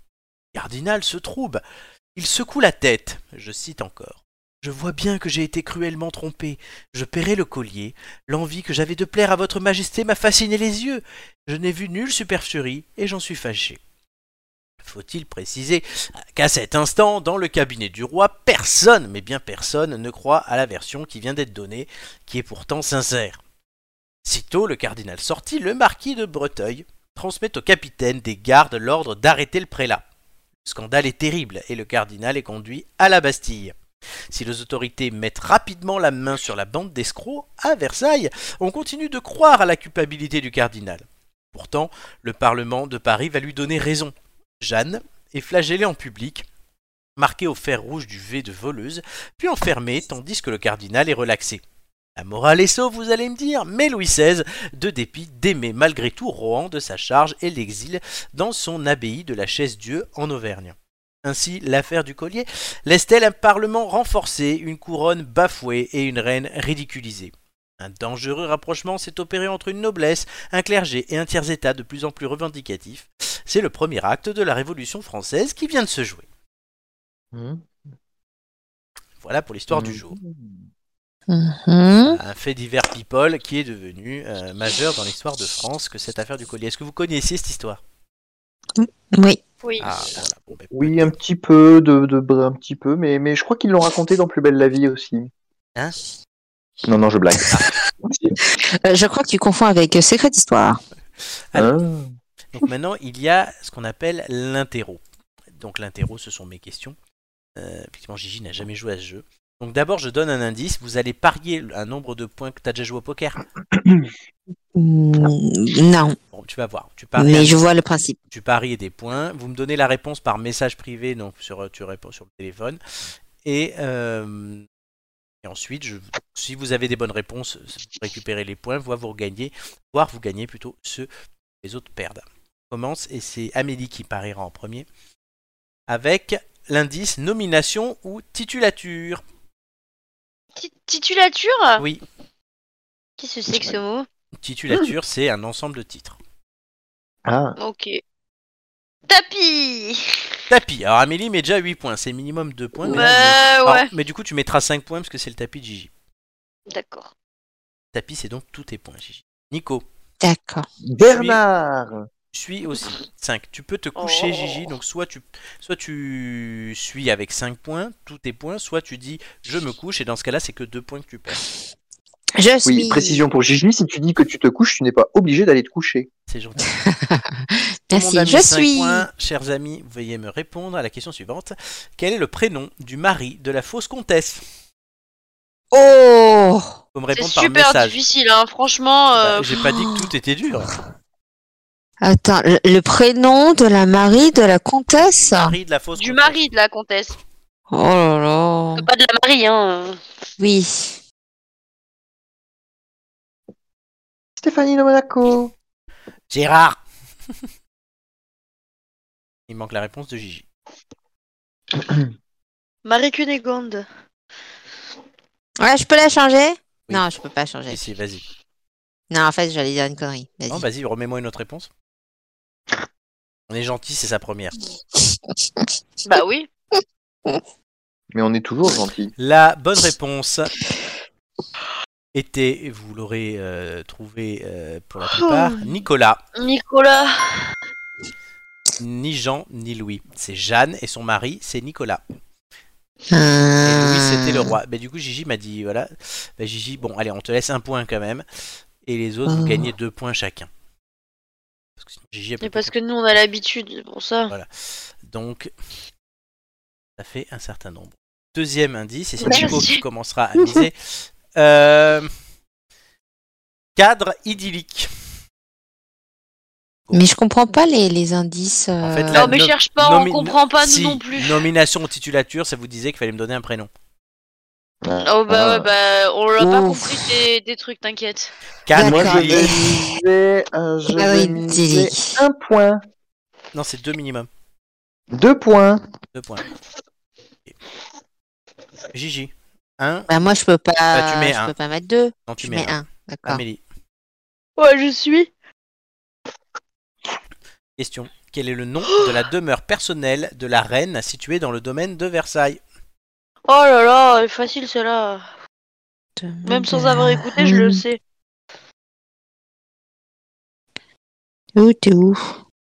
A: Le cardinal se trouble. Il secoue la tête. Je cite encore. « Je vois bien que j'ai été cruellement trompé. Je paierai le collier. L'envie que j'avais de plaire à votre majesté m'a fasciné les yeux. Je n'ai vu nulle supercherie et j'en suis fâché. » Faut-il préciser qu'à cet instant, dans le cabinet du roi, personne, mais bien personne, ne croit à la version qui vient d'être donnée, qui est pourtant sincère. Sitôt le cardinal sorti, le marquis de Breteuil transmet au capitaine des gardes l'ordre d'arrêter le prélat. Le scandale est terrible et le cardinal est conduit à la Bastille. Si les autorités mettent rapidement la main sur la bande d'escrocs, à Versailles, on continue de croire à la culpabilité du cardinal. Pourtant, le Parlement de Paris va lui donner raison. Jeanne est flagellée en public, marquée au fer rouge du V de voleuse, puis enfermée tandis que le cardinal est relaxé. La morale est sauve, vous allez me dire, mais Louis XVI, de dépit, démet malgré tout Rohan de sa charge et l'exile dans son abbaye de la Chaise-Dieu en Auvergne. Ainsi, l'affaire du collier laisse-t-elle un parlement renforcé, une couronne bafouée et une reine ridiculisée. Un dangereux rapprochement s'est opéré entre une noblesse, un clergé et un tiers-état de plus en plus revendicatif. C'est le premier acte de la Révolution française qui vient de se jouer. Voilà pour l'histoire du jour. Un fait divers people qui est devenu majeur dans l'histoire de France que cette affaire du collier. Est-ce que vous connaissiez cette histoire ?
D: Oui.
C: Oui.
A: Ah, voilà. Bon,
B: Oui, un petit peu, un petit peu, mais je crois qu'ils l'ont raconté dans Plus belle la vie aussi.
A: Hein ?
B: Non, je blague.
D: Je crois que tu confonds avec Secret d'Histoire.
A: Alors, donc maintenant, il y a ce qu'on appelle l'interro. Donc l'interro, ce sont mes questions. Effectivement, Gigi n'a jamais joué à ce jeu. Donc d'abord, je donne un indice. Vous allez parier un nombre de points que tu as déjà joué au poker.
D: Non.
A: Bon, tu vas voir.
D: Mais je vois le principe.
A: Tu paries des points. Vous me donnez la réponse par message privé. Donc tu réponds sur le téléphone. Et ensuite, si vous avez des bonnes réponses, vous récupérez les points, voire vous gagnez plutôt ceux que les autres perdent. On commence et c'est Amélie qui pariera en premier avec l'indice nomination ou titulature.
C: Titulature ?
A: Oui,
C: Qu'est-ce que c'est que ce mot ?
A: titulature, c'est un ensemble de titres.
B: Ah,
C: Ok. Tapis !
A: Tapis. Alors Amélie met déjà 8 points, c'est minimum 2 points. Mais,
C: Ouais.
A: mais du coup, tu mettras 5 points parce que c'est le tapis de Gigi.
C: D'accord.
A: Tapis, c'est donc tous tes points, Gigi. Nico,
D: D'accord.
B: Bernard.
A: suis aussi 5. Tu peux te coucher, Gigi, donc soit tu suis avec 5 points, tous tes points, soit tu dis je me couche et dans ce cas-là, c'est que 2 points que tu perds.
D: Je suis.
B: Oui, précision pour Gigi, si tu dis que tu te couches, tu n'es pas obligé d'aller te coucher.
A: C'est gentil. Tout le monde a
D: Merci,
A: mis
D: je
A: 5
D: suis.
A: points. Chers amis, veuillez me répondre à la question suivante. Quel est le prénom du mari de la fausse comtesse?
D: Oh!
A: Faut me
C: C'est
A: répondre par
C: super
A: message.
C: difficile, hein. Franchement.
A: Bah, j'ai pas dit que tout était dur.
D: Attends, le prénom de la Marie de la comtesse?
A: Mari de la fausse
C: Du
A: comtesse.
C: mari de la comtesse.
D: Oh là là.
C: Pas de la Marie, hein.
D: Oui.
B: Stéphanie de Monaco.
A: Gérard. Il manque la réponse de Gigi.
C: Marie Cunégonde.
D: Ouais, je peux la changer?
A: Oui.
D: Non, je peux pas changer.
A: Ici, vas-y.
D: Non, en fait, j'allais dire une connerie. Vas-y.
A: Non, vas-y, remets-moi une autre réponse. On est gentil, c'est sa première.
C: Bah oui.
B: Mais on est toujours gentil.
A: La bonne réponse était, vous l'aurez trouvé pour la plupart, Nicolas.
C: Nicolas.
A: Ni Jean, ni Louis. C'est Jeanne et son mari, c'est Nicolas. Et Louis, c'était le roi. Bah, du coup, Gigi m'a dit, voilà. Bah, Gigi, bon, allez, on te laisse un point quand même. Et les autres, vous gagnez 2 points chacun. Parce que sinon, Gigi a
C: Et parce que nous, on a l'habitude pour ça.
A: Voilà. Donc, ça fait un certain nombre. Deuxième indice, et c'est
C: Merci.
A: Nico qui commencera à miser. Cadre idyllique.
D: Mais je comprends pas les indices.
A: En fait,
C: Non, mais cherche pas, on comprend pas, nous
A: si,
C: non plus.
A: Nomination ou titulature, ça vous disait qu'il fallait me donner un prénom.
C: Oh bah ouais, bah on l'a pas
D: Ouf.
C: compris des trucs, t'inquiète.
A: Cadre
B: Moi, je
A: idyllique.
B: vais miser 1 point.
A: Non, c'est 2 minimum.
B: 2 points.
A: 2 points. Gigi. 1.
D: Bah, moi, je peux pas.
A: Bah, tu mets
D: je
A: un.
D: peux pas mettre 2.
A: Non, tu
D: Je
A: mets
D: mets
A: 1.
D: 1. D'accord.
A: Amélie.
C: Ouais, je suis.
A: Question. Quel est le nom de la demeure personnelle de la reine située dans le domaine de Versailles?
C: Oh là là, elle est facile celle-là. Même sans avoir écouté, je le sais.
D: Où t'es où?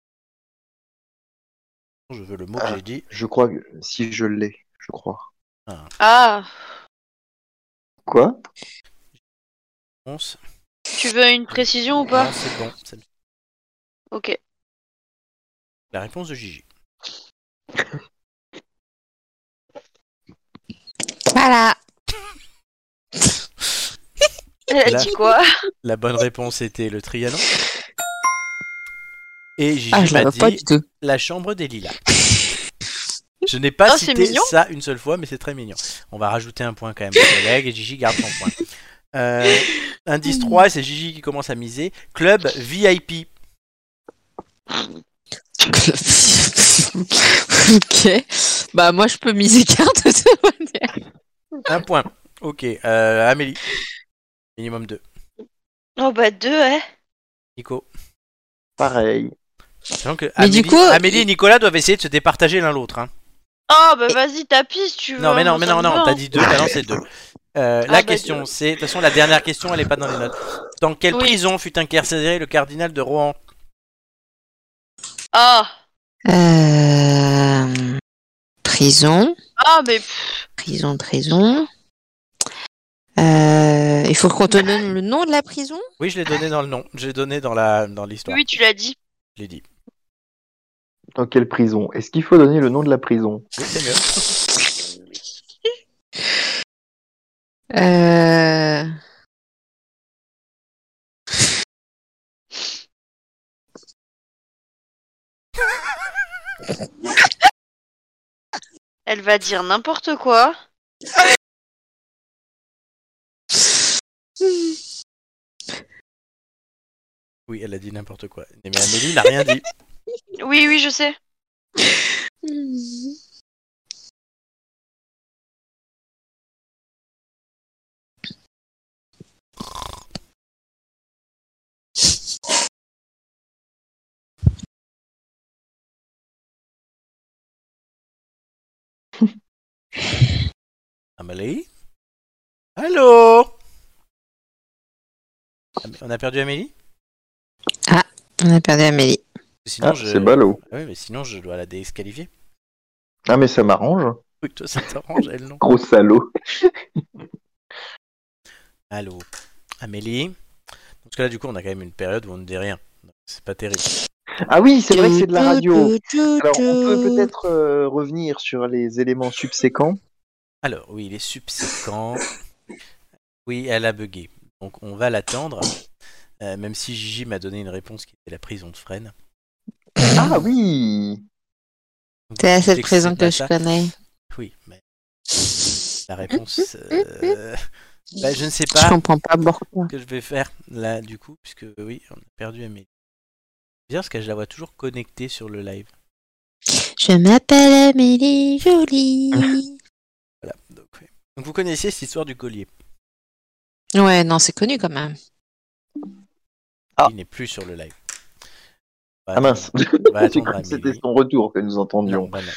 A: Je veux le mot que j'ai dit.
B: Je crois que si je l'ai, je crois.
C: Ah,
B: Quoi?
A: Réponse.
C: tu veux une précision ou pas?
A: Non, c'est bon. C'est
C: Ok.
A: la réponse de Gigi.
D: Voilà.
C: Elle a
A: Là.
C: dit quoi?
A: La bonne réponse était le Trianon. Et Gigi
D: Ah, je
A: m'a
D: l'avais pas
A: dit
D: du tout.
A: la chambre des lilas. Je n'ai pas
C: Oh, c'est
A: cité
C: mignon.
A: ça une seule fois, mais c'est très mignon. On va rajouter un point quand même aux collègues et Gigi garde son point. Indice 3, c'est Gigi qui commence à miser. Club VIP.
D: Ok. Bah, moi, je peux miser carte de toute manière.
A: 1 point. Ok. Amélie. Minimum 2.
C: Oh bah 2, hein.
A: Nico.
B: Pareil.
A: Sachant que
D: Mais
A: Amélie,
D: du coup,
A: Amélie et Nicolas doivent essayer de se départager l'un l'autre. Hein.
C: Oh bah vas-y, tapis si tu veux.
A: Non, mais non,
C: moi, ça me va,
A: t'as
C: hein.
A: dit 2, t'as lancé 2. La
C: bah,
A: question,
C: deux.
A: c'est. De toute façon, la dernière question, elle est pas dans les notes. Dans quelle
C: Oui.
A: prison fut incarcéré le cardinal de Rohan?
C: Ah.
D: Prison.
C: Ah, mais
D: Prison. Il faut qu'on te donne le nom de la prison?
A: Oui, je l'ai donné dans le nom. Je l'ai donné dans l'histoire.
C: oui, tu l'as dit.
A: Je l'ai dit.
B: Dans quelle prison? Est-ce qu'il faut donner le nom de la prison?
A: Oui, c'est mieux.
C: Elle va dire n'importe quoi.
A: Oui, elle a dit n'importe quoi. Mais Amélie n'a rien dit.
C: Oui, oui, je sais.
A: Amélie? Allô? On a perdu Amélie?
D: On a perdu Amélie.
A: Sinon,
B: C'est ballot.
A: Oui, mais sinon, je dois la désqualifier.
B: Ah, mais ça m'arrange.
A: Oui, toi, ça t'arrange, elle, non?
B: Gros salaud.
A: Allô? Amélie? Parce que là, du coup, on a quand même une période où on ne dit rien. Donc, c'est pas terrible.
B: Ah oui, c'est vrai que c'est de la radio. Alors, on peut peut-être revenir sur les éléments subséquents.
A: Alors, oui, les subséquents. Oui, elle a bugué. Donc, on va l'attendre. Même si Gigi m'a donné une réponse qui était la prison de Fresnes.
B: Ah oui.
D: C'est la seule
A: C'est
D: prison
A: bien
D: que je
A: ça.
D: connais.
A: Oui, mais la réponse. Je ne sais
D: Je
A: pas
D: comprends pas pourquoi.
A: ce que je vais faire là, du coup, puisque oui, on a perdu Amélie. C'est bizarre parce que je la vois toujours connectée sur le live.
D: Je m'appelle Amélie Jolie.
A: Voilà. Donc, oui. Donc, vous connaissiez cette histoire du collier.
D: Ouais, non, c'est connu quand même.
B: Ah.
A: Il n'est plus sur le live.
B: Ah mince.
A: On va
B: C'est
A: attendre
B: comme si c'était
A: Amélie.
B: son retour que nous
A: Non,
B: entendions.
A: bah non.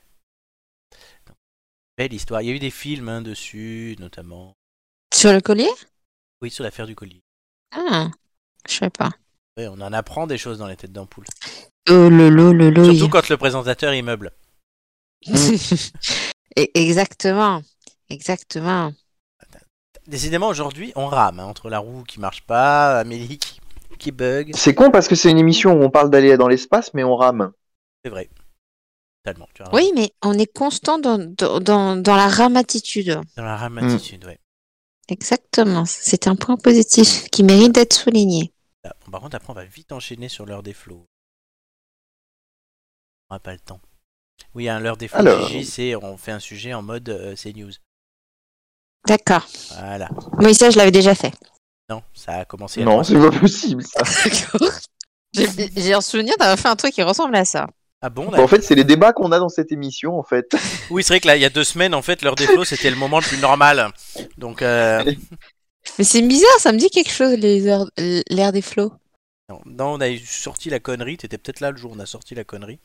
A: Belle histoire. Il y a eu des films dessus, notamment.
D: Sur le collier?
A: Oui, sur l'affaire du collier.
D: Ah, je sais pas.
A: Oui, on en apprend des choses dans les têtes d'ampoule.
D: Oh lolo.
A: Surtout quand le présentateur il meuble.
D: Exactement.
A: Décidément, aujourd'hui, on rame entre la roue qui marche pas, Amélie qui bug.
B: C'est con parce que c'est une émission où on parle d'aller dans l'espace, mais on rame.
A: C'est vrai. Totalement. Tu as
D: Oui,
A: raison.
D: mais on est constant dans la ramatitude.
A: Dans la ramatitude, ouais.
D: Exactement. C'est un point positif qui mérite d'être souligné.
A: Là, bon, par contre, après, on va vite enchaîner sur l'heure des flots. On n'a pas le temps. Oui, l'heure des flots,
B: Alors.
A: Gigi, c'est on fait un sujet en mode CNews.
D: D'accord.
A: Voilà.
D: Oui, ça, je l'avais déjà fait.
A: Non, ça a commencé à
B: Non, c'est pas possible ça.
D: J'ai un souvenir d'avoir fait un truc qui ressemble à ça.
A: Ah bon,
B: En fait, c'est les débats qu'on a dans cette émission, en fait.
A: Oui, c'est vrai que là, il y a 2 semaines, en fait, l'heure des flots, c'était le moment le plus normal. Donc,
D: Mais c'est bizarre, ça me dit quelque chose, l'air des flots.
A: non, on a sorti la connerie. T'étais peut-être là le jour où on a sorti la connerie.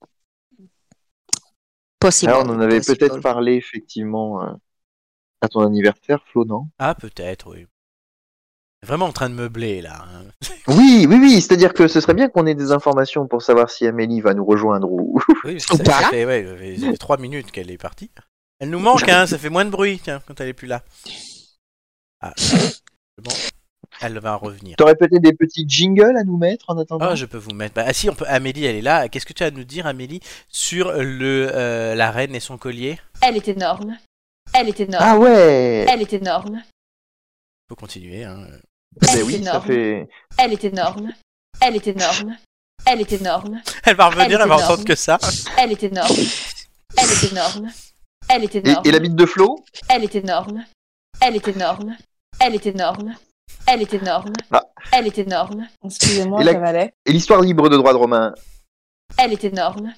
D: Possible.
B: Ah, on en avait
D: possible.
B: peut-être parlé, effectivement, à ton anniversaire, Flo, non?
A: Ah, peut-être, oui. Vraiment en train de meubler, là. Hein.
B: Oui, c'est-à-dire que ce serait bien qu'on ait des informations pour savoir si Amélie va nous rejoindre ou...
A: Oui,
D: Ou
A: ça
D: pas.
A: fait, ouais, ça fait 3 minutes qu'elle est partie. Elle nous manque, hein, ça fait moins de bruit, tiens, quand elle est plus là. Ah, bon, elle va revenir.
B: T'aurais peut-être des petits jingles à nous mettre en attendant?
A: Ah, je peux vous mettre. Ah si, on peut. Amélie, elle est là. Qu'est-ce que tu as à nous dire, Amélie, sur la reine et son collier?
C: Elle est énorme. Elle est énorme.
B: Ah ouais.
C: Elle est énorme.
A: On peut continuer. Hein.
C: Elle est
B: oui, ça
C: énorme.
B: fait...
C: Elle est énorme. Elle est énorme. Elle est énorme.
A: Elle va revenir,
C: Elle est
A: elle va
C: énorme.
A: entendre que ça.
C: Elle est énorme. Elle est énorme. Elle est énorme.
B: Et la bite de Flo?
C: Elle est énorme. Elle est énorme. Elle est énorme. Elle est énorme.
B: Ah.
C: Elle est énorme.
G: Excusez-moi,
B: Et la-
G: ça valait.
B: Et l'histoire libre de droit de Romain?
C: Elle est énorme.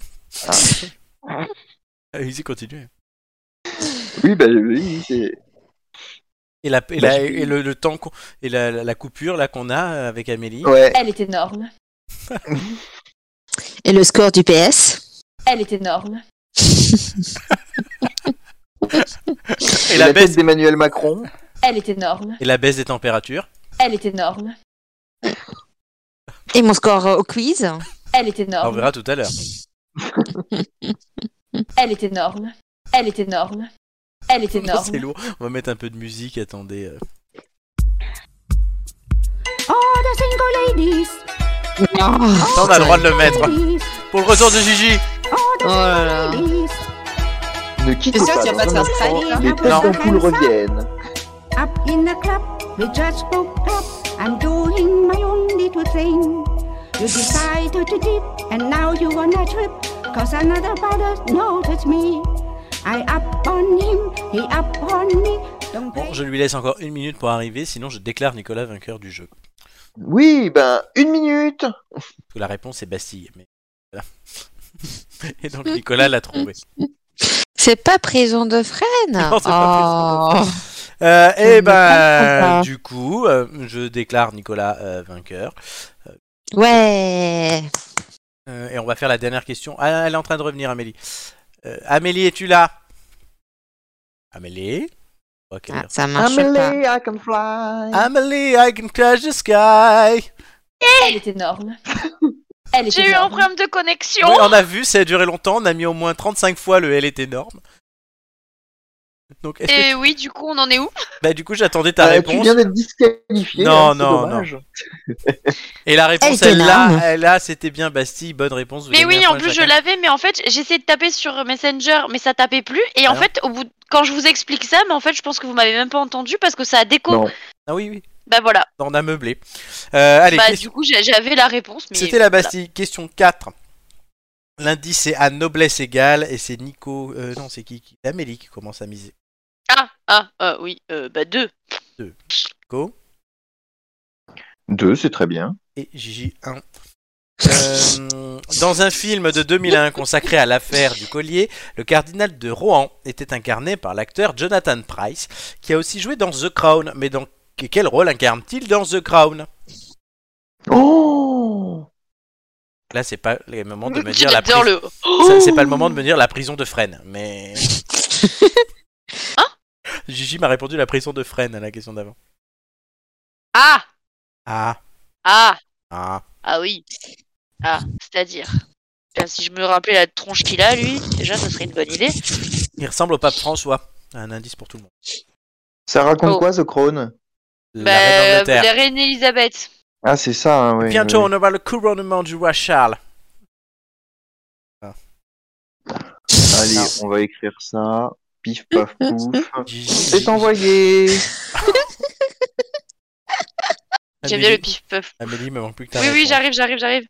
A: Allez-y, continuez.
B: Oui, bah oui, c'est...
A: Et,
B: Bah,
A: et le temps et la coupure là qu'on a avec Amélie.
B: Ouais.
C: Elle est énorme.
D: Et le score du PS?
C: Elle est énorme.
A: Et
B: la
A: la
B: tête
A: baisse
B: d'Emmanuel Macron?
C: Elle est énorme.
A: et la baisse des températures.
C: Elle est énorme.
D: Et mon score au quiz?
C: Elle est
A: On
C: énorme.
A: verra tout à l'heure.
C: Elle est énorme. Elle est énorme. Elle est
A: Non,
C: énorme.
A: c'est lourd. On va mettre un peu de musique. Attendez.
F: All the single ladies.
A: Ça, on a le droit de le mettre. Pour le retour de Gigi.
F: All the
D: Oh là là.
F: single ladies.
B: Ne quitte
D: T'es sûr
B: pas,
D: qu'il y a pas de
B: dans un
D: faire
B: instant,
D: strike, là?
B: les têtes
A: Non.
B: d'ampoule reviennent.
F: Up in the club, we just spoke up. I'm doing my own little thing. You decided to dip, and now you on a trip. Cause another brother noticed me. I up on him, he up on me. Don't
A: Bon, je lui laisse encore 1 minute pour arriver, sinon je déclare Nicolas vainqueur du jeu.
B: Oui, ben, 1 minute.
A: Parce que la réponse est Bastille. Mais... voilà. Et donc Nicolas l'a trouvé.
D: C'est pas prison de Fresnes?
A: Non, c'est pas
D: Oh.
A: Et
D: ne
A: ben,
D: comprends pas.
A: du coup, je déclare Nicolas vainqueur.
D: Ouais.
A: Et on va faire la dernière question. Ah, elle est en train de revenir, Amélie. Amélie, es-tu là? Amélie? Ok.
D: Ah, ça marche pas.
B: Amélie, I can fly.
A: Amélie, I can touch the sky.
C: Elle est énorme. Elle est J'ai eu un énorme. problème de connexion.
A: Oui, on a vu, ça a duré longtemps. On a mis au moins 35 fois le L est énorme. Donc, est-ce que
C: Et oui, du coup, on en est où?
A: bah, du coup, j'attendais ta
B: Tu
A: réponse.
B: viens d'être disqualifié.
A: Non,
B: c'est
A: non,
B: dommage.
A: Et la réponse,
D: Elle était là.
A: elle là, c'était bien Bastille. Bonne réponse. Vous
C: Mais
A: gagnez
C: oui,
A: un
C: en
A: point
C: plus, je
A: chacun.
C: l'avais, mais en fait, j'essayais de taper sur Messenger, mais ça tapait plus. Et en
A: non.
C: fait, quand je vous explique ça, mais en fait, je pense que vous m'avez même pas entendu parce que ça a déco.
B: Non.
A: Ah oui, oui.
C: Bah voilà.
A: On a meublé. Allez,
C: Bah,
A: question-
C: du coup, j'avais la réponse. Mais
A: c'était la
C: voilà.
A: Bastille. Question 4. L'indice c'est à noblesse égale et c'est Nico. Non, c'est qui Amélie qui commence à miser.
C: Oui, bah 2.
A: Nico
B: 2, c'est très bien.
A: et Gigi 1. Dans un film de 2001 consacré à l'affaire du collier, le cardinal de Rohan était incarné par l'acteur Jonathan Pryce, qui a aussi joué dans The Crown. Mais dans quel rôle incarne-t-il dans The Crown?
B: Oh
A: Là, c'est pas le moment de me dire
C: J'adore
A: la c'est pas le moment de me dire la prison de Fresnes, mais.
C: Hein?
A: Gigi m'a répondu la prison de Fresnes à la question d'avant.
C: Ah
A: Ah,
C: Ah
A: ah.
C: Ah oui. Ah, c'est-à-dire. Si je me rappelais la tronche qu'il a, lui, déjà, ça serait une bonne idée.
A: Il ressemble au pape François. Un indice pour tout le monde.
B: Ça raconte
C: Oh.
B: quoi, The Crown?
A: La reine d'Angleterre.
C: La reine Elisabeth.
B: Ah, c'est ça, hein, oui.
A: Bientôt,
B: oui.
A: on aura le couronnement du roi Charles.
B: Allez,
A: Non.
B: on va écrire ça. Pif, paf, pouf.
A: Gigi,
B: C'est envoyé.
C: J'aime bien le pif-puff.
A: Amélie, il me manque plus que ta
C: Oui,
A: réponse.
C: j'arrive.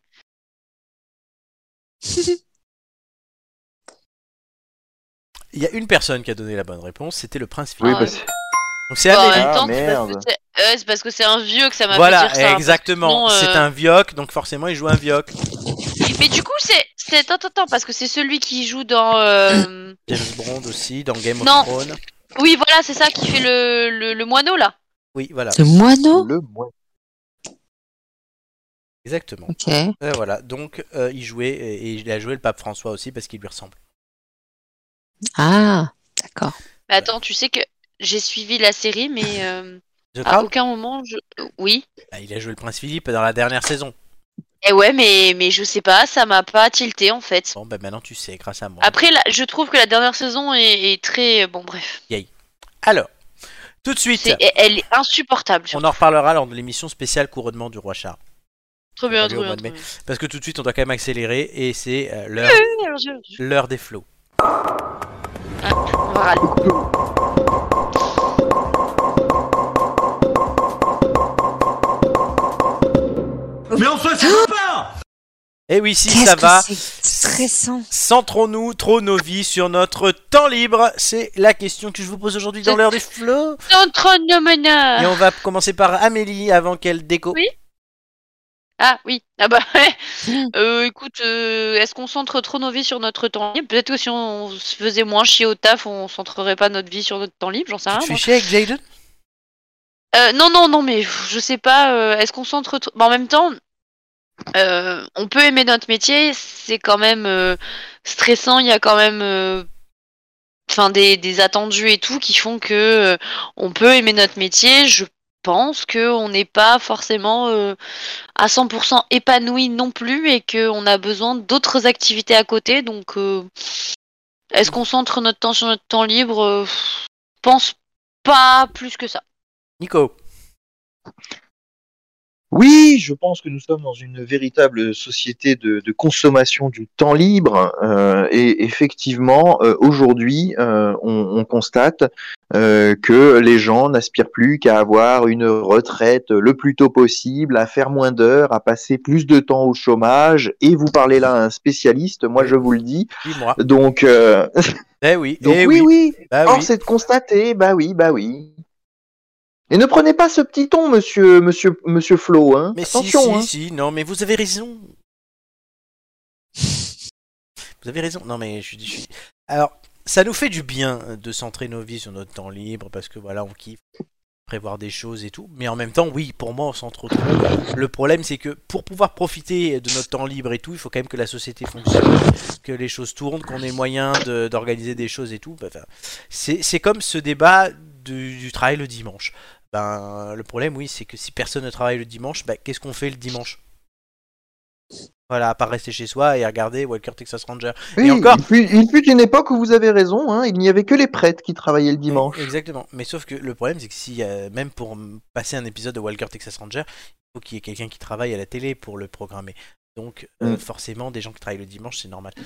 A: Il y a une personne qui a donné la bonne réponse, c'était le prince
B: Oui,
A: Philippe.
C: Ah,
B: bah,
C: oui.
A: Donc c'est
C: Bon, en
A: Amélie.
C: même temps,
B: Ah, merde.
C: c'est parce que c'est un vieux que ça m'a fait
A: Voilà,
C: dire ça. hein,
A: exactement.
C: parce que sinon,
A: C'est un vioc, donc forcément il joue un vioc.
C: Mais du coup, Attends, parce que c'est celui qui joue dans.
A: James Bond aussi, dans Game of
C: Non.
A: Thrones.
C: Oui, voilà, c'est ça qui fait le moineau là.
A: Oui, voilà,
D: Le moineau.
B: Le mois.
A: exactement.
D: Ok.
A: Voilà, donc il jouait, et il a joué le pape François aussi parce qu'il lui ressemble.
D: Ah, d'accord.
C: Mais attends, tu sais que j'ai suivi la série, mais
A: The
C: à
A: Crown
C: aucun moment Oui.
A: Ah, il a joué le prince Philippe dans la dernière saison.
C: Et ouais, mais je sais pas, ça m'a pas tilté en fait.
A: Bon, ben maintenant tu sais, grâce à moi.
C: Après, je trouve que la dernière saison est très. Bon, bref.
A: Alors, tout de suite,
C: Elle est insupportable.
A: on en reparlera lors de l'émission spéciale couronnement du roi Charles.
C: Trop bien,
A: on
C: trop
A: va au
C: bien.
A: mois de Parce que tout de suite, on doit quand même accélérer et c'est l'heure des flots.
C: On va râler.
G: Mais enfin, ça va pas!
A: Et oui, si
D: Qu'est-ce
A: ça
D: que
A: va,
D: c'est stressant.
A: centrons-nous trop nos vies sur notre temps libre. C'est la question que je vous pose aujourd'hui dans l'heure des flots.
C: Centre de meneur.
A: Et on va commencer par Amélie avant qu'elle déco.
C: Oui. Ah oui, ah bah ouais. Écoute, est-ce qu'on centre trop nos vies sur notre temps libre? Peut-être que si on se faisait moins chier au taf, on centrerait pas notre vie sur notre temps libre, j'en sais
A: Tu
C: rien.
A: te fais
C: moi.
A: chier avec Jaden?
C: Non, mais je sais pas. Est-ce qu'on centre trop... Bah, en même temps, on peut aimer notre métier, c'est quand même stressant. Il y a quand même, enfin des attendus et tout qui font que on peut aimer notre métier. Je pense que on n'est pas forcément à 100% épanoui non plus et qu'on a besoin d'autres activités à côté. Donc, est-ce qu'on centre notre temps sur notre temps libre? Je pense pas plus que ça.
A: Nico.
B: Oui, je pense que nous sommes dans une véritable société de consommation du temps libre et effectivement, aujourd'hui, on constate que les gens n'aspirent plus qu'à avoir une retraite le plus tôt possible, à faire moins d'heures, à passer plus de temps au chômage. Et vous parlez là à un spécialiste, moi
A: Oui.
B: je vous le dis.
A: Dis-moi.
B: Donc,
A: Eh oui.
B: donc
A: eh
B: oui, oui.
A: Bah
B: Or,
A: oui.
B: c'est de constater, bah oui. Et ne prenez pas ce petit ton, monsieur Flo, hein.
A: Mais
B: Attention, hein.
A: si, non, mais vous avez raison. Vous avez raison. Non, mais je suis... Alors, ça nous fait du bien de centrer nos vies sur notre temps libre parce que voilà, on kiffe prévoir des choses et tout. Mais en même temps, oui, pour moi, on centre trop. Le problème, c'est que pour pouvoir profiter de notre temps libre et tout, il faut quand même que la société fonctionne, que les choses tournent, qu'on ait moyen d'organiser des choses et tout. Enfin, c'est comme ce débat du travail le dimanche. Ben, le problème, oui, c'est que si personne ne travaille le dimanche, ben, qu'est-ce qu'on fait le dimanche? Voilà, à part rester chez soi et regarder Walker Texas Ranger.
B: Oui,
A: Et encore,
B: il fut une époque où vous avez raison, hein, il n'y avait que les prêtres qui travaillaient le dimanche.
A: exactement. Mais sauf que le problème, c'est que si même pour passer un épisode de Walker Texas Ranger, il faut qu'il y ait quelqu'un qui travaille à la télé pour le programmer. Donc forcément, des gens qui travaillent le dimanche, c'est normal.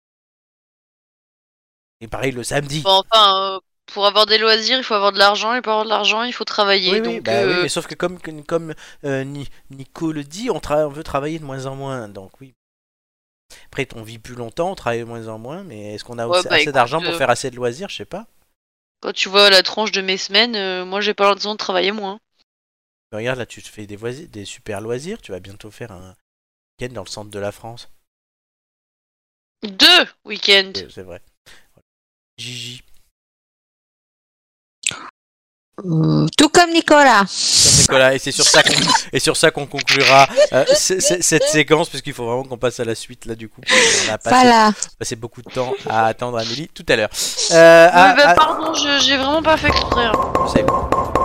A: Et pareil le samedi.
C: Bon, enfin, pour avoir des loisirs, il faut avoir de l'argent, et pour avoir de l'argent, il faut travailler.
A: Oui,
C: donc,
A: oui, mais sauf que comme Nico le dit, on veut travailler de moins en moins. Donc oui. Après, on vit plus longtemps, on travaille de moins en moins, mais est-ce qu'on a assez d'argent pour faire assez de loisirs? Je sais pas.
C: Quand tu vois la tranche de mes semaines, moi j'ai pas l'impression de travailler moins.
A: Mais regarde, là, tu te fais des super loisirs. Tu vas bientôt faire un week-end dans le centre de la France.
C: 2 week-ends.
A: C'est vrai. Gigi.
D: Tout comme Nicolas.
A: Comme Nicolas, et c'est sur ça qu'on conclura cette séquence, parce qu'il faut vraiment qu'on passe à la suite là du coup. On a passé beaucoup de temps à attendre Amélie tout à l'heure.
C: Pardon, j'ai vraiment pas fait exprès. Hein.
A: C'est bon.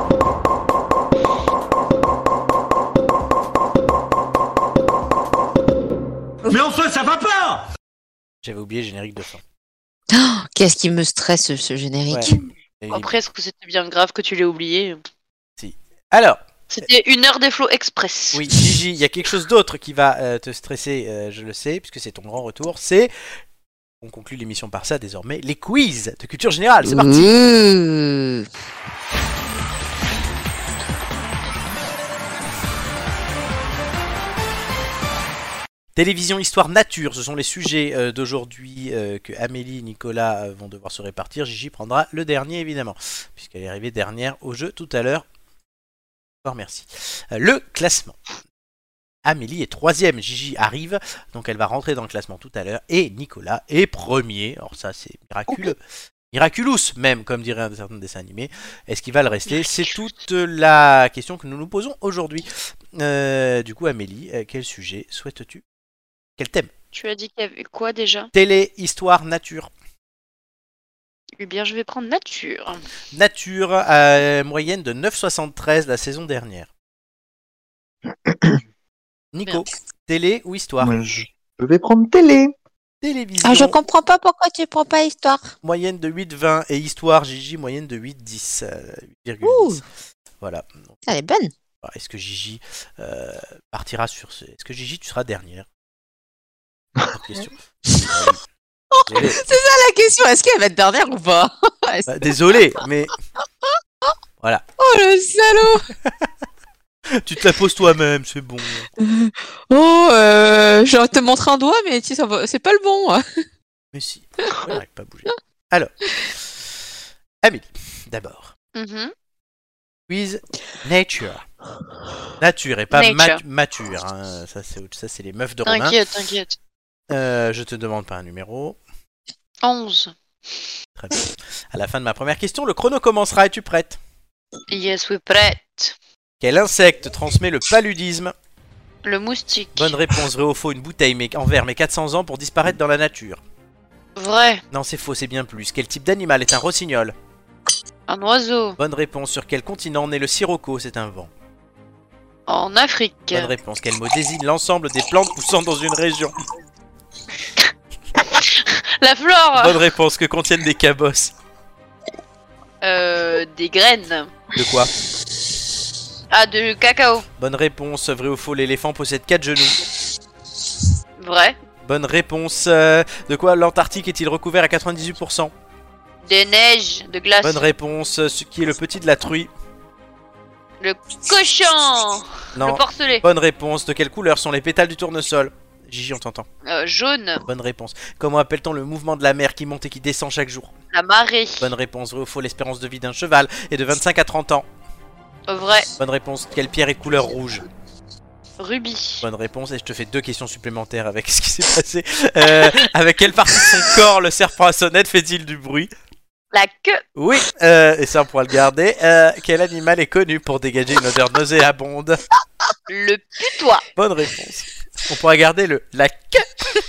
G: Mais enfin, ça va pas!
A: J'avais oublié le générique de fin.
D: Oh, qu'est-ce qui me stresse ce générique.
A: Ouais.
C: Après, est-ce que c'était bien grave que tu l'aies oublié?
A: Si. Alors.
C: C'était 1 heure des flots express.
A: Oui, Gigi, il y a quelque chose d'autre qui va te stresser, je le sais, puisque c'est ton grand retour. On conclut l'émission par ça désormais, les quiz de culture générale. C'est parti. Télévision, histoire, nature, ce sont les sujets d'aujourd'hui que Amélie et Nicolas vont devoir se répartir. Gigi prendra le dernier évidemment, puisqu'elle est arrivée dernière au jeu tout à l'heure. Encore merci. Le classement. Amélie est 3ème, Gigi arrive, donc elle va rentrer dans le classement tout à l'heure. Et Nicolas est 1er, alors ça c'est miraculeux. Miraculous même, comme dirait un certain dessin animé. Est-ce qu'il va le rester? C'est toute la question que nous nous posons aujourd'hui. Du coup Amélie, quel sujet souhaites-tu? Quel thème?
C: Tu as dit qu'il y avait quoi déjà?
A: Télé, histoire, nature.
C: Eh bien, je vais prendre nature.
A: Nature, moyenne de 9,73 la saison dernière. Nico,
C: Merde.
A: télé ou histoire?
B: Moi, je vais prendre télé.
A: Télévision.
D: Ah, je comprends pas pourquoi tu prends pas histoire.
A: Moyenne de 8,20 et histoire, Gigi, moyenne de 8,10. 8,10. Voilà. Donc,
D: Elle est bonne.
A: est-ce que Gigi partira sur ce... Est-ce que Gigi, tu seras dernière? Question.
D: C'est ça la question, est-ce qu'elle va être dernière ou pas?
A: Bah, désolé, mais... Voilà.
D: Oh le salaud.
A: Tu te la poses toi-même, c'est bon.
D: Oh, je te montre un doigt, mais tu sais, c'est pas le bon.
A: Mais si, on n'arrive pas à bouger. Alors, Amélie, d'abord. Quiz nature. Nature et pas mature. Hein. Ça, c'est les meufs de Romain.
C: T'inquiète.
A: Je te demande pas un numéro.
C: 11.
A: Très bien. À la fin de ma première question, le chrono commencera. Es-tu prête?
C: Yes, we're prête.
A: Quel insecte transmet le paludisme?
C: Le moustique.
A: Bonne réponse, vrai ou faux, une bouteille en verre met 400 ans pour disparaître dans la nature.
C: Vrai.
A: Non, c'est faux, c'est bien plus. Quel type d'animal est un rossignol?
C: Un oiseau.
A: Bonne réponse, sur quel continent naît le sirocco? C'est un vent.
C: En Afrique.
A: Bonne réponse, quel mot désigne l'ensemble des plantes poussant dans une région?
C: La flore.
A: Bonne réponse, que contiennent des cabosses?
C: Des graines.
A: De quoi?
C: Ah, de cacao.
A: Bonne réponse, vrai ou faux, l'éléphant possède 4 genoux?
C: Vrai.
A: Bonne réponse, de quoi l'Antarctique est-il recouvert à 98%?
C: Des neiges, de glace.
A: Bonne réponse, ce qui est le petit de la truie?
C: Le cochon.
A: Non.
C: Le porcelet.
A: Bonne réponse, de quelle couleur sont les pétales du tournesol? Gigi, on t'entend.
C: Jaune.
A: Bonne réponse. Comment appelle-t-on le mouvement de la mer qui monte et qui descend chaque jour?
C: La marée.
A: Bonne réponse, vrai ou faux, l'espérance de vie d'un cheval est de 25 à 30 ans?
C: Vrai.
A: Bonne réponse, quelle pierre est de couleur rouge?
C: Rubis.
A: Bonne réponse, et je te fais 2 questions supplémentaires avec ce qui s'est passé. Avec quelle partie de son corps le serpent à sonnette fait-il du bruit?
C: La queue.
A: Oui, et ça on pourra le garder. Quel animal est connu pour dégager une odeur nauséabonde?
C: Le putois.
A: Bonne réponse. On pourra garder la queue.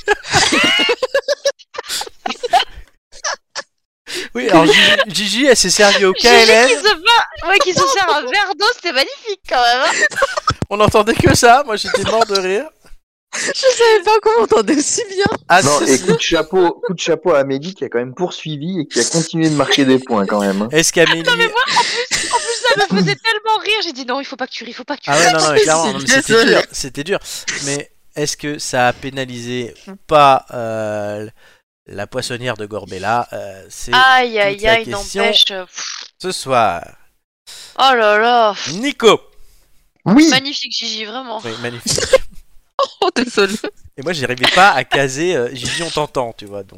A: Oui, alors Gigi, elle s'est servie au KLM.
C: Qui se sert un verre d'eau, c'était magnifique quand même. Hein.
A: On n'entendait que ça, moi j'étais mort de rire.
D: Je savais pas qu'on m'entendait aussi bien.
A: Ah,
B: Non, et coup de chapeau à Amélie qui a quand même poursuivi et qui a continué de marquer des points quand même. Hein.
A: Est-ce qu'Amélie...
C: Non mais moi, en plus ça me faisait tellement rire. J'ai dit non, il faut pas que tu ris, faut pas que tu
A: Ah
C: ris.
A: ouais, non, mais clairement, non, mais c'était
D: Désolée.
A: dur, c'était dur. Mais est-ce que ça a pénalisé ou pas la poissonnière de Gorbella? C'est
C: Aïe
A: toute
C: aïe
A: la
C: aïe,
A: question
C: n'empêche.
A: ce soir.
C: Oh là là.
A: Nico.
B: Oui,
C: Magnifique Gigi, vraiment.
A: Oui, magnifique.
D: Oh, désolé.
A: Et moi, j'arrivais pas à caser Gigi, on t'entend, tu vois, donc...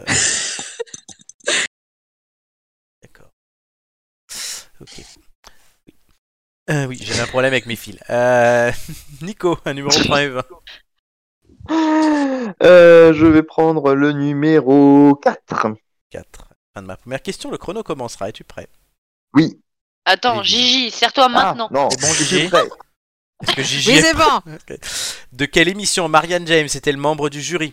A: D'accord. Ok. Oui, j'avais un problème avec mes fils. Nico, un numéro 3 et 20.
B: je vais prendre le numéro 4.
A: 4. Fin de ma première question, le chrono commencera. Es-tu prêt?
B: Oui.
C: Attends,
A: Oui.
C: Gigi, serre-toi maintenant.
B: Ah, non,
A: C'est bon,
B: je
A: Gigi
B: suis prêt.
A: Est-ce que Gigi
D: Oui,
A: est
D: c'est bon.
A: Ok. De quelle émission Marianne James était-elle membre du jury?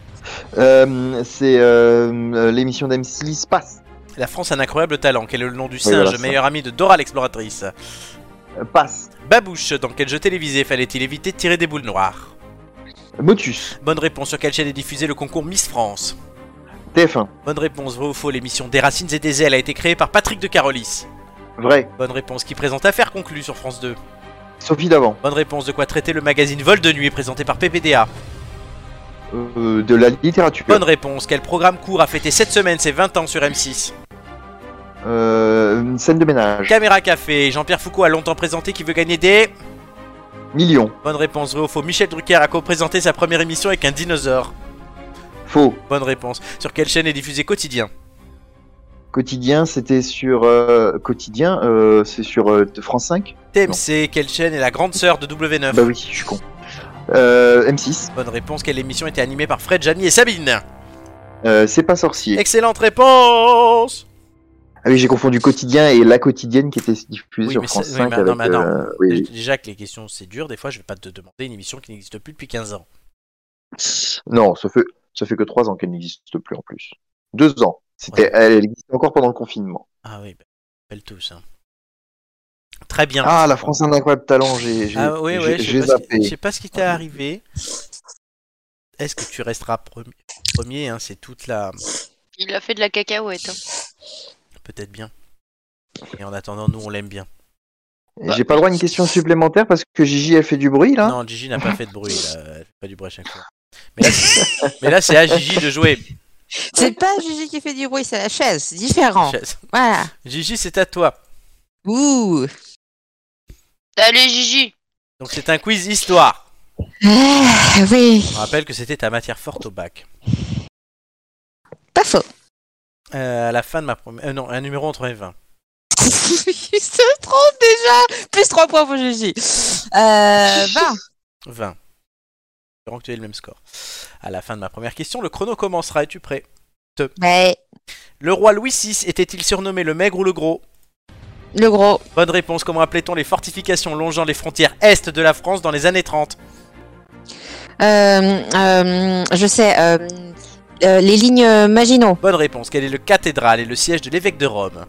B: C'est l'émission d'M6 Passe.
A: La France a un incroyable talent. Quel est le nom du
B: Oui,
A: singe,
B: voilà ça.
A: meilleur ami de Dora l'exploratrice?
B: Passe.
A: Babouche, dans quel jeu télévisé fallait-il éviter de tirer des boules noires?
B: Motus.
A: Bonne réponse. Sur quelle chaîne est diffusé le concours Miss France?
B: TF1.
A: Bonne réponse. Vrai ou faux, l'émission Des Racines et des Ailes a été créée par Patrick de Carolis.
B: Vrai.
A: Bonne réponse. Qui présente Affaires conclues sur France 2?
B: Sophie Davant.
A: Bonne réponse. De quoi traiter le magazine Vol de nuit présenté par PPDA?
B: De la littérature.
A: Bonne réponse. Quel programme court a fêté cette semaine ses 20 ans sur M6?
B: Une scène de ménage.
A: Caméra Café. Jean-Pierre Foucault a longtemps présenté Qui veut gagner des...
B: Millions.
A: Bonne réponse. Vrai ou faux, Michel Drucker a co-présenté sa première émission avec un dinosaure?
B: Faux.
A: Bonne réponse. Sur quelle chaîne est diffusé Quotidien?
B: Quotidien, c'était sur Quotidien, c'est sur France 5.
A: TMC. Quelle chaîne est la grande sœur de W9?
B: Bah oui, je suis con. M6.
A: Bonne réponse. Quelle émission était animée par Fred, Jamy et Sabine?
B: C'est pas sorcier.
A: Excellente réponse.
B: Ah oui, j'ai confondu Quotidien et La Quotidienne qui était diffusée
A: Oui,
B: sur
A: mais
B: France
A: c'est-
B: 5
A: oui, mais non,
B: avec.
A: mais non.
B: Oui.
A: Déjà que les questions c'est dur, des fois je vais pas te demander une émission qui n'existe plus depuis 15 ans.
B: Non, ça fait que 3 ans qu'elle n'existe plus en plus. 2 ans.
A: Ouais.
B: Elle existait encore pendant le confinement.
A: Ah oui, bah, appelle tous. Hein. Très bien.
B: Ah, la France a un incroyable talent, j'ai
A: Ah oui,
B: j'ai-
A: je
B: j'ai
A: sais pas,
B: zappé.
A: je sais pas ce qui t'est arrivé. Est-ce que tu resteras premier, hein, c'est toute la...
C: Il a fait de la cacahuète. Hein.
A: Peut-être bien. Et en attendant, nous on l'aime bien.
B: Et j'ai pas le droit à une question supplémentaire parce que Gigi a fait du bruit là.
A: Non, Gigi n'a pas fait de bruit, là. Elle fait pas du bruit à chaque fois. Mais là c'est à Gigi de jouer.
D: C'est pas Gigi qui fait du bruit, c'est la chaise. C'est différent. Voilà.
A: Gigi, c'est à toi.
D: Ouh.
C: Allez Gigi.
A: Donc c'est un quiz histoire.
D: Ah, oui.
A: On rappelle que c'était ta matière forte au bac.
D: Pas faux.
A: À la fin de ma première... non, un numéro entre les 20.
D: Il se trompe déjà. Plus 3 points pour Gigi. 20.
A: 20. Espérons que tu aies le même score. À la fin de ma première question, le chrono commencera. Es-tu prêt?
D: Mais
A: Le roi Louis VI était-il surnommé le maigre ou le gros?
D: le gros.
A: Bonne réponse. Comment appelait-on les fortifications longeant les frontières est de la France dans les années 30?
D: Je sais. Les lignes Maginot.
A: Bonne réponse. Quelle est le cathédrale et le siège de l'évêque de Rome?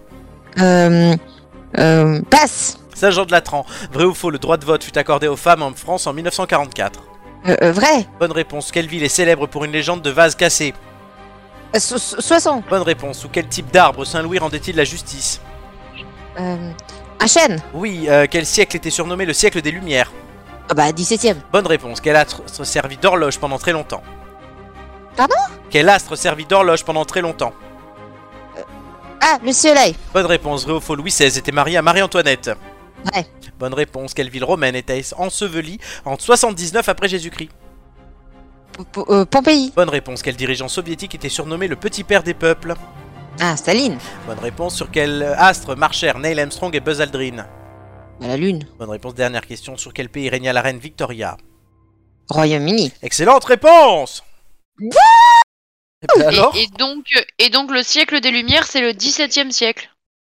D: Passe.
A: Saint-Jean de Latran. Vrai ou faux, le droit de vote fut accordé aux femmes en France en 1944?
D: Vrai.
A: Bonne réponse. Quelle ville est célèbre pour une légende de vase cassé?
D: Soissons.
A: Bonne réponse. Sous quel type d'arbre Saint-Louis rendait-il la justice?
D: Un chêne.
A: Oui. Quel siècle était surnommé le siècle des Lumières?
D: Ah bah 17ème.
A: Bonne réponse. Quel astre servit d'horloge pendant très longtemps?
D: Pardon?
A: Quel astre servit d'horloge pendant très longtemps?
D: Ah, le soleil.
A: Bonne réponse. Vrai ou faux, Louis XVI était marié à Marie-Antoinette?
D: Vrai.
A: Bonne réponse. Quelle ville romaine était ensevelie en 79 après Jésus-Christ?
D: Pompéi.
A: Bonne réponse. Quel dirigeant soviétique était surnommé le petit père des peuples?
D: Ah, Staline.
A: Bonne réponse. Sur quel astre marchèrent Neil Armstrong et Buzz Aldrin?
D: La Lune.
A: Bonne réponse. Dernière question. Sur quel pays régna la reine Victoria?
D: Royaume-Uni.
A: Excellente réponse. Et ben alors
C: Et donc le siècle des Lumières, c'est le 17e siècle.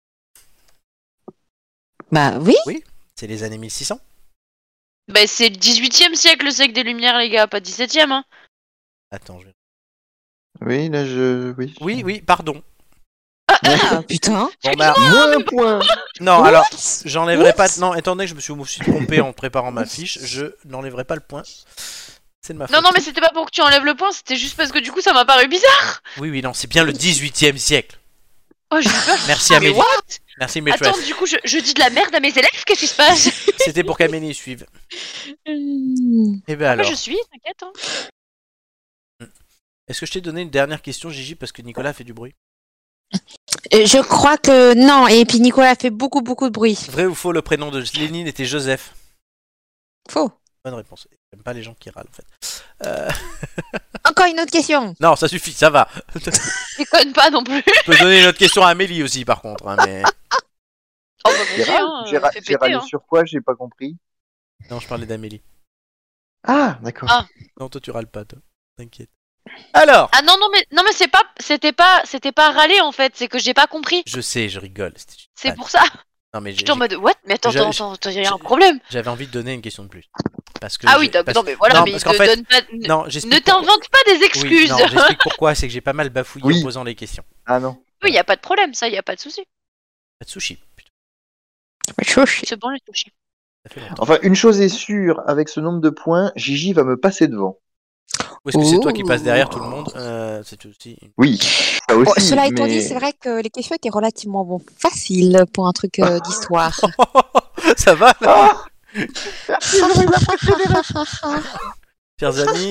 D: Bah oui.
A: C'est les années 1600.
C: Bah c'est le 18e siècle le siècle des Lumières les gars, pas 17e hein.
A: Attends, je vais...
B: Oui, là je. Oui.
A: Oui, pardon.
D: Ah, putain.
A: Bon bah...
B: Moins un point.
A: Non, alors,
D: Oups.
A: j'enlèverai pas...
D: Oups.
A: Non, étant donné que je me suis trompé en préparant ma fiche, je n'enlèverai pas le point. C'est de ma faute.
C: Non, mais c'était pas pour que tu enlèves le point, c'était juste parce que du coup, ça m'a paru bizarre.
A: Oui, non, c'est bien le 18e siècle.
C: Oh, j'ai eu peur.
A: Merci
C: Mais
A: Amélie.
C: what?
A: Merci maîtresse.
C: Attends, du coup, je dis de la merde à mes élèves, qu'est-ce qui se passe?
A: C'était pour qu'Amélie suive. Et ben alors.
C: Moi, je suis, t'inquiète. Hein.
A: Est-ce que je t'ai donné une dernière question, Gigi, parce que Nicolas fait du bruit?
D: Je crois que non. Et puis Nicolas fait beaucoup de bruit.
A: Vrai ou faux, le prénom de Lénine était Joseph?
D: Faux.
A: Bonne réponse. J'aime pas les gens qui râlent en fait.
D: Encore une autre question.
A: Non, ça suffit, ça va.
C: Déconne pas non plus.
A: Je peux donner une autre question à Amélie aussi, par contre. Hein, mais...
C: Oh, bah, vas-y, hein, fais
B: J'ai
C: péter,
B: râlé
C: hein.
B: sur quoi? J'ai pas compris.
A: Non, je parlais d'Amélie.
B: Ah, d'accord.
C: Ah.
A: Non, toi tu râles pas, toi. T'inquiète. Alors.
C: Ah non, mais c'était pas râler en fait, c'est que j'ai pas compris.
A: Je sais, je rigole.
C: C'est pour ça.
A: Non, mais
C: J'étais en mode, what? Mais attends, y a un problème.
A: J'avais envie de donner une question de plus. Parce que
C: Ah oui, non, mais voilà,
A: non,
C: mais
A: parce
C: il
A: qu'en
C: te
A: fait...
C: donne pas.
A: Non,
C: Ne t'invente pas des excuses.
A: Oui, non, j'explique pourquoi, c'est que j'ai pas mal bafouillé
B: Oui.
A: en posant les questions.
B: Ah non.
C: Oui, y a pas de problème, ça, y a pas de souci.
A: Pas de sushi. Putain,
C: C'est bon les sushis.
A: ça fait longtemps.
B: Enfin, une chose est sûre, avec ce nombre de points, Gigi va me passer devant.
A: Ou est-ce que c'est toi qui passes derrière tout le monde? C'est aussi...
B: Oui, ça aussi.
D: Cela étant
B: mais...
D: dit, c'est vrai que les questions étaient relativement faciles pour un truc d'histoire.
A: Ça va là?
B: Ah merci, j'aurais pas préféré.
A: Chers amis,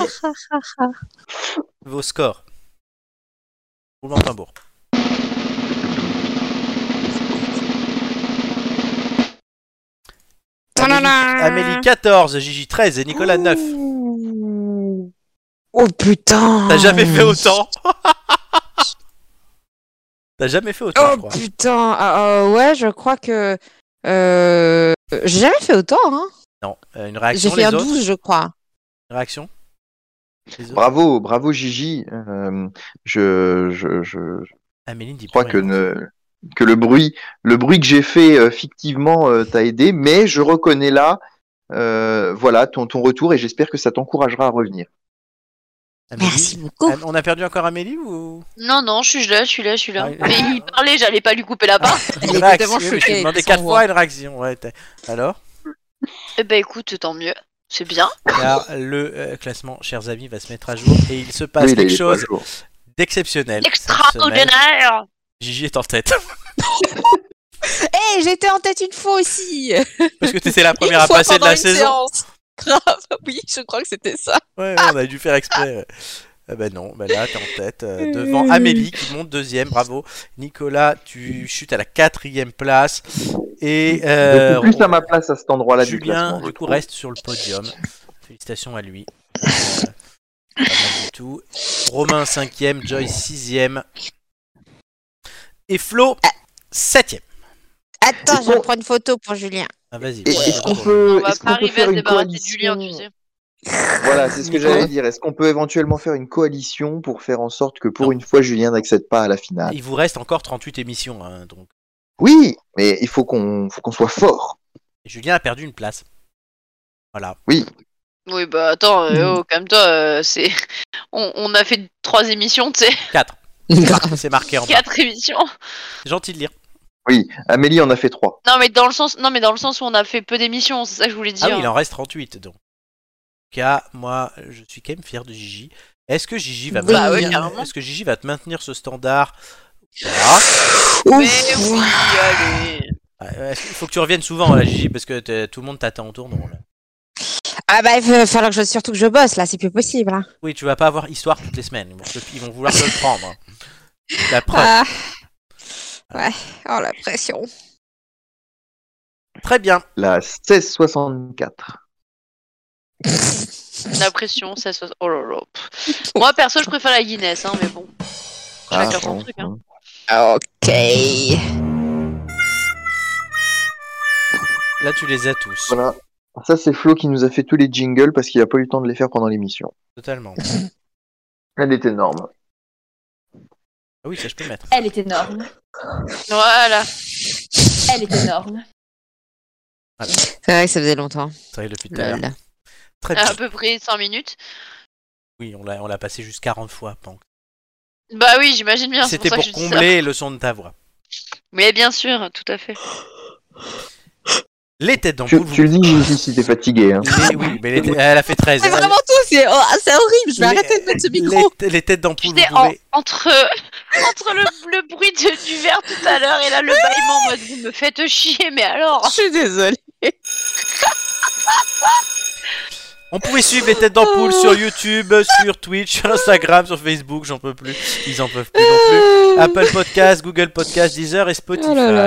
A: vos scores. Roulement de tambour. Amélie 14, Gigi 13 et Nicolas 9.
D: Oh putain.
A: T'as jamais fait autant? T'as jamais fait autant, je
D: Oh
A: crois.
D: putain. Ouais, je crois que... J'ai jamais fait autant, hein.
A: Non, une
D: J'ai
A: réaction
D: fait
A: les
D: un
A: autres?
D: 12, je crois.
A: Une réaction les autres?
B: Bravo Gigi. Je
A: Amélie ne dit
B: crois
A: plus
B: que,
A: rien.
B: que le bruit que j'ai fait fictivement t'a aidé, mais je reconnais là, voilà, ton retour et j'espère que ça t'encouragera à revenir.
A: Amélie,
D: Merci beaucoup.
A: on a perdu encore Amélie ou...
C: Non, je suis là.
A: Ah,
C: Mais il parlait, j'allais pas lui couper la barre.
D: Elle
A: Une
D: est
A: réaction,
D: tellement
A: oui, mais je
D: choquée
A: t'ai demandé
D: avec
A: 4
D: son
A: fois
D: voix.
A: une réaction. Ouais, alors
C: Eh ben écoute, tant mieux. C'est bien.
A: car le classement, chers amis, va se mettre à jour et il se passe
B: Oui, il
A: quelque
B: est pas
A: chose
B: à jour.
A: d'exceptionnel. cette semaine.
C: Extraordinaire.
A: Gigi est en tête.
D: Hey, j'étais en tête une fois aussi.
A: Parce que t'étais la première
D: Une
A: à
D: fois
A: passer de
D: pendant
A: la
D: une
A: saison.
D: séance. Grave, oui, je crois que c'était ça.
A: Ouais, on a dû faire exprès. Ouais. Ah bah non, bah là t'es en tête devant Amélie qui monte deuxième, bravo. Nicolas, tu chutes à la 4e place et
B: Je suis plus à ma place à cet endroit-là du
A: Julien
B: classement. je
A: du coup
B: trouve.
A: reste sur le podium. Félicitations à lui. Pas mal du tout. Romain 5e, Joyce 6e et Flo 7e.
D: Attends,
B: Et
D: je vais
B: pour-
D: prendre une photo pour Julien.
A: Ah vas-y.
B: Et
A: ouais,
B: est-ce qu'on
A: ouais,
B: peut,
C: On va
B: est-ce
C: pas
B: qu'on peut
C: arriver à
B: faire
C: se
B: une
C: débarrasser de
B: coalition
C: Julien, tu sais.
B: Voilà, c'est ce que j'allais dire. Est-ce qu'on peut éventuellement faire une coalition pour faire en sorte que pour une fois Julien n'accède pas à la finale?
A: Il vous reste encore 38 émissions, hein, donc
B: Oui, mais il faut qu'on soit fort.
A: Julien a perdu une place. Voilà.
B: Oui,
C: Oui, bah attends, calme-toi. On a fait 3 émissions, tu sais.
A: 4. C'est marqué en bas.
C: 4 émissions.
A: C'est gentil de lire.
B: oui. Amélie en a fait 3.
C: Non, mais dans le sens où on a fait peu d'émissions, c'est ça que je voulais dire.
A: Ah oui, il en reste 38 donc. En tout cas, moi, je suis quand même fier de Gigi. Est-ce que Gigi va
C: Bah oui,
A: maintenir
C: carrément.
A: Est-ce que Gigi va te maintenir ce standard? Voilà.
C: Mais
D: Ouf.
C: oui, allez.
A: Est-ce qu'il faut que tu reviennes souvent là, Gigi, parce que tout le monde t'attend au tournoi. Là.
D: Ah bah il va falloir que surtout que je bosse là, c'est plus possible. Hein.
A: Oui, tu vas pas avoir histoire toutes les semaines. Ils vont vouloir te le prendre. Hein. La preuve.
D: Ah. Ouais, oh la pression.
A: Très bien.
B: La 1664.
C: La pression, ça se... Oh là là. Moi, perso, je préfère la Guinness, hein, mais bon. Chacun son truc, hein.
D: Ok.
A: Là, tu les as tous.
B: Voilà. Ça, c'est Flo qui nous a fait tous les jingles parce qu'il a pas eu le temps de les faire pendant l'émission.
A: Totalement.
B: Elle est énorme.
A: Ah oui, ça je peux mettre.
H: Elle est énorme.
C: Voilà.
H: Elle est énorme.
D: C'est vrai que ça faisait longtemps.
A: C'est vrai depuis tout à l'heure.
D: Lol.
A: Très bien.
C: À peu près 5 minutes.
A: Oui, on l'a passé juste 40 fois. Donc.
C: Bah oui, j'imagine bien.
A: C'était
C: pour,
A: pour
C: ça que je dis
A: combler le son de ta voix.
C: ça. Mais bien sûr, tout à fait.
A: Les têtes
B: Tu
A: d'ampoule.
B: le dis, Gigi, si t'es fatigué. Hein.
A: Oui, mais elle a fait 13.
D: C'est vraiment tout, c'est horrible, je vais arrêter de mettre ce micro.
A: Les têtes
C: Tu
A: d'ampoule,
C: sais,
A: vous pouvez...
C: entre le bruit du verre tout à l'heure et là le bâillement en mode vous me faites chier, mais alors.
D: Je suis désolée.
A: On pouvait suivre les têtes d'ampoule sur YouTube, sur Twitch, sur Instagram, sur Facebook, j'en peux plus. Ils en peuvent plus non plus. Apple Podcast, Google Podcast, Deezer et Spotify.
D: Oh là là.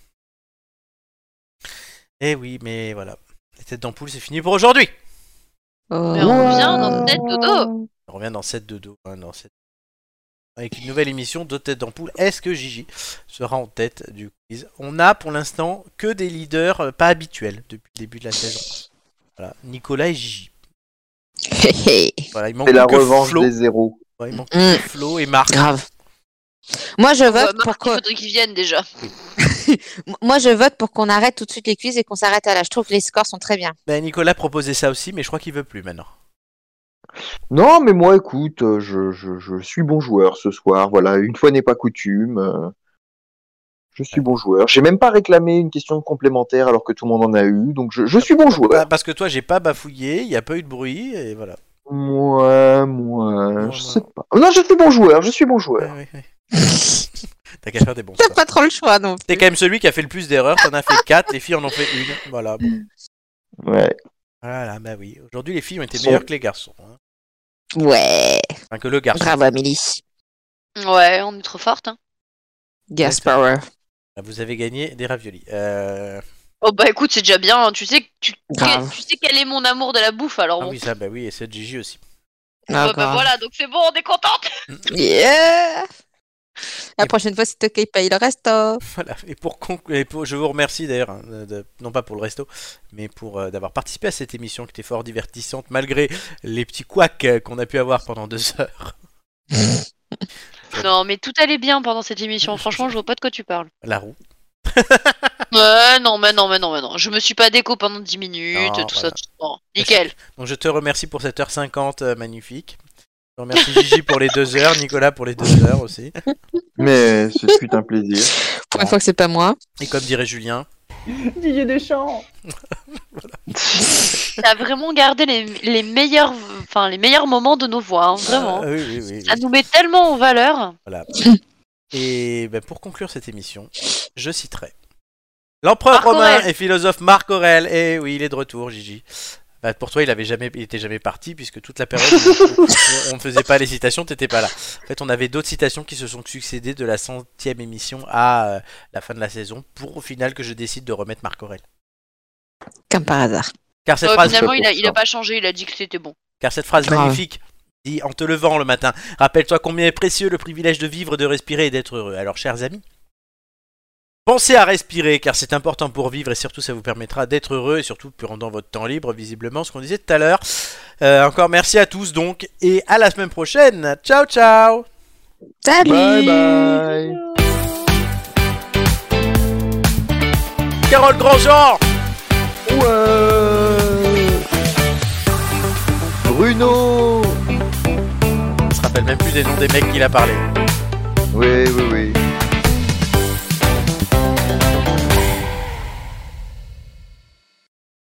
A: Eh oui, mais voilà. Les têtes d'ampoule, c'est fini pour aujourd'hui.
C: Mais on revient dans tête dodo.
A: On revient dans 7 dodo. Hein, avec une nouvelle émission de têtes d'ampoule. Est-ce que Gigi sera en tête du quiz? On a pour l'instant que des leaders pas habituels depuis le début de la saison. Voilà, Nicolas et Gigi. Voilà, il manque
B: C'est la
A: que
B: revanche
A: Flo.
B: des zéros.
A: Ouais, il manque que Flo et Marc.
D: Grave. Moi, je vote
C: Marc,
D: pour
C: il
D: qu'on...
C: faudrait qu'ils viennent déjà.
D: Moi, je vote pour qu'on arrête tout de suite les quiz et qu'on s'arrête à là. Je trouve que les scores sont très bien.
A: Ben, Nicolas proposait ça aussi, mais je crois qu'il veut plus maintenant.
B: Non, mais moi, écoute, je suis bon joueur ce soir. Voilà, une fois n'est pas coutume. Je suis bon joueur. J'ai même pas réclamé une question complémentaire alors que tout le monde en a eu. Donc, je suis bon joueur.
A: Bah, parce que toi, j'ai pas bafouillé, il n'y a pas eu de bruit, et voilà.
B: Moi, je sais pas. Non, je suis bon joueur. Je suis bon joueur.
A: Ouais. T'as qu'à faire des bons
D: T'as
A: scores.
D: pas trop le choix, non
A: T'es
D: plus.
A: quand même celui qui a fait le plus d'erreurs, t'en as fait 4, les filles en ont fait une. Voilà, bon.
B: Ouais.
A: Voilà, bah oui. Aujourd'hui, les filles ont été
B: Son-
A: meilleures que les garçons. Hein.
D: Ouais.
A: Enfin, que le garçon.
D: Bravo, Amélie.
C: Ouais, on est trop forte. Hein.
D: Gas power.
A: Vous avez gagné des raviolis.
C: Oh bah écoute, c'est déjà bien. Hein. Tu sais
D: Grave.
C: quel est mon amour de la bouffe, alors
A: Ah
C: bon.
A: oui, ça, bah oui, et c'est de Gigi aussi.
D: Ah,
C: Bah
D: grave.
C: voilà, donc c'est bon, on est contente.
D: Yeah. La prochaine fois, c'est toi qui paye le reste.
A: Voilà. Et je vous remercie d'ailleurs, hein, non pas pour le resto, mais pour d'avoir participé à cette émission qui était fort divertissante, malgré les petits couacs qu'on a pu avoir pendant 2 heures.
C: Non, mais tout allait bien pendant cette émission. Franchement, je vois pas de quoi tu parles.
A: La roue.
C: Non, mais non. Je me suis pas déco pendant 10 minutes,
A: Non,
C: tout
A: voilà.
C: ça, tout ça. Nickel.
A: Donc je te remercie pour cette 1h50 magnifique. Je remercie Gigi pour les 2 heures, Nicolas pour les 2 heures aussi.
B: Mais ce fut un plaisir.
D: Pour une fois que c'est pas moi.
A: Et comme dirait Julien,
I: Didier Deschamps.
C: T'as vraiment gardé les meilleurs moments de nos voix, hein, vraiment.
A: oui.
C: Ça nous met tellement en valeur.
A: Voilà. Et ben, pour conclure cette émission, je citerai l'empereur
C: Marc
A: romain
C: Aurèle.
A: et philosophe Marc Aurèle. Et oui, il est de retour, Gigi. Bah, pour toi, il était jamais parti puisque toute la période où on ne faisait pas les citations, t'étais pas là. En fait, on avait d'autres citations qui se sont succédées de la 100e émission à la fin de la saison pour au final que je décide de remettre Marc Aurèle.
D: Comme par hasard.
A: Car cette
C: Ouais,
A: phrase,
C: finalement,
B: c'est
C: il a
B: pour ça.
C: pas changé, il a dit que c'était bon.
D: Grave.
A: magnifique dit en te levant le matin, rappelle-toi combien est précieux le privilège de vivre, de respirer et d'être heureux. Alors, chers amis, pensez à respirer car c'est important pour vivre et surtout ça vous permettra d'être heureux et surtout pendant votre temps libre, visiblement, ce qu'on disait tout à l'heure. Encore merci à tous donc et à la semaine prochaine. Ciao ciao.
D: Salut.
B: Bye bye.
A: Carole Grandjean.
B: Bruno.
A: On se rappelle même plus des noms des mecs qu'il a parlé.
B: Oui.